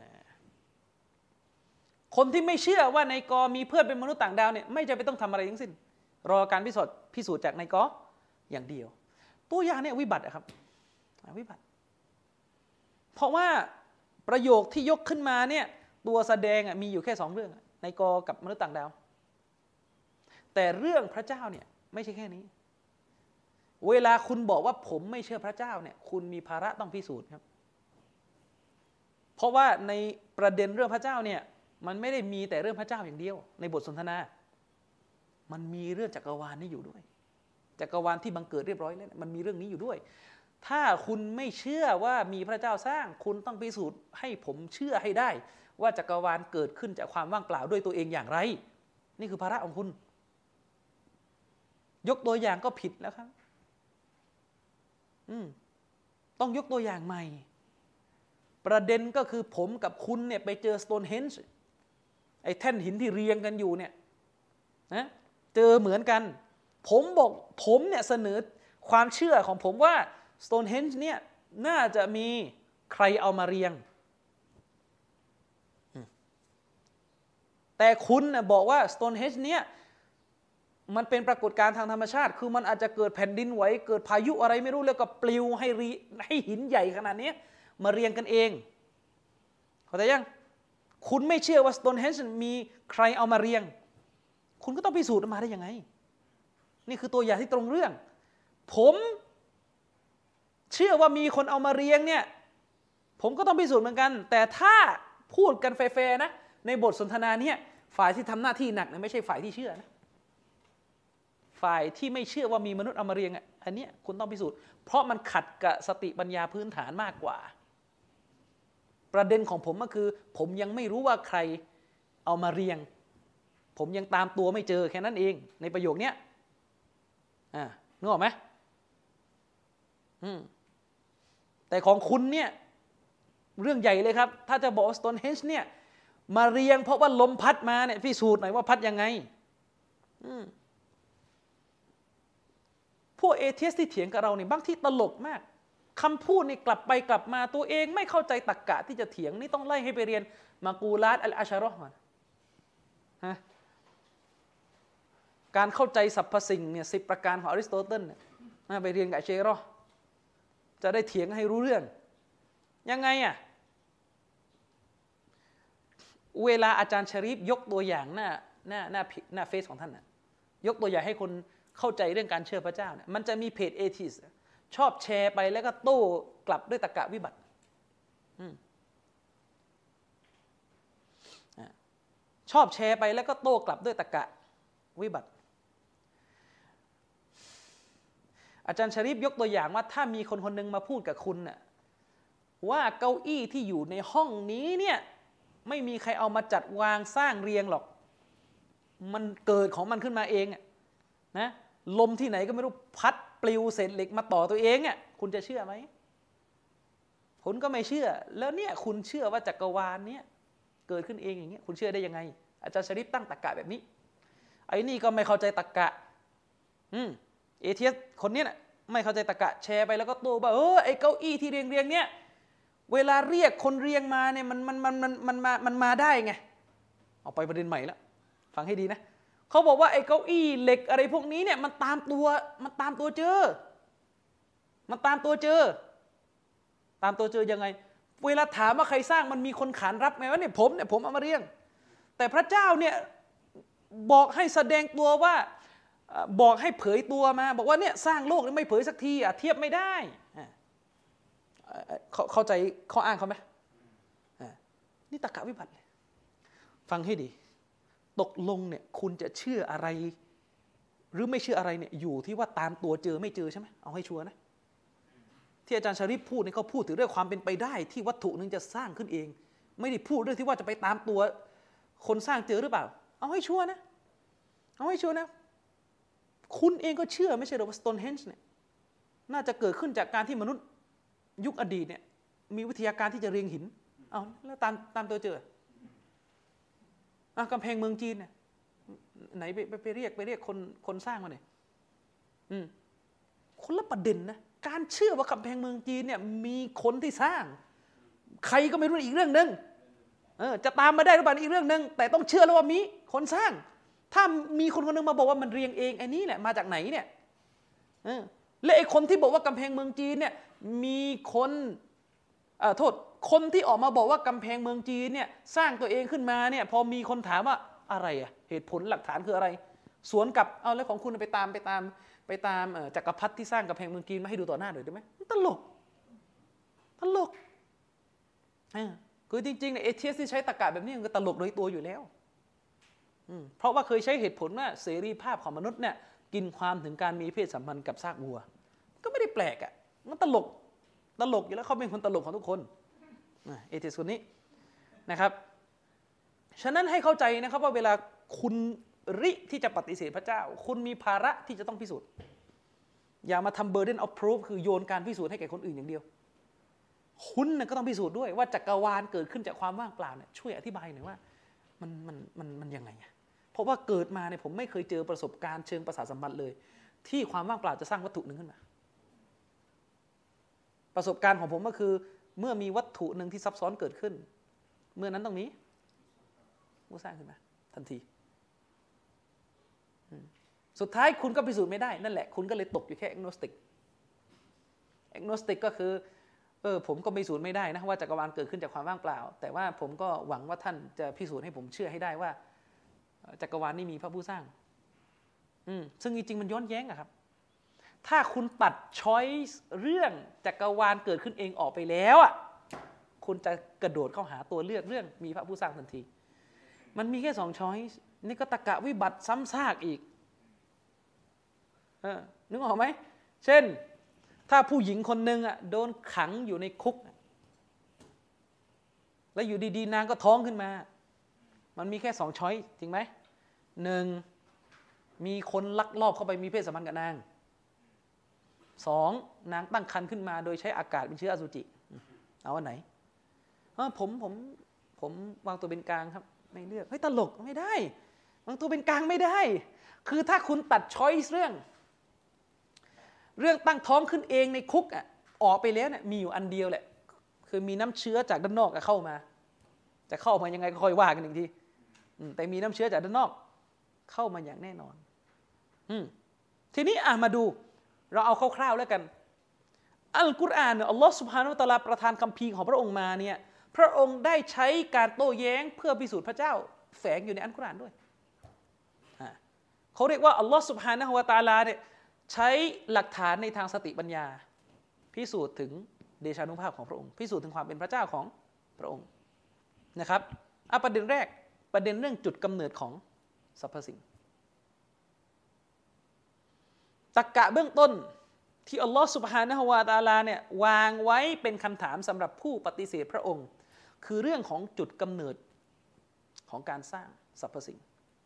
คนที่ไม่เชื่อว่านายกอมีเพื่อนเป็นมนุษย์ต่างดาวเนี่ยไม่จำเป็นต้องทำอะไรทั้งสิ้นรอการพิสูจน์พิสูจน์จากนายกออย่างเดียวตัวอย่างเนี่ยวิบัติครับวิบัติเพราะว่าประโยคที่ยกขึ้นมาเนี่ยตัวแสดงมีอยู่แค่สองเรื่องนายกอกับมนุษย์ต่างดาวแต่เรื่องพระเจ้าเนี่ยไม่ใช่แค่นี้เวลาคุณบอกว่าผมไม่เชื่อพระเจ้าเนี่ยคุณมีภาระต้องพิสูจน์ครับเพราะว่าในประเด็นเรื่องพระเจ้าเนี่ยมันไม่ได้มีแต่เรื่องพระเจ้าอย่างเดียวในบทสนทนามันมีเรื่องจักรวาลนี่อยู่ด้วยจักรวาลที่บังเกิดเรียบร้อยแล้วมันมีเรื่องนี้อยู่ด้วยถ้าคุณไม่เชื่อว่ามีพระเจ้าสร้างคุณต้องพิสูจน์ให้ผมเชื่อให้ได้ว่าจักรวาลเกิดขึ้นจากความว่างเปล่าด้วยตัวเองอย่างไรนี่คือภาระของคุณยกตัวอย่างก็ผิดแล้วครับอืมต้องยกตัวอย่างใหม่ประเด็นก็คือผมกับคุณเนี่ยไปเจอสโตนเฮนจ์ไอ้แท่นหินที่เรียงกันอยู่เนี่ยนะเจอเหมือนกันผมบอกผมเนี่ยเสนอความเชื่อของผมว่าสโตนเฮนจ์เนี่ยน่าจะมีใครเอามาเรียงแต่คุณน่ะบอกว่าสโตนเฮนจ์เนี่ยมันเป็นปรากฏการณ์ทางธรรมชาติคือมันอาจจะเกิดแผ่นดินไหวเกิดพายุอะไรไม่รู้แล้วก็ปลิวให้รีให้หินใหญ่ขนาดนี้มาเรียงกันเองเข้าใจยังคุณไม่เชื่อว่าสโตนเฮนจ์มีใครเอามาเรียงคุณก็ต้องพิสูจน์มาได้ยังไงนี่คือตัวอย่างที่ตรงเรื่องผมเชื่อว่ามีคนเอามาเรียงเนี่ยผมก็ต้องพิสูจน์เหมือนกันแต่ถ้าพูดกันแฟร์ๆนะในบทสนทนาเนี่ยฝ่ายที่ทำหน้าที่หนักเนี่ยไม่ใช่ฝ่ายที่เชื่อนะฝ่ายที่ไม่เชื่อว่ามีมนุษย์เอามาเรียงอ่ะอันนี้คุณต้องพิสูจน์เพราะมันขัดกับสติปัญญาพื้นฐานมากกว่าประเด็นของผมก็คือผมยังไม่รู้ว่าใครเอามาเรียงผมยังตามตัวไม่เจอแค่นั้นเองในประโยคนี้อ่านึกออกไหมอืมแต่ของคุณเนี่ยเรื่องใหญ่เลยครับถ้าจะบอกสโตนเฮนจ์เนี่ยมาเรียงเพราะว่าลมพัดมาเนี่ยพิสูจน์หน่อยว่าพัดยังไงอืมพวกเอเทียสที่เถียงกับเราเนี่ยบางที่ตลกมากคำพูดนี่กลับไปกลับมาตัวเองไม่เข้าใจตรรกะที่จะเถียงนี่ต้องไล่ให้ไปเรียนมากูลาตอัลอาชาเราะห์มาฮะการเข้าใจสรรพสิ่งเนี่ยสิบประการของอริสโตเติลเนี่ยไปเรียนกับเชโรจะได้เถียงให้รู้เรื่องยังไงอ่ะเวลาอาจารย์ชะรีฟยกตัวอย่างหน้าหน้าหน้าหน้าเฟซของท่านนะยกตัวอย่างให้คนเข้าใจเรื่องการเชื่อพระเจ้าเนี่ยมันจะมีเพจเอทิสชอบแชร์ไปแล้วก็โต้กลับด้วยตรรกะวิบัติชอบแชร์ไปแล้วก็โต้กลับด้วยตรรกะวิบัติอาจารย์ชะรีฟยกตัวอย่างว่าถ้ามีคนคนหนึ่งมาพูดกับคุณน่ะว่าเก้าอี้ที่อยู่ในห้องนี้เนี่ยไม่มีใครเอามาจัดวางสร้างเรียงหรอกมันเกิดของมันขึ้นมาเองนะลมที่ไหนก็ไม่รู้พัดปลิวเศษเหล็กมาต่อตัวเองอ่ะคุณจะเชื่อไหมคุณก็ไม่เชื่อแล้วเนี่ยคุณเชื่อว่าจักรวาลเนี่ยเกิดขึ้นเองอย่างเงี้ยคุณเชื่อได้ยังไงอาจารย์ชะรีฟตั้งตรรกะแบบนี้ไอ้นี่ก็ไม่เข้าใจตรรกะอืมเอเทียสคนนี้น่ะไม่เข้าใจตรรกะแชร์ไปแล้วก็โต้ว่าเออไอ้เก้าอี้ที่เรียงเรียงเนี่ยเวลาเรียกคนเรียงมาเนี่ยมันมันมันมันมันมามันมาได้ไงเอาไปประเด็นใหม่แล้วฟังให้ดีนะเขาบอกว่าไอ้เก้าอี้เหล็กอะไรพวกนี้เนี่ยมันตามตัวมันตามตัวเจอมันตามตัวเจอตามตัวเจอยังไงเวลาถามว่าใครสร้างมันมีคนขานรับไงว่าเนี่ยผมเนี่ยผมเอามาเรียงแต่พระเจ้าเนี่ยบอกให้แสดงตัวว่าบอกให้เผยตัวมาบอกว่าเนี่ยสร้างโลกนี่ไม่เผยสักทีอ่ะเทียบไม่ได้เข้าใจข้ออ้างเขาไหมนี่ตรรกะวิบัติฟังให้ดีตกลงเนี่ยคุณจะเชื่ออะไรหรือไม่เชื่ออะไรเนี่ยอยู่ที่ว่าตามตัวเจอไม่เจอใช่ไหมเอาให้ชัวร์นะที่อาจารย์ชะรีฟพูดเนี่ยเขาพูดถึงเรื่องความเป็นไปได้ที่วัตถุนึงจะสร้างขึ้นเองไม่ได้พูดเรื่องที่ว่าจะไปตามตัวคนสร้างเจอหรือเปล่าเอาให้ชัวร์นะเอาให้ชัวร์นะคุณเองก็เชื่อไม่ใช่หรอว่า Stonehenge เนี่ยน่าจะเกิดขึ้นจากการที่มนุษย์ยุคอดีตเนี่ยมีวิทยาการที่จะเรียงหินเอาแล้วตามตามตัวเจออ่ะกำแพงเมืองจีนเนี่ยไหนไปไปไปเรียกไปเรียกคนคนสร้างมาเนี่ยอืมคนละประเด็นนะการเชื่อว่ากำแพงเมืองจีนเนี่ยมีคนที่สร้างใครก็ไม่รู้อีกเรื่องนึงเออจะตามมาได้หรือเปล่าอีกเรื่องนึงแต่ต้องเชื่อแล้วว่ามีคนสร้างถ้ามีคนคนนึงมาบอกว่ามันเรียงเองไอ้นี่แหละมาจากไหนเนี่ยเออและไอ้คนที่บอกว่ากำแพงเมืองจีนเนี่ยมีคนเอ่อโทษคนที่ออกมาบอกว่ากำแพงเมืองจีนเนี่ยสร้างตัวเองขึ้นมาเนี่ยพอมีคนถามว่าอะไรอะเหตุผลหลักฐานคืออะไรสวนกับเอาแล้วของคุณไปตามไปตามไปตามจักรพรรดิที่สร้างกำแพงเมืองจีนมาให้ดูต่อหน้าหน่อยได้ไหมตลกตลกคือจริงๆเนี่ยเอเทียสที่ใช้ตรรกะแบบนี้มันก็ตลกโดยตัวอยู่แล้วเพราะว่าเคยใช้เหตุผลว่าเสรีภาพของมนุษย์เนี่ยกินความถึงการมีเพศสัมพันธ์กับซากวัวก็ไม่ได้แปลกอ่ะมันตลกตลกอยู่แล้วเขาเป็นคนตลกของทุกคนเอเทียสคนนี้นะครับฉะนั้นให้เข้าใจนะครับว่าเวลาคุณริที่จะปฏิเสธพระเจ้าคุณมีภาระที่จะต้องพิสูจน์อย่ามาทำ burden of proof คือโยนการพิสูจน์ให้แก่คนอื่นอย่างเดียวคุณก็ต้องพิสูจน์ด้วยว่าจักรวาลเกิดขึ้นจากความว่างเปล่าเนี่ยช่วยอธิบายหน่อยว่ามันมันมันมันยังไงเพราะว่าเกิดมาเนี่ยผมไม่เคยเจอประสบการณ์เชิงประสาทสัมผัสเลยที่ความว่างเปล่าจะสร้างวัตถุหนึ่งขึ้นมาประสบการณ์ของผมก็คือเมื่อมีวัตถุหนึ่งที่ซับซ้อนเกิดขึ้นเมื่อนั้นต้องมีผู้สร้างขึ้นมาทันทีสุดท้ายคุณก็พิสูจน์ไม่ได้นั่นแหละคุณก็เลยตกอยู่แค่ agnostic agnostic ก็คือเออผมก็พิสูจน์ไม่ได้นะว่าจักรวาลเกิดขึ้นจากความว่างเปล่าแต่ว่าผมก็หวังว่าท่านจะพิสูจน์ให้ผมเชื่อให้ได้ว่าจักรวาลนี่มีพระผู้สร้างอืมซึ่งจริงๆมันย้อนแย้งอะครับถ้าคุณตัดช้อยส์เรื่องจักรวาลเกิดขึ้นเองออกไปแล้วอ่ะคุณจะกระโดดเข้าหาตัวเลือกเรื่องมีพระผู้สร้างทันทีมันมีแค่สองช้อยส์นี่ก็ตรรกะวิบัติซ้ำซากอีกเออนึกออกไหมเช่นถ้าผู้หญิงคนหนึ่งอ่ะโดนขังอยู่ในคุกแล้วอยู่ดีๆนางก็ท้องขึ้นมามันมีแค่สองช้อยส์จริงไหมหนึ่งมีคนลักลอบเข้าไปมีเพศสัมพันธ์กับนางสองนางตั้งครรภ์ขึ้นมาโดยใช้อากาศเป็นเชื้ออสุจิเอาอันไหนเออผมผมผมวางตัวเป็นกลางครับไม่เลือกเฮ้ยตลกไม่ได้วางตัวเป็นกลางไม่ได้คือถ้าคุณตัดช้อยส์เรื่องเรื่องตั้งท้องขึ้นเองในคุกอ่ะออกไปแล้วเนี่ยมีอยู่อันเดียวแหละคือมีน้ำเชื้อจากด้านนอกเข้ามาจะเข้ามายังไงก็ค่อยว่ากันอีกทีแต่มีน้ำเชื้อจากด้านนอกเข้ามาอย่างแน่นอนทีนี้อ่ะมาดูเราเอาคร่าวๆแล้วกันอัลกุรอานเนี่ยอัลลอฮฺซุบฮานะฮูวะตะอาลาประทานคัมภีร์ของพระองค์มาเนี่ยพระองค์ได้ใช้การโต้แย้งเพื่อพิสูจน์พระเจ้าแฝงอยู่ในอัลกุรอานด้วยเขาเรียกว่าอัลลอฮ์ซุบฮานะฮูวะตะอาลาเนี่ยใช้หลักฐานในทางสติปัญญาพิสูจน์ถึงเดชานุภาพของพระองค์พิสูจน์ถึงความเป็นพระเจ้าของพระองค์นะครับอ่ะประเด็นแรกประเด็นเรื่องจุดกำเนิดของสรรพสิ่งตรรกะเบื้องต้นที่อัลลอฮ์ซุบฮานะฮูวะตะอาลาเนี่ยวางไว้เป็นคำถามสำหรับผู้ปฏิเสธพระองค์คือเรื่องของจุดกำเนิดของการสร้างสรรพสิ่ง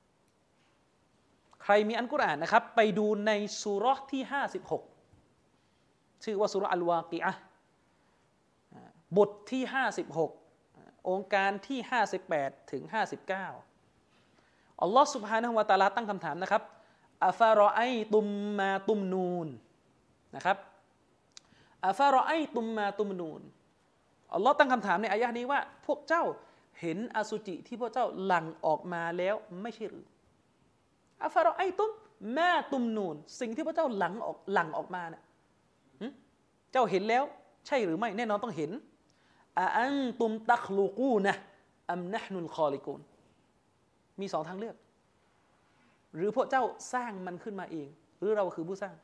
ใครมีอัลกุรอานนะครับไปดูในซูเราะห์ที่ห้าสิบหกชื่อว่าซูเราะห์อัลวากิอะห์บทที่ห้าสิบหกองค์การที่ห้าสิบแปดถึงห้าสิบเก้าอัลลอฮ์ سبحانه และ تعالى ตั้งคำถามนะครับอัฟารอไอตุมมาตุมนูนนะครับอัฟารอไอตุมมาตุมนูนอัลลอฮ์ตั้งคำถามในอายะห์นี้ว่าพวกเจ้าเห็นอสุจิที่พวกเจ้าหลั่งออกมาแล้วไม่ใช่หรืออัฟารอไอตุมมาตุมนูนสิ่งที่พวกเจ้าหลั่งออกหลั่งออกมาเนี่ยเจ้าเห็นแล้วใช่หรือไม่แน่นอนต้องเห็นอะอันตุมตัคลุกูนะอัมนะห์นุลคอลิกูนมีสองทางเลือกหรือพวกเจ้าสร้างมันขึ้นมาเองหรือเราคือผู้สร้าง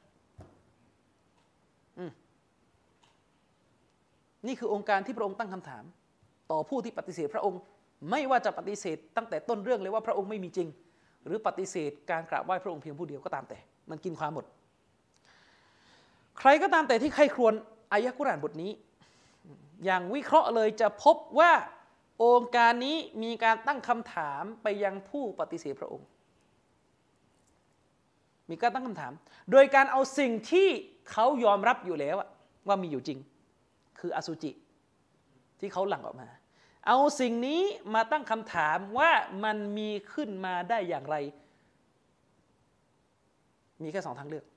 นี่คือองค์การที่พระองค์ตั้งคำถามต่อผู้ที่ปฏิเสธพระองค์ไม่ว่าจะปฏิเสธตั้งแต่ต้นเรื่องเลยว่าพระองค์ไม่มีจริงหรือปฏิเสธการกราบไหว้พระองค์เพียงผู้เดียวก็ตามแต่มันกินความหมดใครก็ตามแต่ที่ใครครวญอายะกุรอานบทนี้อย่างวิเคราะห์เลยจะพบว่าองค์การนี้มีการตั้งคำถามไปยังผู้ปฏิเสธพระองค์มีการตั้งคำถามโดยการเอาสิ่งที่เขายอมรับอยู่แล้วว่ามีอยู่จริงคืออสุจิที่เขาหลั่งออกมาเอาสิ่งนี้มาตั้งคำถามว่ามันมีขึ้นมาได้อย่างไรมีแค่สองทางเลือก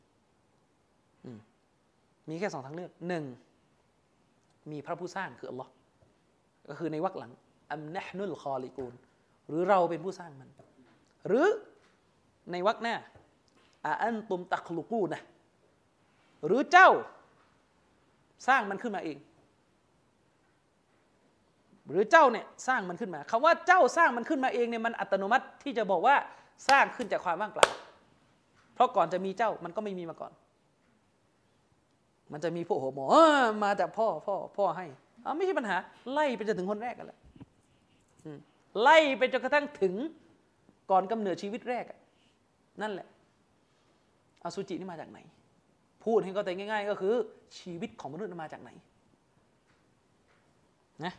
มีแค่สองทางเลือกหนึ่งมีพระผู้สร้างคืออัลลอฮ์ก็คือในวรรคหลังอัมนะห์นุลคอลิกูนหรือเราเป็นผู้สร้างมันหรือในวรรคหน้าอะอันตุมตัคลุกูนะหรือเจ้าสร้างมันขึ้นมาเองหรือเจ้าเนี่ยสร้างมันขึ้นมาคำว่าเจ้าสร้างมันขึ้นมาเองเนี่ยมันอัตโนมัติที่จะบอกว่าสร้างขึ้นจากความว่างเปล่าเพราะก่อนจะมีเจ้ามันก็ไม่มีมาก่อนมันจะมีพวกหัวหมอมาจากพ่อพ่อพ่อให้อ๋อไม่ใช่ปัญหาไล่ไปจนถึงคนแรกกันแหละไล่ไปจนกระทั่งถึงก่อนกำเนิดชีวิตแรกนั่นแหละอสุจินี่มาจากไหนพูดให้เข้าใจง่ายๆก็คือชีวิตของมนุษย์มาจากไหนนะ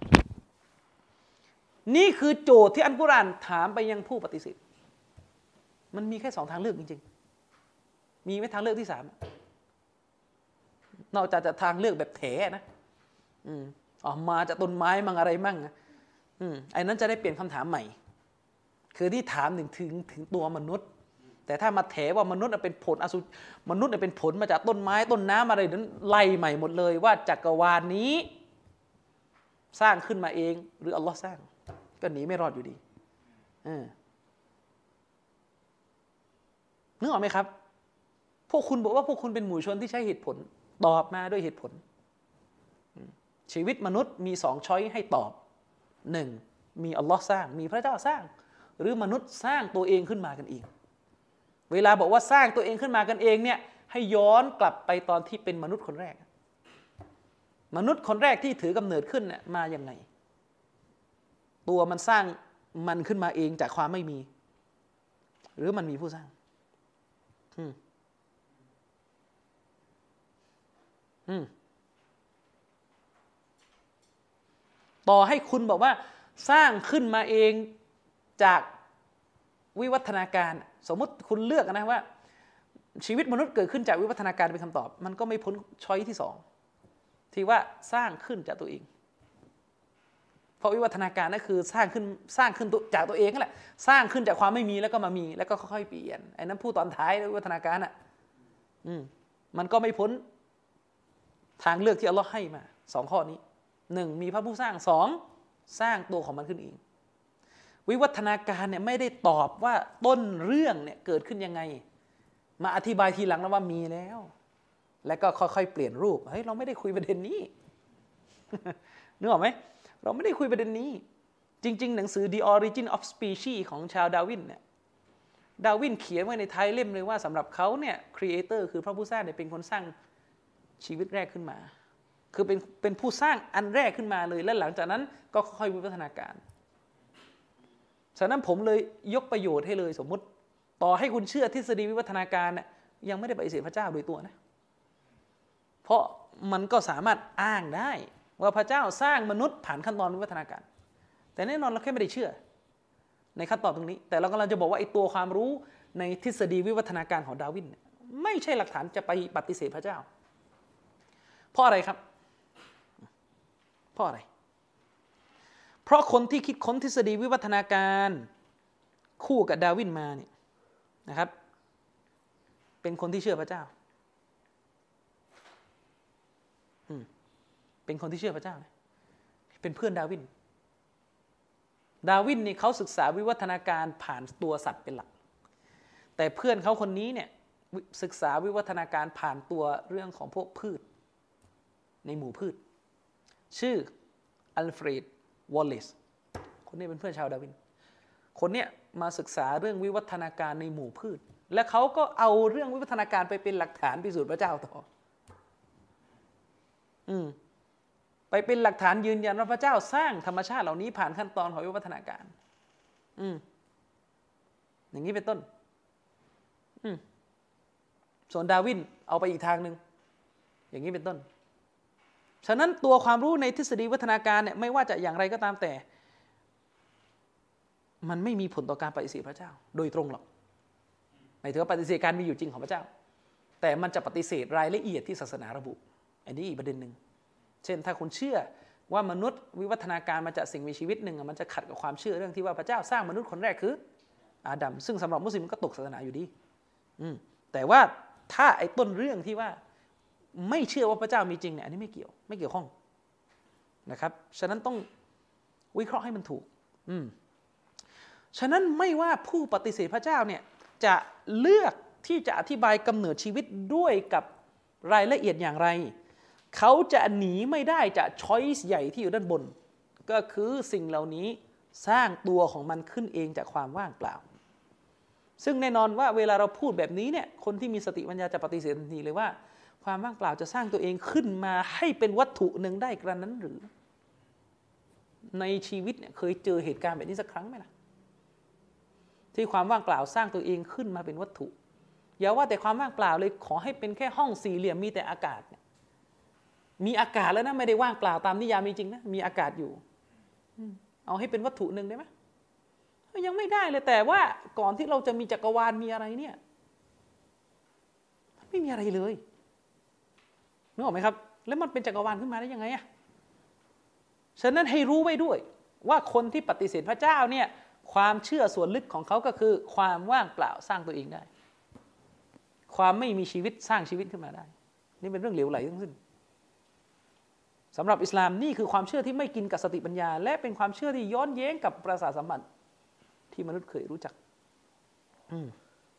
นี่คือโจทย์ที่อัลกุรอานถามไปยังผู้ปฏิเสธมันมีแค่สองทางเลือกจริงๆมีไหมทางเลือกที่สามนอกจากจะทางเลือกแบบแถนะอืมอ๋อมาจากต้นไม้มั่งอะไรมั่งนะอืมไอ้นั้นจะได้เปลี่ยนคำถามใหม่คือที่ถามถึงถึงถึงตัวมนุษย์แต่ถ้ามาแถว่ามนุษย์เป็นผลอสุมนุษย์เป็นผลมาจากต้นไม้ต้นน้ำอะไรนั้นไล่ใหม่หมดเลยว่าจักรวาลนี้สร้างขึ้นมาเองหรืออัลลอฮ์สร้างก็หนีไม่รอดอยู่ดีนึกออกไหมครับพวกคุณบอกว่าพวกคุณเป็นหมู่ชนที่ใช้เหตุผลตอบมาด้วยเหตุผลชีวิตมนุษย์มีสองช้อยให้ตอบหนึ่งมีอัลลอฮ์สร้างมีพระเจ้าสร้างหรือมนุษย์สร้างตัวเองขึ้นมากันเองเวลาบอกว่าสร้างตัวเองขึ้นมากันเองเนี่ยให้ย้อนกลับไปตอนที่เป็นมนุษย์คนแรกมนุษย์คนแรกที่ถือกำเนิดขึ้นเนี่ยมาอย่างไงตัวมันสร้างมันขึ้นมาเองจากความไม่มีหรือมันมีผู้สร้างอืมอืมต่อให้คุณบอกว่าสร้างขึ้นมาเองจากวิวัฒนาการสมมติคุณเลือกนะว่าชีวิตมนุษย์เกิดขึ้นจากวิวัฒนาการเป็นคำตอบมันก็ไม่พ้นช้อยที่สองที่ว่าสร้างขึ้นจากตัวเองเพราะวิวัฒนาการนั่นคือสร้างขึ้นสร้างขึ้นจากตัวเองนั่นแหละสร้างขึ้นจากความไม่มีแล้วก็มามีแล้วก็ค่อยๆเปลี่ยนไอ้นั้นพูดตอนท้ายวิวัฒนาการอ่ะอืมมันก็ไม่พ้นทางเลือกที่อัลลอฮ์ให้มาสองข้อนี้หนึ่งมีพระผู้สร้างสองสร้างตัวของมันขึ้นเองวิวัฒนาการเนี่ยไม่ได้ตอบว่าต้นเรื่องเนี่ยเกิดขึ้นยังไงมาอธิบายทีหลังแล้วว่ามีแล้วแล้วก็ค่อยๆเปลี่ยนรูปเฮ้ยเราไม่ได้คุยประเด็นนี้ นึกออกไหมเราไม่ได้คุยประเด็นนี้จริงๆหนังสือ The Origin of Species ของชาวดาร์วินเนี่ยดาร์วินเขียนไว้ในท้ายเล่มเลยว่าสำหรับเขาเนี่ยครีเอเตอร์คือพระผู้สร้างเนี่ยเป็นคนสร้างชีวิตแรกขึ้นมาคือเป็นเป็นผู้สร้างอันแรกขึ้นมาเลยและหลังจากนั้นก็ค่อยๆวิวัฒนาการฉะนั้นผมเลยยกประโยชน์ให้เลยสมมุติต่อให้คุณเชื่อทฤษฎีวิวัฒนาการเนี่ยยังไม่ได้ปฏิเสธพระเจ้าโดยตัวนะเพราะมันก็สามารถอ้างได้ว่าพระเจ้าสร้างมนุษย์ผ่านขั้นตอนวิวัฒนาการแต่แน่นอนเราแค่ไม่ได้เชื่อในขั้นตอนตรงนี้แต่เรากำลังจะบอกว่าไอ้ตัวความรู้ในทฤษฎีวิวัฒนาการของดาร์วินเนี่ยไม่ใช่หลักฐานจะไปปฏิเสธพระเจ้าเพราะอะไรครับเพราะอะไรเพราะคนที่คิดค้นทฤษฎีวิวัฒนาการคู่กับดาร์วินมาเนี่ยนะครับเป็นคนที่เชื่อพระเจ้าอืมเป็นคนที่เชื่อพระเจ้าเป็นเพื่อนดาร์วินดาร์วินนี่เขาศึกษาวิวัฒนาการผ่านตัวสัตว์เป็นหลักแต่เพื่อนเขาคนนี้เนี่ยศึกษาวิวัฒนาการผ่านตัวเรื่องของพวกพืชในหมู่พืชชื่ออัลเฟรดวอลเลซคนนี้เป็นเพื่อนชาวดาร์วินคนเนี้ยมาศึกษาเรื่องวิวัฒนาการในหมู่พืชและเขาก็เอาเรื่องวิวัฒนาการไปเป็นหลักฐานพิสูจน์พระเจ้าต่ออืมไปเป็นหลักฐานยืนยันว่าพระเจ้าสร้างธรรมชาติเหล่านี้ผ่านขั้นตอนของวิวัฒนาการอืมอย่างนี้เป็นต้นอืมส่วนดาร์วินเอาไปอีกทางหนึ่งอย่างนี้เป็นต้นฉะนั้นตัวความรู้ในทฤษฎีวิวัฒนาการเนี่ยไม่ว่าจะอย่างไรก็ตามแต่มันไม่มีผลต่อการปฏิเสธพระเจ้าโดยตรงหรอกหมายถึงว่าปฏิเสธการมีอยู่จริงของพระเจ้าแต่มันจะปฏิเสธรายละเอียดที่ศาสนาระบุอันนี้อีกประเด็นหนึ่งเช่นถ้าคุณเชื่อว่ามนุษย์วิวัฒนาการมาจากสิ่งมีชีวิตหนึ่งมันจะขัดกับความเชื่อเรื่องที่ว่าพระเจ้าสร้างมนุษย์คนแรกคืออาดัมซึ่งสำหรับมุสลิมก็ตกศาสนาอยู่ดีอืมแต่ว่าถ้าไอ้ต้นเรื่องที่ว่าไม่เชื่อว่าพระเจ้ามีจริงเนี่ยอันนี้ไม่เกี่ยวไม่เกี่ยวข้องนะครับฉะนั้นต้องวิเคราะห์ให้มันถูกอืมฉะนั้นไม่ว่าผู้ปฏิเสธพระเจ้าเนี่ยจะเลือกที่จะอธิบายกำเนิดชีวิตด้วยกับรายละเอียดอย่างไรเขาจะหนีไม่ได้จากช้อยส์ใหญ่ที่อยู่ด้านบนก็คือสิ่งเหล่านี้สร้างตัวของมันขึ้นเองจากความว่างเปล่าซึ่งแน่นอนว่าเวลาเราพูดแบบนี้เนี่ยคนที่มีสติปัญญาจะปฏิเสธทันทีเลยว่าความว่างเปล่าจะสร้างตัวเองขึ้นมาให้เป็นวัตถุหนึ่งได้กระนั้นหรือในชีวิตเนี่ยเคยเจอเหตุการณ์แบบนี้สักครั้งไหมล่ะที่ความว่างเปล่าสร้างตัวเองขึ้นมาเป็นวัตถุอย่าว่าแต่ความว่างเปล่าเลยขอให้เป็นแค่ห้องสี่เหลี่ยมมีแต่อากาศเนี่ยมีอากาศแล้วนะไม่ได้ว่างเปล่าตามนิยามจริงๆนะมีอากาศอยู่เอาให้เป็นวัตถุหนึ่งได้ไหมยังไม่ได้เลยแต่ว่าก่อนที่เราจะมีจักรวาลมีอะไรเนี่ยไม่มีอะไรเลยนึกออกไหมครับแล้วมันเป็นจักรวาลขึ้นมาได้ยังไงอ่ะฉะนั้นให้รู้ไว้ด้วยว่าคนที่ปฏิเสธพระเจ้าเนี่ยความเชื่อส่วนลึกของเขาก็คือความว่างเปล่าสร้างตัวเองได้ความไม่มีชีวิตสร้างชีวิตขึ้นมาได้นี่เป็นเรื่องเหลวไหลทั้งสิ้นสำหรับอิสลามนี่คือความเชื่อที่ไม่กินกับสติปัญญาและเป็นความเชื่อที่ย้อนแย้งกับประสาทสัมผัสที่มนุษย์เคยรู้จักอืม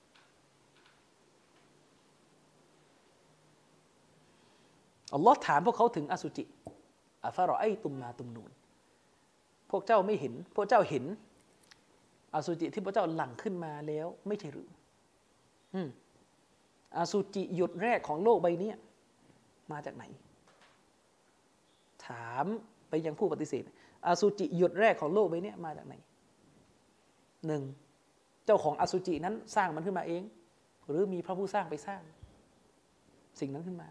อัลลอฮ์ถามพวกเขาถึงอสุจิอัฟะรอไอตุมมาตุมนูนพวกเจ้าไม่เห็นพวกเจ้าเห็นอสุจิที่พวกเจ้าหลั่งขึ้นมาแล้วไม่ใช่หรืออืมอสุจิหยดแรกของโลกใบนี้มาจากไหนถามไปยังผู้ปฏิเสธอสุจิหยดแรกของโลกใบนี้มาจากไหนหนึ่งเจ้าของอสุจินั้นสร้างมันขึ้นมาเองหรือมีพระผู้สร้างไปสร้างสิ่งนั้นขึ้นมา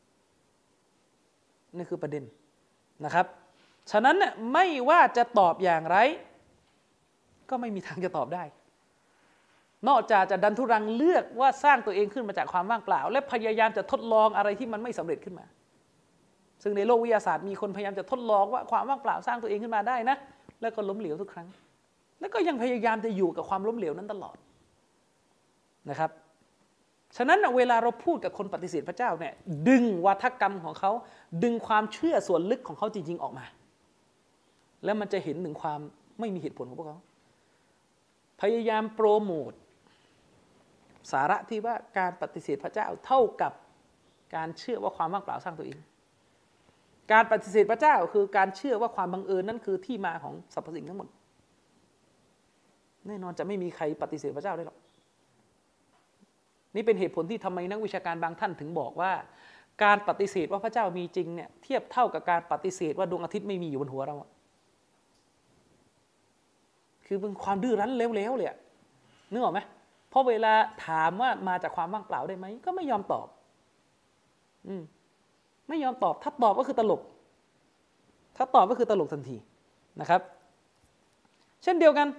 นี่คือประเด็นนะครับฉะนั้นเนี่ยไม่ว่าจะตอบอย่างไรก็ไม่มีทางจะตอบได้นอกจากจะดันทุรังเลือกว่าสร้างตัวเองขึ้นมาจากความว่างเปล่าและพยายามจะทดลองอะไรที่มันไม่สำเร็จขึ้นมาซึ่งในโลกวิทยาศาสตร์มีคนพยายามจะทดลองว่าความว่างเปล่าสร้างตัวเองขึ้นมาได้นะแล้วก็ล้มเหลวทุกครั้งแล้วก็ยังพยายามจะอยู่กับความล้มเหลวนั้นตลอดนะครับฉะนั้นเวลาเราพูดกับคนปฏิเสธพระเจ้าเนี่ยดึงวาทกรรมของเขาดึงความเชื่อส่วนลึกของเขาจริงๆออกมาแล้วมันจะเห็นถึงความไม่มีเหตุผลของพวกเขาพยายามโปรโมทสาระที่ว่าการปฏิเสธพระเจ้าเท่ากับการเชื่อว่าความว่างเปล่าสร้างตัวเองการปฏิเสธพระเจ้าคือการเชื่อว่าความบังเอิญนั่นคือที่มาของสรรพสิ่งทั้งหมดแน่นอนจะไม่มีใครปฏิเสธพระเจ้าได้หรอกนี่เป็นเหตุผลที่ทำไมนักวิชาการบางท่านถึงบอกว่าการปฏิเสธว่าพระเจ้ามีจริงเนี่ยเทียบเท่ากับการปฏิเสธว่าดวงอาทิตย์ไม่มีอยู่บนหัวเราคือเป็นความดื้อรั้นเลวๆเลยนึกออกไหมเพราะเวลาถามว่ามาจากความว่างเปล่าได้ไหมก็ไม่ยอมตอบอืมไม่ยอมตอบถ้าตอบก็คือตลกถ้าตอบก็คือตลกทันทีนะครับเช่นเดียวกัน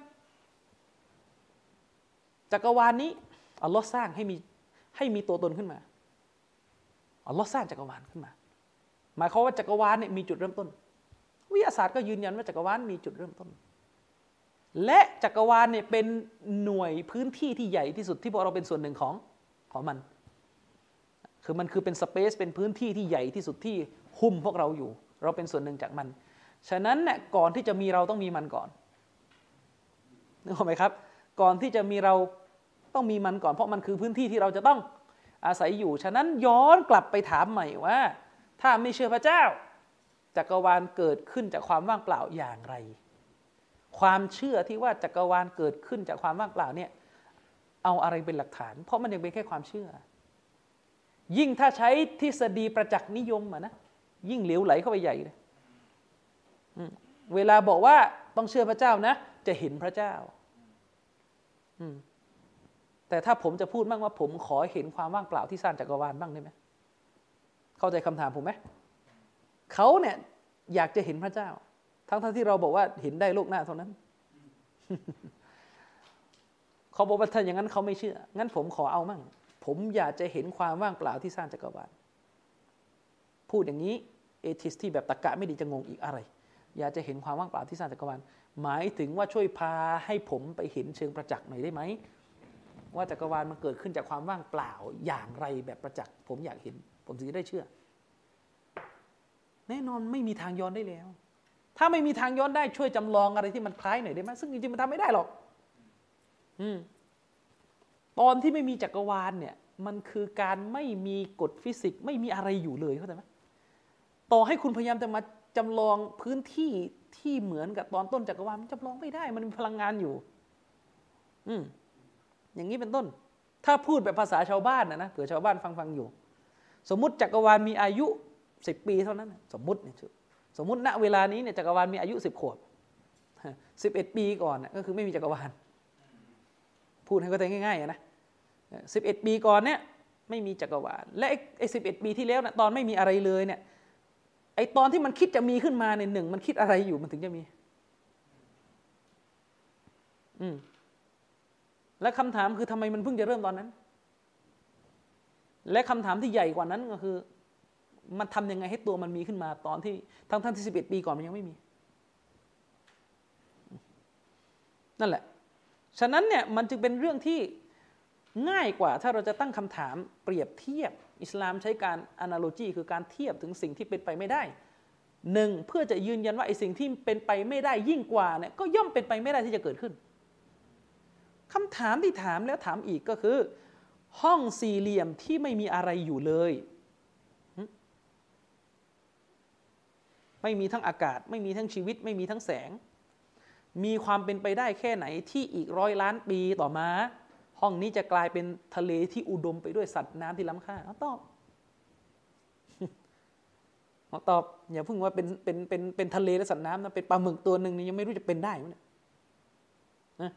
จักรวาลนี้อัลลอฮ์สร้างให้มีให้มีตัวตนขึ้นมาอัลลอฮ์สร้างจักรวาลขึ้นมาหมายความว่าจักรวาลเนี่ยมีจุดเริ่มต้นวิทยาศาสตร์ก็ยืนยันว่าจักรวาลมีจุดเริ่มต้นและจักรวาลเนี่ยเป็นหน่วยพื้นที่ที่ใหญ่ที่สุดที่พวกเราเป็นส่วนหนึ่งของของมันคือมันคือเป็นสเปซเป็นพื้นที่ที่ใหญ่ที่สุดที่หุ้มพวกเราอยู่เราเป็นส่วนหนึ่งจากมันฉะนั้นเนี่ยก่อนที่จะมีเราต้องมีมันก่อนนึกออกไหมครับก่อนที่จะมีเราต้องมีมันก่อนเพราะมันคือพื้นที่ที่เราจะต้องอาศัยอยู่ฉะนั้นย้อนกลับไปถามใหม่ว่าถ้าไม่เชื่อพระเจ้าจักรวาลเกิดขึ้นจากความว่างเปล่าอย่างไรความเชื่อที่ว่าจักรวาลเกิดขึ้นจากความว่างเปล่าเนี่ยเอาอะไรเป็นหลักฐานเพราะมันยังเป็นแค่ความเชื่อยิ่งถ้าใช้ทฤษฎีประจักษ์นิยมอ่ะนะยิ่งเหลวไหลเข้าไปใหญ่เลยเวลาบอกว่าต้องเชื่อพระเจ้านะจะเห็นพระเจ้าแต่ถ้าผมจะพูดบ้างว่าผมขอเห็นความว่างเปล่าที่สร้างจักรวาลบ้างได้ไหมเข้าใจคำถามผมไหมเขาเนี่ยอยากจะเห็นพระเจ้าทั้งๆที่เราบอกว่าเห็นได้โลกหน้าเท่านั้น เขาบอกว่าถ้าอย่างนั้นเขาไม่เชื่องั้นผมขอเอามั่งผมอยากจะเห็นความว่างเปล่าที่สร้างจักรวาลพูดอย่างนี้เอทิสที่แบบตรรกะไม่ดีจะงงอีกอะไรอยากจะเห็นความว่างเปล่าที่สร้างจักรวาลหมายถึงว่าช่วยพาให้ผมไปเห็นเชิงประจักษ์หน่อยได้ไหมว่าจักรวาลมันเกิดขึ้นจากความว่างเปล่าอย่างไรแบบประจักษ์ผมอยากเห็นผมถึงจะได้เชื่อแน่นอนไม่มีทางย้อนได้แล้วถ้าไม่มีทางย้อนได้ช่วยจำลองอะไรที่มันคล้ายหน่อยได้ไหมซึ่งจริงๆมันทำไม่ได้หรอกอืมตอนที่ไม่มีจักรวาลเนี่ยมันคือการไม่มีกฎฟิสิกส์ไม่มีอะไรอยู่เลยเข้าใจไหมต่อให้คุณพยายามจะมาจำลองพื้นที่ที่เหมือนกับตอนต้นจักรวาลมันจำลองไม่ได้มันมีพลังงานอยู่อืมอย่างนี้เป็นต้นถ้าพูดแบบภาษาชาวบ้านนะนะเผื่อชาวบ้านฟังฟังอยู่สมมุติจักรวาลมีอายุสิบปีเท่านั้นสมมุติเนี่ยสมมุติณเวลานี้เนี่ยจักรวาลมีอายุสิบขวบสิบเอ็ดปีก่อนก็คือไม่มีจักรวาลพูดให้เข้าใจง่ายๆนะสิบเอ็ดปีก่อนเนี่ยไม่มีจักรวาลและไอ้สิบเอ็ดปีที่แล้วนะตอนไม่มีอะไรเลยเนี่ยไอ้ตอนที่มันคิดจะมีขึ้นมาเนี่ยหนึ่งมันคิดอะไรอยู่มันถึงจะมีอืมและคำถามคือทำไมมันเพิ่งจะเริ่มตอนนั้นและคำถามที่ใหญ่กว่านั้นก็คือมันทำยังไงให้ตัวมันมีขึ้นมาตอนที่ทั้งทั้งที่สิบเอ็ดปีก่อนมันยังไม่มีนั่นแหละฉะนั้นเนี่ยมันจึงเป็นเรื่องที่ง่ายกว่าถ้าเราจะตั้งคำถามเปรียบเทียบอิสลามใช้การ analogy คือการเทียบถึงสิ่งที่เป็นไปไม่ได้หนึ่งเพื่อจะยืนยันว่าไอ้สิ่งที่เป็นไปไม่ได้ยิ่งกว่าเนี่ยก็ย่อมเป็นไปไม่ได้ที่จะเกิดขึ้นคำถามที่ถามแล้วถามอีกก็คือห้องสี่เหลี่ยมที่ไม่มีอะไรอยู่เลยไม่มีทั้งอากาศไม่มีทั้งชีวิตไม่มีทั้งแสงมีความเป็นไปได้แค่ไหนที่อีกร้อยล้านปีต่อมาห้องนี้จะกลายเป็นทะเลที่อุดมไปด้วยสัตว์น้ำที่ล้ำค่าเอาตอบเอาตอบอย่าเพิ่งว่าเป็นเป็นเป็นเป็นทะเลและสัตว์น้ำนะเป็นปลาหมึกตัวหนึ่งนี่ยังไม่รู้จะเป็นได้ไหมเนี่ยนะ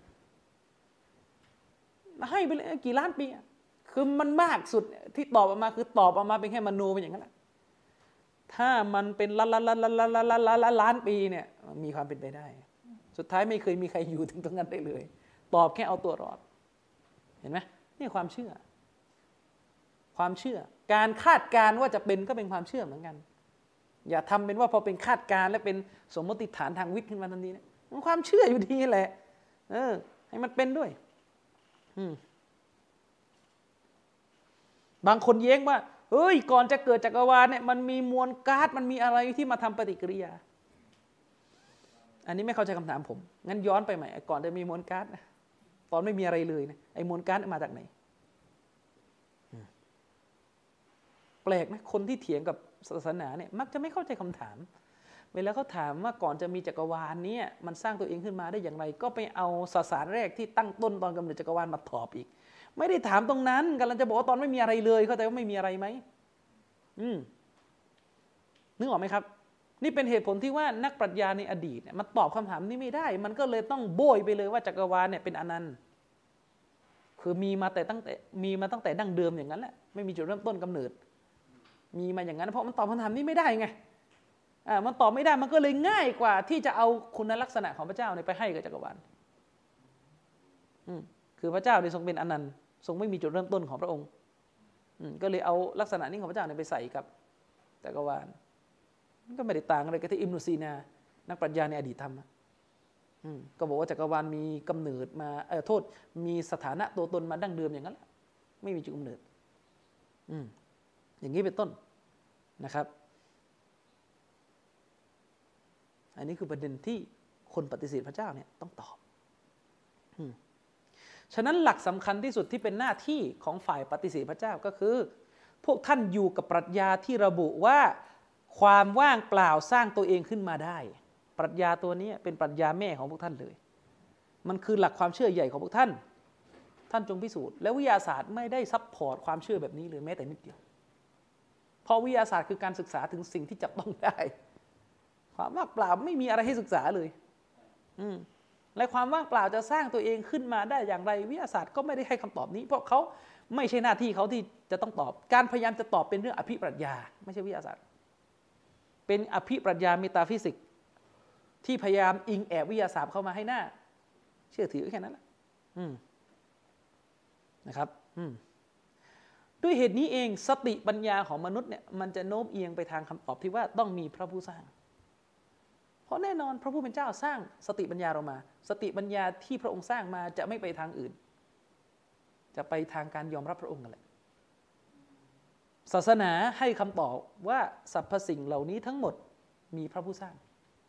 ให้ไปเลยกี่ล้านปีคือมันมากสุดที่ตอบออกมาคือตอบออกมาเป็นแค่มโนเป็นอย่างนั้นถ้ามันเป็นล้านล้านล้านล้านล้านล้านล้านล้านปีเนี่ยมีความเป็นไปได้สุดท้ายไม่เคยมีใครอยู่ถึงตรงนั้นได้เลยตอบแค่เอาตัวรอดเห็นไหมนี่ความเชื่อความเชื่อการคาดการณ์ว่าจะเป็นก็เป็นความเชื่อเหมือนกันอย่าทำเป็นว่าพอเป็นคาดการณ์และเป็นสมมติฐานทางวิทย์ขึ้นมาทันทีนะมันความเชื่ออยู่ดีแหละเออให้มันเป็นด้วยอืมบางคนแย้งว่าเฮ้ยก่อนจะเกิดจักรวาลเนี่ยมันมีมวลก๊าซมันมีอะไรที่มาทำปฏิกิริยาอันนี้ไม่เข้าใจคำถามผมงั้นย้อนไปใหม่ก่อนจะมีมวลก๊าซนะตอนไม่มีอะไรเลยนะไอ้มวลก๊าซมาจากไหนแปลกนะคนที่เถียงกับศาสนาเนี่ยมักจะไม่เข้าใจคำถามเวลาเขาถามว่าก่อนจะมีจักรวาลนี้มันสร้างตัวเองขึ้นมาได้อย่างไรก็ไปเอาสสารแรกที่ตั้งต้นตอนกำเนิดจักรวาลมาตอบอีกไม่ได้ถามตรงนั้นกำลังจะบอกว่าตอนไม่มีอะไรเลยเข้าใจว่าไม่มีอะไรไหมอืมนึกออกไหมครับนี่เป็นเหตุผลที่ว่านักปรัชญาในอดีตเนี่ยมันตอบคำถามนี้ไม่ได้มันก็เลยต้องโบยไปเลยว่าจักรวาลเนี่ยเป็นอนันต์คือมีมาแต่ตั้งแต่มีมาตั้งแต่ดั้งเดิมอย่างนั้นแหละไม่มีจุดเริ่มต้นกำเนิดมีมาอย่างนั้นเพราะมันตอบคำถามนี้ไม่ได้ไงอ่ามันตอบไม่ได้มันก็เลยง่ายกว่าที่จะเอาคุณลักษณะของพระเจ้าเนี่ยไปให้กับจักรวาลอืมคือพระเจ้าเนี่ยทรงเป็นอนันต์ทรงไม่มีจุดเริ่มต้นของพระองค์อืมก็เลยเอาลักษณะนี้ของพระเจ้าเนี่ยไปใส่กับจักรวาลก็ไม่ได้ต่างอะไรกับที่อิบนุซีนานักปรัชญาในอดีตทำอืมก็บอกว่าจักรวาลมีกำเนิดมาเออโทษมีสถานะตัวตนมาดั้งเดิมอย่างนั้นแหละไม่มีจุดกำเนิดอืมอย่างนี้เป็นต้นนะครับอันนี้คือประเด็นที่คนปฏิเสธพระเจ้าเนี่ยต้องตอบอืมฉะนั้นหลักสำคัญที่สุดที่เป็นหน้าที่ของฝ่ายปฏิเสธพระเจ้าก็คือพวกท่านอยู่กับปรัชญาที่ระบุว่าความว่างเปล่าสร้างตัวเองขึ้นมาได้ปรัชญาตัวนี้เป็นปรัชญาแม่ของพวกท่านเลยมันคือหลักความเชื่อใหญ่ของพวกท่านท่านจงพิสูจน์แล้ววิทยาศาสตร์ไม่ได้ซัพพอร์ตความเชื่อแบบนี้เลยแม้แต่นิดเดียวเพราะวิทยาศาสตร์คือการศึกษาถึงสิ่งที่จับต้องได้ความว่างเปล่าไม่มีอะไรให้ศึกษาเลยอืมและความว่างเปล่าจะสร้างตัวเองขึ้นมาได้อย่างไรวิทยาศาสตร์ก็ไม่ได้ให้คำตอบนี้เพราะเขาไม่ใช่หน้าที่เขาที่จะต้องตอบการพยายามจะตอบเป็นเรื่องอภิปรัชญาไม่ใช่วิทยาศาสตร์เป็นอภิปรัชญาเมตาฟิสิกส์ที่พยายามอิงแอบวิทยาศาสตร์เข้ามาให้หน้าเชื่อถือแค่นั้นแหละนะครับด้วยเหตุนี้เองสติปัญญาของมนุษย์เนี่ยมันจะโน้มเอียงไปทางคำตอบที่ว่าต้องมีพระผู้สร้างเพราะแน่นอนพระผู้เป็นเจ้าสร้างสติปัญญาเรามาสติปัญญาที่พระองค์สร้างมาจะไม่ไปทางอื่นจะไปทางการยอมรับพระองค์นั่นแหละศาสนาให้คำตอบว่าสรรพสิ่งเหล่านี้ทั้งหมดมีพระผู้สร้าง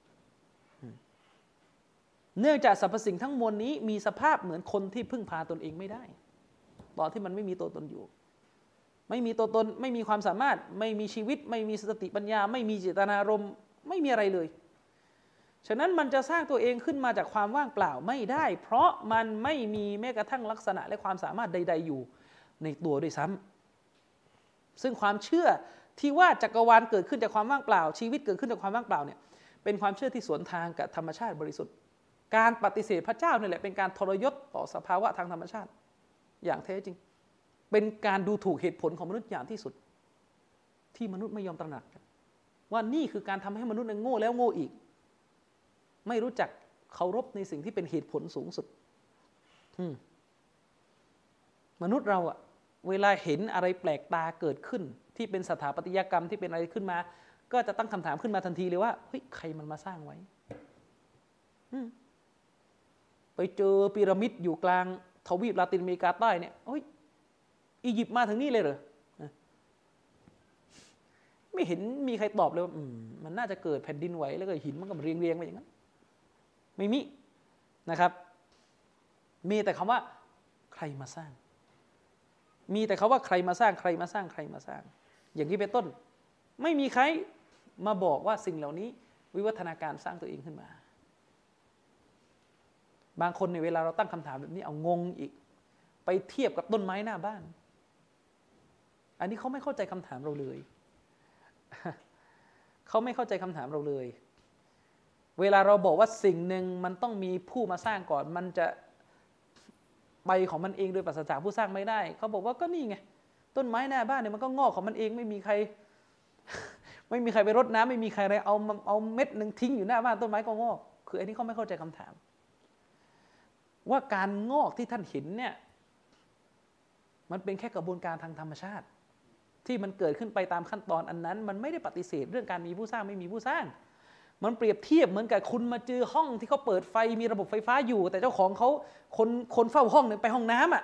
เนื่องจากสรรพสิ่งทั้งมวลนี้มีสภาพเหมือนคนที่พึ่งพาตนเองไม่ได้ตอนที่มันไม่มีตัวตนอยู่ไม่มีตัวตนไม่มีความสามารถไม่มีชีวิตไม่มีสติปัญญาไม่มีเจตนารมณ์ไม่มีอะไรเลยฉะนั้นมันจะสร้างตัวเองขึ้นมาจากความว่างเปล่าไม่ได้เพราะมันไม่มีแม้กระทั่งลักษณะและความสามารถใดๆอยู่ในตัวด้วยซ้ำซึ่งความเชื่อที่ว่าจักรวาลเกิดขึ้นจากความว่างเปล่าชีวิตเกิดขึ้นจากความว่างเปล่าเนี่ยเป็นความเชื่อที่สวนทางกับธรรมชาติบริสุทธิ์การปฏิเสธพระเจ้านี่แหละเป็นการทรยศต่อสภาวะทางธรรมชาติอย่างแท้จริงเป็นการดูถูกเหตุผลของมนุษย์อย่างที่สุดที่มนุษย์ไม่ยอมตระหนักว่านี่คือการทำให้มนุษย์โง่แล้วโง่อีกไม่รู้จักเคารพในสิ่งที่เป็นเหตุผลสูงสุดมนุษย์เราอะเวลาเห็นอะไรแปลกตาเกิดขึ้นที่เป็นสถาปัตยกรรมที่เป็นอะไรขึ้นมาก็จะตั้งคำถามขึ้นมาทันทีเลยว่าเฮ้ยใครมันมาสร้างไว้ไปเจอพีระมิดอยู่กลางทวีปลาตินอเมริกาใต้เนี่ยเฮ้ยอียิปต์มาถึงนี่เลยเหรอไม่เห็นมีใครตอบเลยว่ามันน่าจะเกิดแผ่นดินไหวแล้วก็หินมันก็เรียงเรียงไปอย่างนั้นไม่มีนะครับมีแต่คำว่าใครมาสร้างมีแต่คำว่าใครมาสร้างใครมาสร้างใครมาสร้างอย่างนี้เป็นต้นไม่มีใครมาบอกว่าสิ่งเหล่านี้วิวัฒนาการสร้างตัวเองขึ้นมาบางคนในเวลาเราตั้งคำถามแบบนี้เอางงอีกไปเทียบกับต้นไม้หน้าบ้านอันนี้เขาไม่เข้าใจคำถามเราเลยเขาไม่เข้าใจคำถามเราเลยเวลาเราบอกว่าสิ่งหนึ่งมันต้องมีผู้มาสร้างก่อนมันจะไปของมันเองโดยปราศจากผู้สร้างไม่ได้เขาบอกว่าก็นี่ไงต้นไม้หน้าบ้านเนี่ยมันก็งอกของมันเองไม่มีใครไม่มีใครไปรดน้ำไม่มีใครอะไรเอาเอาเม็ดนึงทิ้งอยู่หน้าบ้านต้นไม้ก็งอกคืออันนี้เขาไม่เข้าใจคำถามว่าการงอกที่ท่านเห็นเนี่ยมันเป็นแค่กระบวนการทางธรรมชาติที่มันเกิดขึ้นไปตามขั้นตอนอันนั้นมันไม่ได้ปฏิเสธเรื่องการมีผู้สร้างไม่มีผู้สร้างมันเปรียบเทียบเหมือนกับคุณมาเจอห้องที่เขาเปิดไฟมีระบบไฟฟ้าอยู่แต่เจ้าของเขาคนคนเฝ้าห้องเนี่ยไปห้องน้ำอ่ะ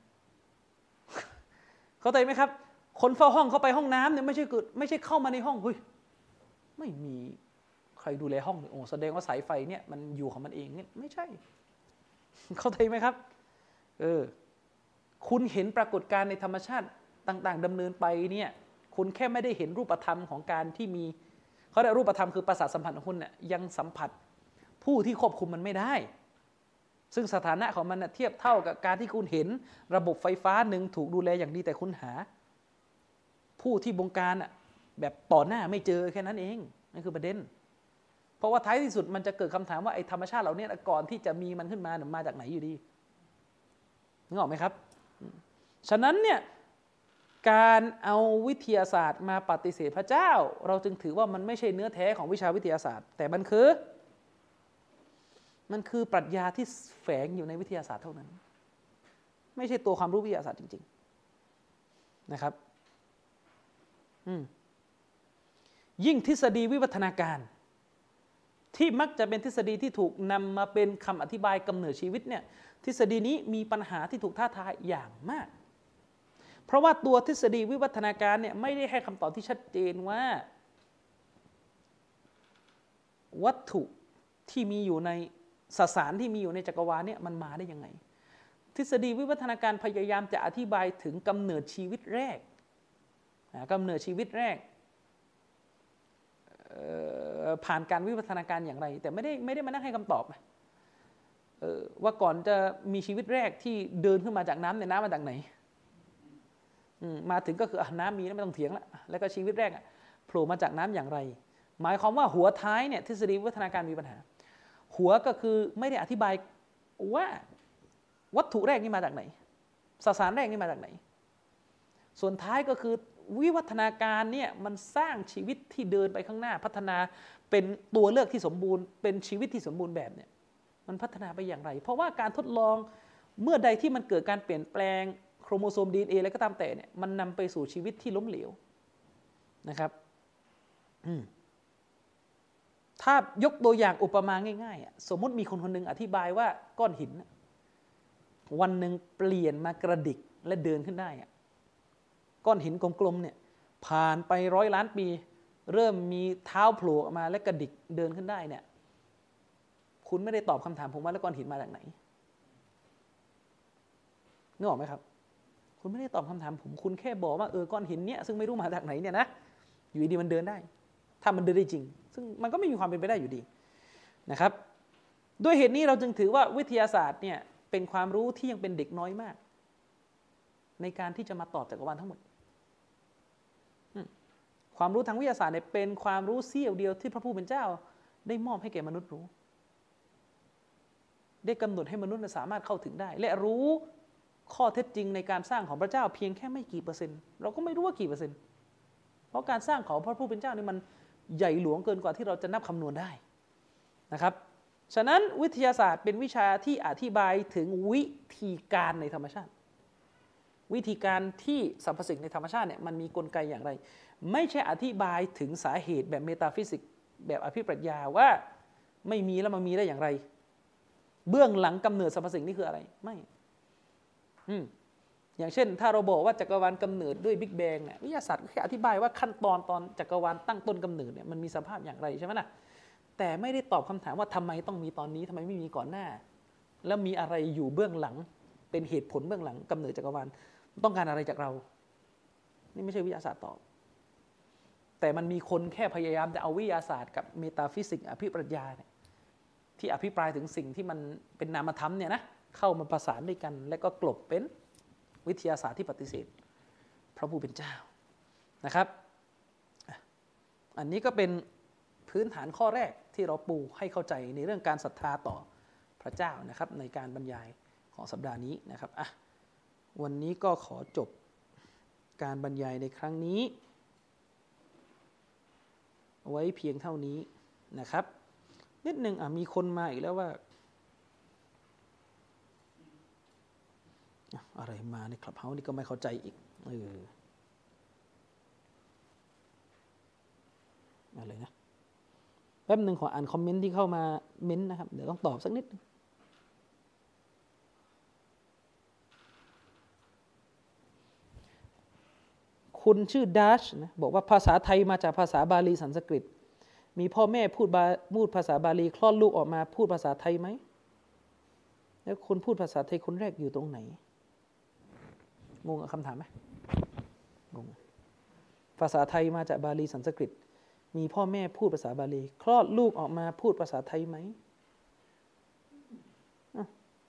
เข้าใจไหมครับคนเฝ้าห้องเขาไปห้องน้ำเนี่ยไม่ใช่เกิดไม่ใช่เข้ามาในห้องเฮ้ยไม่มีใครดูแลห้องเลยโอ้แสดงว่าสายไฟเนี่ยมันอยู่ของมันเองเนี่ยไม่ใช่เข้าใจไหมครับเออคุณเห็นปรากฏการณ์ในธรรมชาติต่างๆดำเนินไปเนี่ยคุณแค่ไม่ได้เห็นรูปธรรมของการที่มีเขาเรียกรูปธรรมคือประสาทสัมผัสของคุณเนี่ยยังสัมผัสผู้ที่ควบคุมมันไม่ได้ซึ่งสถานะของมันเทียบเท่ากับการที่คุณเห็นระบบไฟฟ้าหนึ่งถูกดูแลอย่างดีแต่คุณหาผู้ที่บงการแบบต่อหน้าไม่เจอแค่นั้นเองนั่นคือประเด็นเพราะว่าท้ายที่สุดมันจะเกิดคำถามว่าไอ้ธรรมชาติเหล่านี้ก่อนที่จะมีมันขึ้นมาเนี่ยมาจากไหนอยู่ดีนึกออกไหมครับฉะนั้นเนี่ยการเอาวิทยาศาสตร์มาปฏิเสธพระเจ้าเราจึงถือว่ามันไม่ใช่เนื้อแท้ของวิชาวิทยาศาสตร์แต่มันคือมันคือปรัชญาที่แฝงอยู่ในวิทยาศาสตร์เท่านั้นไม่ใช่ตัวความรู้วิทยาศาสตร์จริงๆนะครับอืมยิ่งทฤษฎีวิวัฒนาการที่มักจะเป็นทฤษฎีที่ถูกนำมาเป็นคำอธิบายกำเนิดชีวิตเนี่ยทฤษฎีนี้มีปัญหาที่ถูกท้าทายอย่างมากเพราะว่าตัวทฤษฎีวิวัฒนาการเนี่ยไม่ได้ให้คำตอบที่ชัดเจนว่าวัตถุที่มีอยู่ในสสารที่มีอยู่ในจักรวาลเนี่ยมันมาได้ยังไงทฤษฎีวิวัฒนาการพยายามจะอธิบายถึงกำเนิดชีวิตแรกกำเนิดชีวิตแรกผ่านการวิวัฒนาการอย่างไรแต่ไม่ได้ไม่ได้มานั่งให้คำตอบว่าก่อนจะมีชีวิตแรกที่เดินขึ้นมาจากน้ำเนี่ยน้ำมาจากไหนมาถึงก็คือน้ำมีแล้วไม่ต้องเถียงแล้วแล้วก็ชีวิตแรกโผล่มาจากน้ำอย่างไรหมายความว่าหัวท้ายเนี่ยทฤษฎีวิวัฒนาการมีปัญหาหัวก็คือไม่ได้อธิบายว่าวัตถุแรกนี่มาจากไหนสสารแรกนี่มาจากไหนส่วนท้ายก็คือวิวัฒนาการเนี่ยมันสร้างชีวิตที่เดินไปข้างหน้าพัฒนาเป็นตัวเลือกที่สมบูรณ์เป็นชีวิตที่สมบูรณ์แบบเนี่ยมันพัฒนาไปอย่างไรเพราะว่าการทดลองเมื่อใดที่มันเกิดการเปลี่ยนแปลงโครโมโซม ดี เอ็น เอ อะไรก็ตามแต่เนี่ยมันนำไปสู่ชีวิตที่ล้มเหลวนะครับถ้ายกตัวอย่างอุปมาง่ายๆสมมติมีคนคนหนึ่งอธิบายว่าก้อนหินวันหนึ่งเปลี่ยนมากระดิกและเดินขึ้นได้ก้อนหินกลมๆเนี่ยผ่านไปร้อยล้านปีเริ่มมีเท้าโผล่ออกมาและกระดิกเดินขึ้นได้เนี่ยคุณไม่ได้ตอบคำถามผมว่าแล้วก้อนหินมาจากไหนนึกออกไหมครับคุณไม่ได้ตอบคำถามผมคุณแค่บอกว่าเออก้อนหินเนี่ยซึ่งไม่รู้มาจากไหนเนี่ยนะอยู่ดีมันเดินได้ถ้ามันเดินได้จริงซึ่งมันก็ไม่มีความเป็นไปได้อยู่ดีนะครับด้วยเหตุนี้เราจึงถือว่าวิทยาศาสตร์เนี่ยเป็นความรู้ที่ยังเป็นเด็กน้อยมากในการที่จะมาตอบจักรวาลทั้งหมดความรู้ทางวิทยาศาสตร์เนี่ยเป็นความรู้เสี้ยวเดียวที่พระผู้เป็นเจ้าได้มอบให้แก่มนุษย์รู้ได้กำหนดให้มนุษย์สามารถเข้าถึงได้และรู้ข้อเท็จจริงในการสร้างของพระเจ้าเพียงแค่ไม่กี่เปอร์เซ็นต์เราก็ไม่รู้ว่ากี่เปอร์เซ็นต์เพราะการสร้างของพระผู้เป็นเจ้านี่มันใหญ่หลวงเกินกว่าที่เราจะนับคำนวณได้นะครับฉะนั้นวิทยาศาสตร์เป็นวิชาที่อธิบายถึงวิธีการในธรรมชาติวิธีการที่สรรพสิ่งในธรรมชาติเนี่ยมันมีกลไกอย่างไรไม่ใช่อธิบายถึงสาเหตุแบบเมตาฟิสิกส์แบบอภิปรัชญาว่าไม่มีแล้วมันมีได้อย่างไรเบื้องหลังกำเนิดสรรพสิ่งนี่คืออะไรไม่อืมอย่างเช่นถ้าเราบอกว่าจักรวาลกำเนิดด้วยบิ๊กแบงเนี่ยวิทยาศาสตร์แค่อธิบายว่าขั้นตอนตอนจักรวาลตั้งต้นกำเนิดเนี่ยมันมีสภาพอย่างไรใช่ไหมล่ะแต่ไม่ได้ตอบคำถามว่าทำไมต้องมีตอนนี้ทำไมไม่มีก่อนหน้าแล้วมีอะไรอยู่เบื้องหลังเป็นเหตุผลเบื้องหลังกำเนิดจักรวาลต้องการอะไรจากเรานี่ไม่ใช่วิทยาศาสตร์ตอบแต่มันมีคนแค่พยายามจะเอาวิทยาศาสตร์กับเมตาฟิสิกส์อภิปรัชญาเนี่ยที่อภิปรายถึงสิ่งที่มันเป็นนามธรรมเนี่ยนะเข้ามาประสานด้วยกันและก็กลบเป็นวิทยาศาสตร์ที่ปฏิเสธพระผู้เป็นเจ้านะครับอันนี้ก็เป็นพื้นฐานข้อแรกที่เราปูให้เข้าใจในเรื่องการศรัทธาต่อพระเจ้านะครับในการบรรยายของสัปดาห์นี้นะครับอ่ะวันนี้ก็ขอจบการบรรยายในครั้งนี้ไว้เพียงเท่านี้นะครับนิดนึงอ่ะมีคนมาอีกแล้วว่าอะไรมาในคลับเฮาส์นี่ก็ไม่เข้าใจอีกเอออะไรนะแป๊บนึงขออ่านคอมเมนต์ที่เข้ามาเม้นต์นะครับเดี๋ยวต้องตอบสักนิดคุณชื่อดัชนะบอกว่าภาษาไทยมาจากภาษาบาลีสันสกฤตมีพ่อแม่พูดบาพูดภาษาบาลีคลอดลูกออกมาพูดภาษาไทยไหมแล้วคุณพูดภาษาไทยคนแรกอยู่ตรงไหนงงกับคำถามไหมงงภาษาไทยมาจากบาลีสันสกฤตมีพ่อแม่พูดภาษาบาลีคลอดลูกออกมาพูดภาษาไทยไหม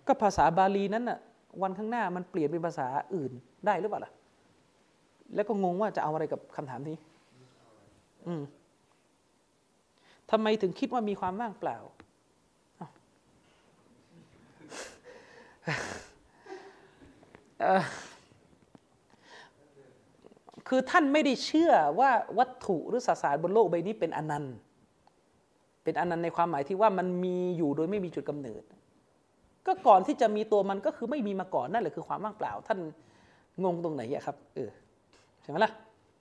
ก็ภาษาบาลีนั้นน่ะวันข้างหน้ามันเปลี่ยนเป็นภาษาอื่นได้หรือเปล่าล่ะแล้วก็งงว่าจะเอาอะไรกับคำถามนี้อืมทำไมถึงคิดว่ามีความว่างเปล่าคือท่านไม่ได้เชื่อว่าวัตถุหรือสสารบนโลกใบนี้เป็นอนันต์เป็นอนันต์ในความหมายที่ว่ามันมีอยู่โดยไม่มีจุดกำเนิดก็ก่อนที่จะมีตัวมันก็คือไม่มีมาก่อนนั่นแหละคือความว่างเปล่าท่านงงตรงไหนอะครับเออใช่ไหมล่ะ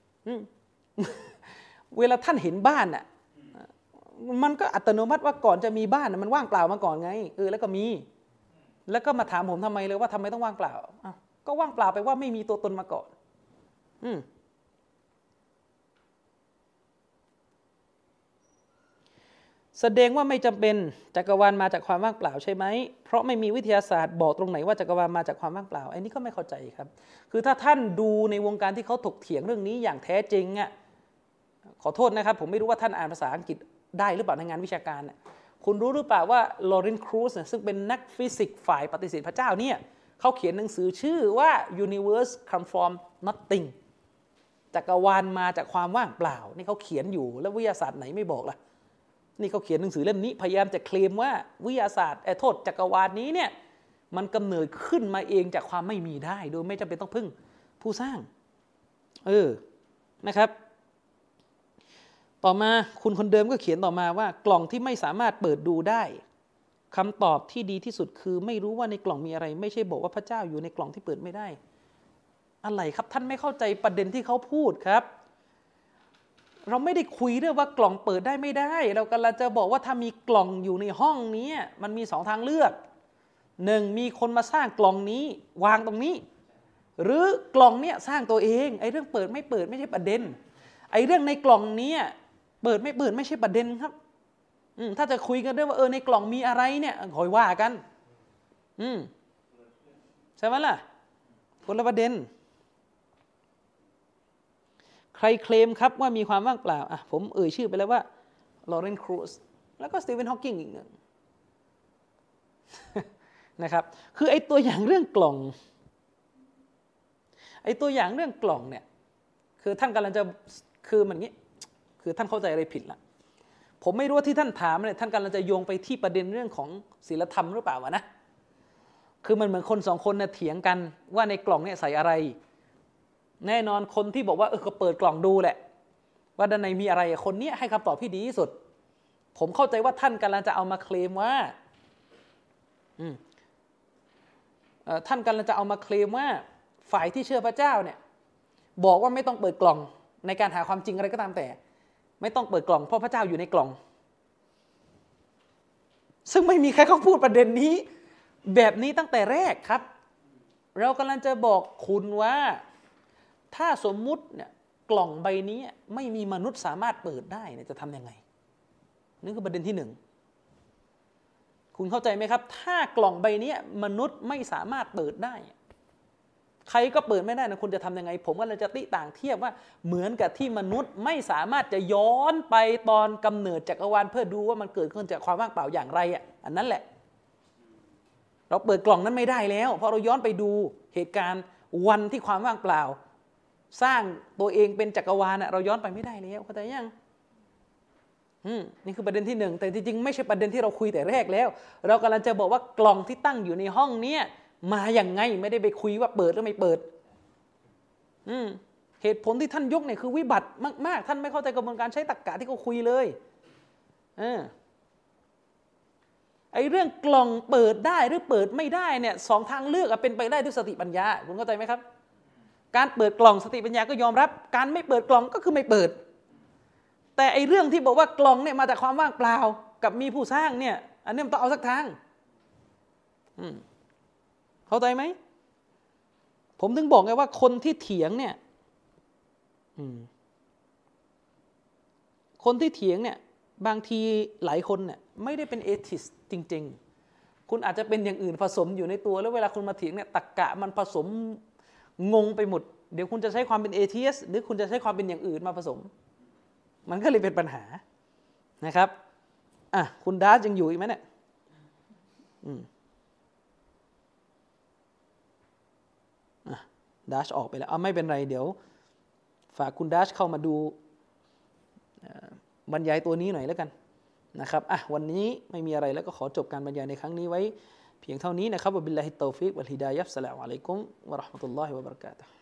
เวลาท่านเห็นบ้านอะมันก็อัตโนมัติว่าก่อนจะมีบ้านมันว่างเปล่ามาก่อนไงเออแล้วก็มีแล้วก็มาถามผมทำไมเลยว่าทำไมต้องว่างเปล่าอ้าวก็ว่างเปล่าไปว่าไม่มีตัวตนมาก่อนอืมแสดงว่าไม่จำเป็นจักรวาลมาจากความว่างเปล่าใช่ไหมเพราะไม่มีวิทยาศาสตร์บอกตรงไหนว่าจักรวาลมาจากความว่างเปล่าไอ้นี่ก็ไม่เข้าใจครับคือถ้าท่านดูในวงการที่เขาถกเถียงเรื่องนี้อย่างแท้จริงอ่ะขอโทษนะครับผมไม่รู้ว่าท่านอ่านภาษาอังกฤษได้หรือเปล่าในงานวิชาการเนี่ยคุณรู้หรือเปล่าว่าลอเรนซ์ ครูซซึ่งเป็นนักฟิสิกส์ฝ่ายปฏิเสธพระเจ้าเนี่ยเขาเขียนหนังสือชื่อว่า Universe Come from Nothing จักรวาลมาจากความว่างเปล่านี่เขาเขียนอยู่แล้ววิทยาศาสตร์ไหนไม่บอกล่ะนี่เขาเขียนหนังสือเล่มนี้พยายามจะเคลมว่าวิทยาศาสตร์ไอ้โทษจักรวาลนี้เนี่ยมันกำเนิดขึ้นมาเองจากความไม่มีได้โดยไม่จำเป็นต้องพึ่งผู้สร้างเออนะครับต่อมาคุณคนเดิมก็เขียนต่อมาว่ากล่องที่ไม่สามารถเปิดดูได้คำตอบที่ดีที่สุดคือไม่รู้ว่าในกล่องมีอะไรไม่ใช่บอกว่าพระเจ้าอยู่ในกล่องที่เปิดไม่ได้อะไรครับท่านไม่เข้าใจประเด็นที่เขาพูดครับเราไม่ได้คุยเรื่องว่ากล่องเปิดได้ไม่ได้เรากำลังจะบอกว่าถ้ามีกล่องอยู่ในห้องนี้มันมีสองทางเลือกหนึ่งมีคนมาสร้างกล่องนี้วางตรงนี้หรือกล่องเนี้ยสร้างตัวเองไอ้เรื่องเปิดไม่เปิดไม่ใช่ประเด็นไอ้เรื่องในกล่องนี้เปิดไม่เปิดไม่ใช่ประเด็นครับถ้าจะคุยกันด้วยว่าเออในกล่องมีอะไรเนี่ยคอยว่ากันอืมใช่ไหมล่ะคนละประเด็นใครเคลมครับว่ามีความว่างเปล่าอ่ะผมเอ่ยชื่อไปแล้วว่าลอเรนซ์ ครูซแล้วก็สตีเฟน ฮอว์กิงอีกหนึ่งนะครับคือไอ้ตัวอย่างเรื่องกล่องไอ้ตัวอย่างเรื่องกล่องเนี่ยคือท่านกำลังจะคือมันงี้คือท่านเข้าใจอะไรผิดละผมไม่รู้ว่าที่ท่านถามเนี่ยท่านกำลังจะโยงไปที่ประเด็นเรื่องของศีลธรรมหรือเปล่าวะนะคือมันเหมือนคนสองคนเนี่ยเถียงกันว่าในกล่องเนี่ยใส่อะไรแน่นอนคนที่บอกว่าเออก็เปิดกล่องดูแหละว่าด้านในมีอะไรคนนี้ให้คำตอบที่ดีที่สุดผมเข้าใจว่าท่านกำลังจะเอามาเคลมว่าอืมเอ่อท่านกำลังจะเอามาเคลมว่าฝ่ายที่เชื่อพระเจ้าเนี่ยบอกว่าไม่ต้องเปิดกล่องในการหาความจริงอะไรก็ตามแต่ไม่ต้องเปิดกล่องเพราะพระเจ้าอยู่ในกล่องซึ่งไม่มีใครเขาพูดประเด็นนี้แบบนี้ตั้งแต่แรกครับเรากำลังจะบอกคุณว่าถ้าสมมุติเนี่ยกล่องใบนี้ไม่มีมนุษย์สามารถเปิดได้เนี่ยจะทำยังไงนี่คือประเด็นที่หนึ่งคุณเข้าใจไหมครับถ้ากล่องใบนี้มนุษย์ไม่สามารถเปิดได้ใครก็เปิดไม่ได้นะคุณจะทำยังไงผมก็เลยจะติต่างเทียบว่าเหมือนกับที่มนุษย์ไม่สามารถจะย้อนไปตอนกำเนิดจักรวาลเพื่อดูว่ามันเกิดขึ้นจากความว่างเปล่าอย่างไรอ่ะอันนั้นแหละเราเปิดกล่องนั้นไม่ได้แล้วเพราะเราย้อนไปดูเหตุการณ์วันที่ความว่างเปล่าสร้างตัวเองเป็นจักรวาลเราย้อนไปไม่ได้แล้วเข้าใจยังอืมนี่คือประเด็นที่หนึ่งแต่จริงๆไม่ใช่ประเด็นที่เราคุยแต่แรกแล้วเรากำลังจะบอกว่ากล่องที่ตั้งอยู่ในห้องเนี้ยมาอย่างไงไม่ได้ไปคุยว่าเปิดหรือไม่เปิดอืมเหตุผลที่ท่านยกเนี่ยคือวิบัติมากๆท่านไม่เข้าใจกระบวนการใช้ตรรกะที่เขาคุยเลยเออไอ้เรื่องกล่องเปิดได้หรือเปิดไม่ได้เนี่ยสองทางเลือกเป็นไปได้ด้วยสติปัญญาคุณเข้าใจไหมครับการเปิดกล่องสติปัญญาก็ยอมรับการไม่เปิดกล่องก็คือไม่เปิดแต่ไอ้เรื่องที่บอกว่ากล่องเนี่ยมาจากความว่างเปล่ากับมีผู้สร้างเนี่ยอันนี้มันต้องเอาสักทางอืมเข้าใจไหมผมถึงบอกไงว่าคนที่เถียงเนี่ยคนที่เถียงเนี่ยบางทีหลายคนเนี่ยไม่ได้เป็นเอทิสต์จริงๆคุณอาจจะเป็นอย่างอื่นผสมอยู่ในตัวแล้วเวลาคุณมาเถียงเนี่ยตรรกะมันผสมงงไปหมดเดี๋ยวคุณจะใช้ความเป็นเอทิสต์หรือคุณจะใช้ความเป็นอย่างอื่นมาผสมมันก็เลยเป็นปัญหานะครับอ่ะคุณดาร์ยังอยู่อีกไหมเนี่ยอืมดัชออกไปแล้วเอาไม่เป็นไรเดี๋ยวฝากคุณดัชเข้ามาดูบรรยายตัวนี้หน่อยแล้วกันนะครับอ่ะวันนี้ไม่มีอะไรแล้วก็ขอจบการบรรยายในครั้งนี้ไว้เพียงเท่านี้นะครับวะบิลลาฮิตตอฟิกวัลฮิดายะฮ์อัสสลามุอะลัยกุมวะเราะห์มะตุลลอฮิวะบะเราะกาตุฮ์